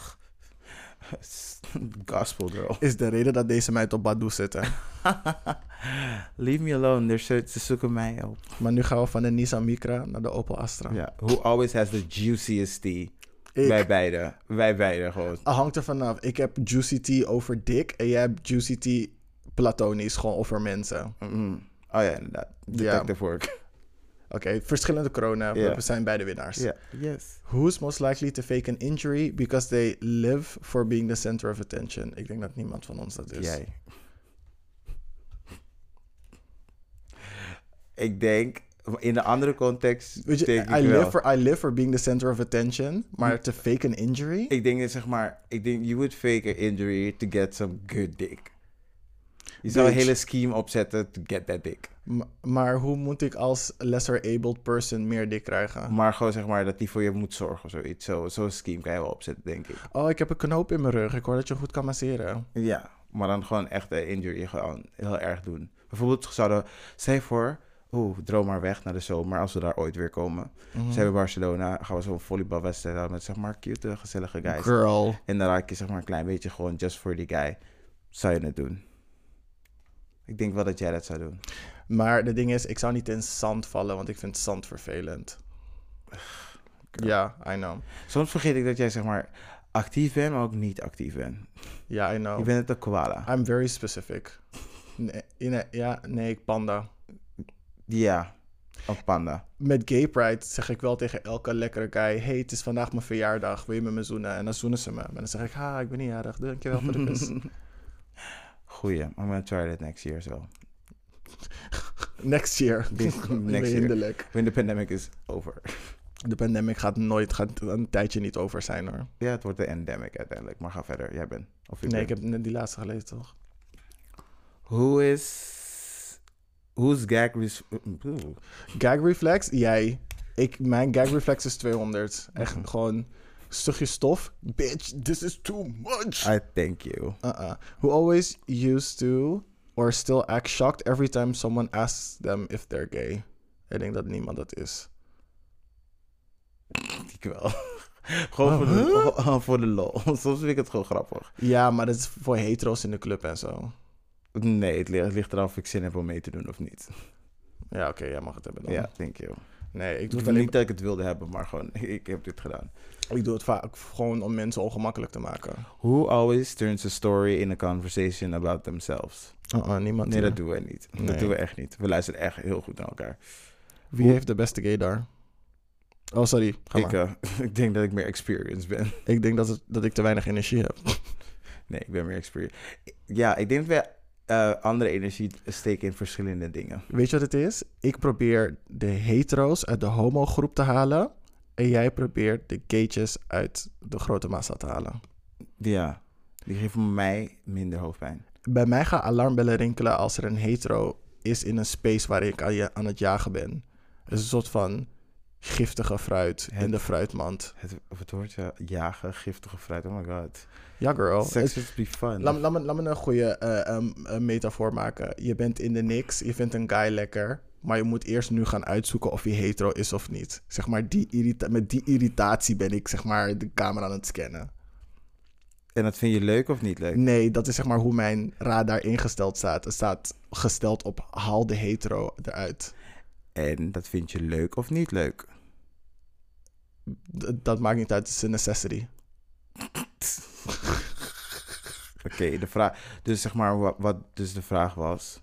Gospel girl. Is de reden dat deze meid op Badoo zitten. Leave me alone. Ze zoeken mij op. Maar nu gaan we van de Nissan Micra naar de Opel Astra. Ja. Who always has the juiciest tea? Ik. Wij beiden gewoon. Het hangt er vanaf. Ik heb Juicy Tea over dik en jij hebt Juicy Tea platonisch, gewoon over mensen. Mm. Oh ja, inderdaad. Detective work. Oké, verschillende kronen. Ja. We zijn beide winnaars. Ja. Yes. Who's most likely to fake an injury because they live for being the center of attention? Ik denk dat niemand van ons dat is. Jij. Ik denk, in de andere context, Weet je, denk ik wel. I live for being the center of attention, maar to fake an injury? Ik denk dat, zeg maar, you would fake an injury to get some good dick. Je zou een Bitch. hele scheme opzetten to get that dick. Maar hoe moet ik als lesser-abled person meer dik krijgen? Maar gewoon zeg maar dat die voor je moet zorgen of zoiets. Zo'n scheme kan je wel opzetten, denk ik. Oh, ik heb een knoop in mijn rug. Ik hoor dat je goed kan masseren. Ja, maar dan gewoon echt de injury gewoon heel erg doen. Bijvoorbeeld stel voor, droom maar weg naar de zomer als we daar ooit weer komen. Zijn we in Barcelona, gaan we zo'n volleybalwedstrijd houden met zeg maar cute, gezellige guys. Girl. En dan raak je zeg maar een klein beetje gewoon just for die guy. Zou je het doen? Ik denk wel dat jij dat zou doen. Maar de ding is, ik zou niet in zand vallen, want ik vind zand vervelend. Ja, I know. Soms vergeet ik dat jij zeg maar actief bent, maar ook niet actief bent. Ja, I know. Je bent het een koala. I'm very specific. Nee, panda. Ja, een panda. Met Gay Pride zeg ik wel tegen elke lekkere guy... Hey, het is vandaag mijn verjaardag. Wil je met me zoenen? En dan zoenen ze me. En dan zeg ik... ik ben niet jarig. Dankjewel voor de kus. Goeie. I'm gonna try that next year zo. Next year. Next year. Hinderlijk. When the pandemic is over. De pandemic gaat een tijdje niet over zijn, hoor. Ja, het wordt de endemic uiteindelijk. Maar ga verder. Jij bent. Nee, ik heb net die laatste gelezen, toch? Who's Gag reflex? Jij. Mijn gag reflex is 200. Echt gewoon... Stukje stof. Bitch, this is too much. I thank you. Who always used to or still act shocked every time someone asks them if they're gay. Ik denk dat niemand dat is. Ik wel. Gewoon voor de lol. Soms vind ik het gewoon grappig. Ja, maar dat is voor hetero's in de club en zo. Nee, het ligt eraan of ik zin heb om mee te doen of niet. Ja, oké, jij mag het hebben dan. Ja, thank you. Nee, ik doe Het het is alleen... niet dat ik het wilde hebben, maar gewoon, ik heb dit gedaan. Ik doe het vaak gewoon om mensen ongemakkelijk te maken. Who always turns a story in a conversation about themselves? Niemand. Nee, dat doen we niet. Nee. Dat doen we echt niet. We luisteren echt heel goed naar elkaar. Wie heeft de beste gay daar? Oh, sorry. Ga maar. Ik denk dat ik meer experienced ben. Ik denk dat ik te weinig energie heb. Nee, ik ben meer experienced. Ja, ik denk dat we andere energie steken in verschillende dingen. Weet je wat het is? Ik probeer de hetero's uit de homogroep te halen. En jij probeert de gaytjes uit de grote massa te halen. Ja, die geven mij minder hoofdpijn. Bij mij gaan alarmbellen rinkelen als er een hetero is in een space waar ik aan het jagen ben. Het is een soort van giftige fruit in de fruitmand. Het woord jagen, giftige fruit, oh my god. Ja, girl. Sex is be fun. Laat me een goede metafoor maken. Je bent in de niks, je vindt een guy lekker... maar je moet eerst nu gaan uitzoeken of hij hetero is of niet. Zeg maar, met die irritatie ben ik zeg maar de camera aan het scannen. En dat vind je leuk of niet leuk? Nee, dat is zeg maar hoe mijn radar ingesteld staat. Het staat gesteld op haal de hetero eruit. En dat vind je leuk of niet leuk? Dat maakt niet uit, het is een necessity. Oké, de vraag... Dus zeg maar, wat dus de vraag was...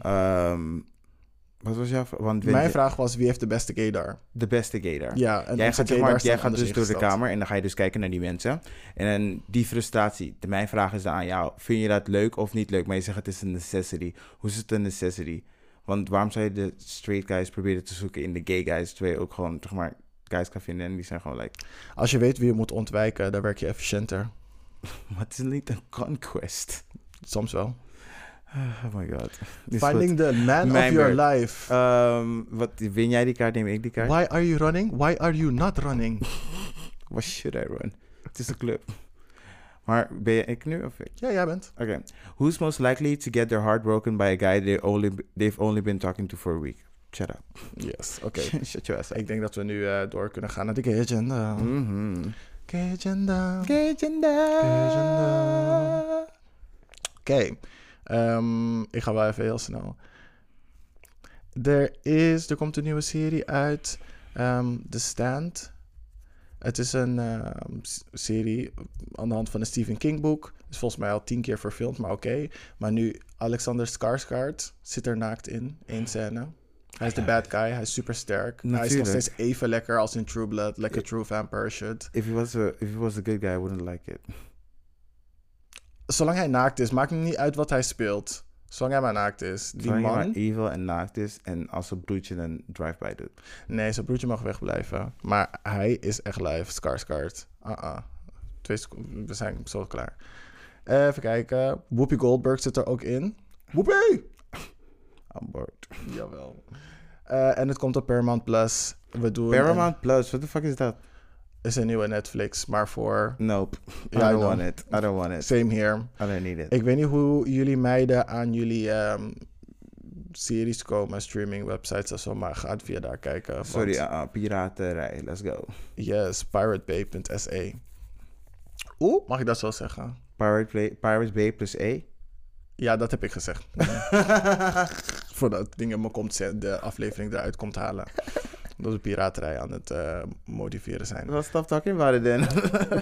wat was jouw vraag? Mijn vraag was, wie heeft de beste gaydar? De beste gaydar. Ja, en jij gaat dus door de ingesteld. kamer en dan ga je dus kijken naar die mensen. En dan die frustratie. Mijn vraag is dan aan jou. Vind je dat leuk of niet leuk? Maar je zegt het is een necessity. Hoe is het een necessity? Want waarom zou je de straight guys proberen te zoeken in de gay guys... terwijl je ook gewoon, zeg maar, guys kan vinden en die zijn gewoon like... Als je weet wie je moet ontwijken, dan werk je efficiënter. Maar het is niet een conquest. Soms wel. Oh my god. Finding the man of your life. Win jij die kaart, neem ik die kaart? Why are you running? Why are you not running? Why should I run? Het is een club. Maar ben je ik nu of ik? Ja, jij bent. Oké. Who's most likely to get their heart broken by a guy they've only been talking to for a week? Shut up. Yes, oké. Shut your ass up. Ik denk dat we nu door kunnen gaan naar de gay agenda. Mm-hmm. Gay agenda. Gay agenda. Gay agenda. Oké. Ik ga wel even heel snel. Er komt een nieuwe serie uit. The Stand. Het is een serie aan de hand van een Stephen King boek. Is volgens mij al 10 keer verfilmd, maar oké. Maar nu Alexander Skarsgård zit er naakt in. 1 scène. Hij is de bad guy. Hij is super sterk. Hij is nog steeds even lekker als in True Blood. Like a true vampire should. If he was a good guy, I wouldn't like it. Zolang hij naakt is, maakt het niet uit wat hij speelt. Zolang hij maar naakt is. Die Zolang man... hij maar evil en naakt is en als een broertje een drive-by doet. Nee, zijn broertje mag wegblijven. Maar hij is echt live, Skarsgård. 2 seconden, we zijn zo klaar. Even kijken. Whoopi Goldberg zit er ook in. Whoopi! On board. Jawel. En het komt op Paramount Plus. We doen Paramount Plus, what the fuck is dat? is een nieuwe Netflix, maar voor... Nope. I Ja, I don't know. want it. I don't want it. Same here. I don't need it. Ik weet niet hoe jullie meiden aan jullie series komen, streaming websites en zo, maar ga via daar kijken. want- Sorry, piraterij. Let's go. Yes, piratebay.se. Mag ik dat zo zeggen? Pirates Bay plus E. Ja, dat heb ik gezegd. Voordat dingen me komt, de aflevering eruit komt halen. Dat we piraterij aan het motiveren zijn. Well, stop talking about it then.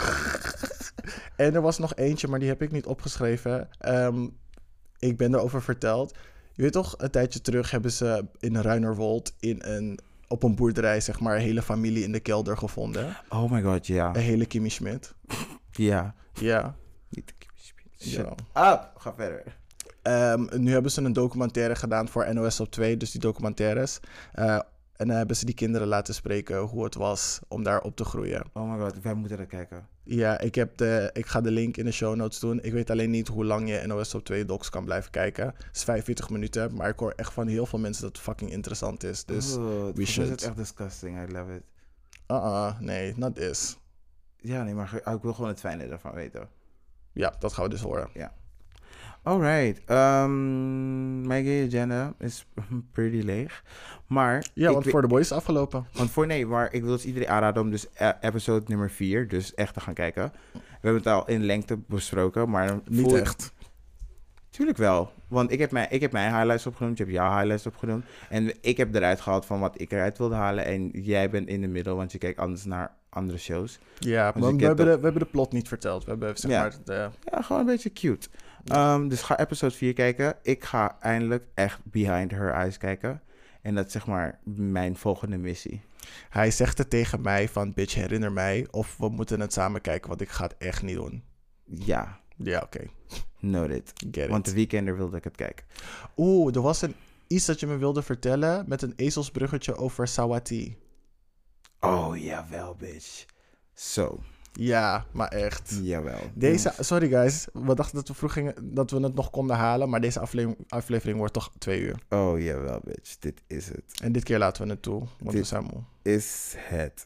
En er was nog eentje, maar die heb ik niet opgeschreven. Ik ben erover verteld. Je weet toch, een tijdje terug hebben ze in Ruinerwold op een boerderij, zeg maar, een hele familie in de kelder gevonden. Oh my god, ja. Een hele Kimmy Schmidt. Ja. Ja. Niet de Shut Ja. up. Ga verder. Nu hebben ze een documentaire gedaan voor NOS op 2, dus die documentaires. En dan hebben ze die kinderen laten spreken hoe het was om daar op te groeien. Oh my god, wij moeten dat kijken. Ja, ik ga de link in de show notes doen. Ik weet alleen niet hoe lang je NOS op 2 docs kan blijven kijken. Het is 45 minuten, maar ik hoor echt van heel veel mensen dat het fucking interessant is. Dus we Is should. het echt disgusting, I love it. Nee, not this. Ja, nee, maar ik wil gewoon het fijne ervan weten. Ja, dat gaan we dus horen. Alright. Mijn gay agenda is pretty leeg. Maar... Ja, want voor de boys is afgelopen. Maar ik wil dus iedereen aanraden om dus episode nummer 4, dus echt te gaan kijken. We hebben het al in lengte besproken, maar... Niet echt. Tuurlijk wel. Want ik heb mijn highlights opgenomen, je hebt jouw highlights opgenomen. En ik heb eruit gehaald van wat ik eruit wilde halen. En jij bent in de middel, want je kijkt anders naar andere shows. Ja, Dus maar ik we heb hebben de plot niet verteld. We hebben zeg Ja. maar de... Ja, gewoon een beetje cute. Dus ga episode 4 kijken. Ik ga eindelijk echt Behind Her Eyes kijken. En dat is zeg maar mijn volgende missie. Hij zegt het tegen mij van, bitch, herinner mij. Of we moeten het samen kijken, want ik ga het echt niet doen. Ja, Ja, oké. noted. Get Want de it. weekender wilde ik het kijken. Er was iets dat je me wilde vertellen met een ezelsbruggetje over Sawati. Oh, jawel, bitch. Zo, Ja, maar echt. jawel. Sorry guys, we dachten dat we het nog konden halen, maar deze aflevering wordt toch 2 uur. Oh, jawel, bitch. Dit is het. En dit keer laten we het toe, want we Dit- zijn moe. Is het.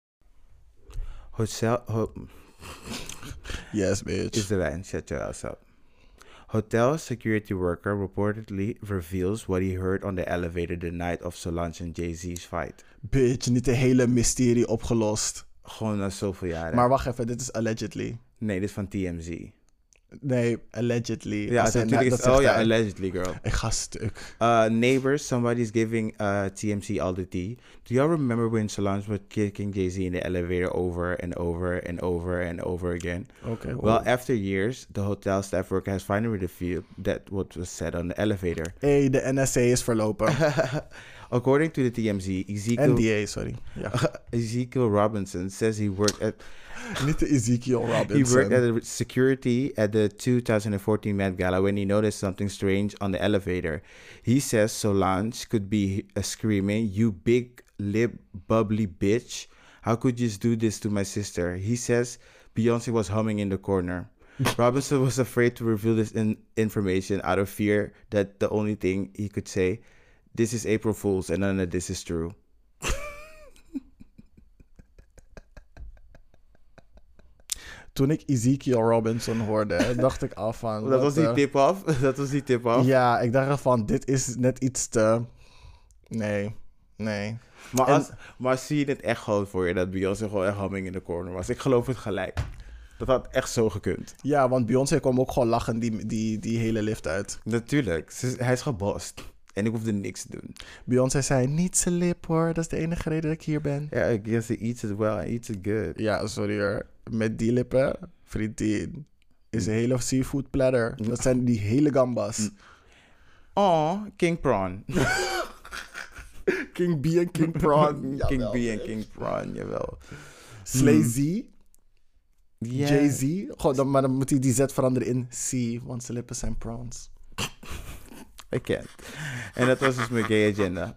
Yes, bitch. Is de wijn. Shut your ass up. Hotel security worker reportedly reveals what he heard on the elevator the night of Solange and Jay-Z's fight. Bitch, niet de hele mysterie opgelost. Gewoon na zoveel jaren. Maar wacht even, dit is allegedly. Nee, dit is van TMZ. Nee, allegedly. Ja, Als hij- natuurlijk dat is... zegt Oh ja, hij. allegedly, girl. Ik ga stuk. Neighbors, somebody's giving TMZ all the tea. Do y'all remember when Solange was kicking Jay-Z in the elevator over and over and over and over again? Oké. Well, after years, the hotel staff worker has finally revealed that what was said on the elevator. Hey, de NSA is verlopen. According to the TMZ, Ezekiel, NDA, sorry. Ja. Ezekiel Robinson says he worked at Niet de Ezekiel he Robinson. worked at security at the 2014 Met Gala when he noticed something strange on the elevator. He says Solange could be screaming, "You big lip bubbly bitch! How could you just do this to my sister?" He says Beyoncé was humming in the corner. Robinson was afraid to reveal this information out of fear that the only thing he could say, "This is April Fool's and none of this is true." Toen ik Ezekiel Robinson hoorde, dacht ik af van... Dat was die tip-off. Dat was die tip-off. Ja, ik dacht van, dit is net iets te... Nee. Maar zie je het echt gewoon voor je dat Beyoncé gewoon echt humming in de corner was? Ik geloof het gelijk. Dat had echt zo gekund. Ja, want Beyoncé kwam ook gewoon lachen die hele lift uit. Natuurlijk. Hij is gebost. En ik hoefde niks te doen. Beyoncé zei, niet zijn lip hoor, dat is de enige reden dat ik hier ben. Ja, I guess he eats it well and eats it good. Ja, sorry hoor. Met die lippen, vriendin, is een hele seafood platter. Dat zijn die hele gambas. Oh, King Prawn. King B en King Prawn. King B en King Prawn, jawel. Slay-Z, Ja. Jay-Z. Maar dan moet hij die Z veranderen in C, want zijn lippen zijn prawns. I can't. En dat was dus mijn gay agenda.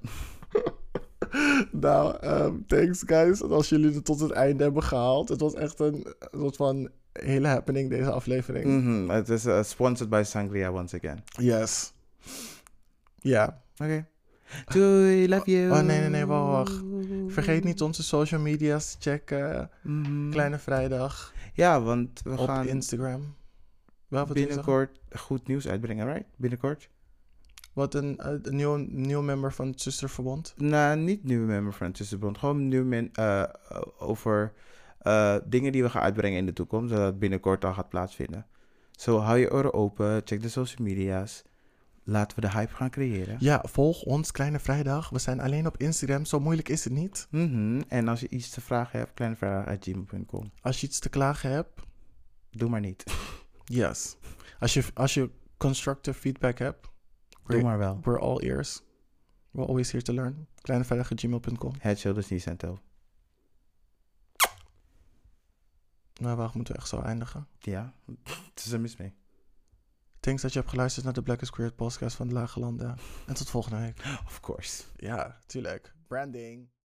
Nou, thanks guys. Als jullie het tot het einde hebben gehaald. Het was echt een soort van hele happening deze aflevering. Het is sponsored by Sangria once again. Yes. Ja. Oké. Doei, love you. Oh, nee, wacht. Vergeet niet onze social media's te checken. Kleine Vrijdag. Ja, want we Op gaan Instagram. Wel, wat binnenkort goed nieuws uitbrengen, right? Binnenkort. Wat een nieuwe member van het Zusterverbond. Nou, niet nieuwe member van het Zusterbond. Gewoon nieuw over dingen die we gaan uitbrengen in de toekomst. Zodat het binnenkort al gaat plaatsvinden. Zo, hou je oren open. Check de social media's. Laten we de hype gaan creëren. Ja, volg ons Kleine Vrijdag. We zijn alleen op Instagram. Zo moeilijk is het niet. En als je iets te vragen hebt, kleinevrijdag@gmail.com. Als je iets te klagen hebt. Doe maar niet. Yes. Als je constructive feedback hebt. Doe maar wel. We're all ears. We're always here to learn. kleinevrijdag@gmail.com. Het Shoulders Knees and Toe. Nou, waar moeten we echt zo eindigen? Ja, het is er mis mee. Thanks dat je hebt geluisterd naar de Black is Queer podcast van de Lage Landen. En tot volgende week. Of course. Ja, tuurlijk. Branding.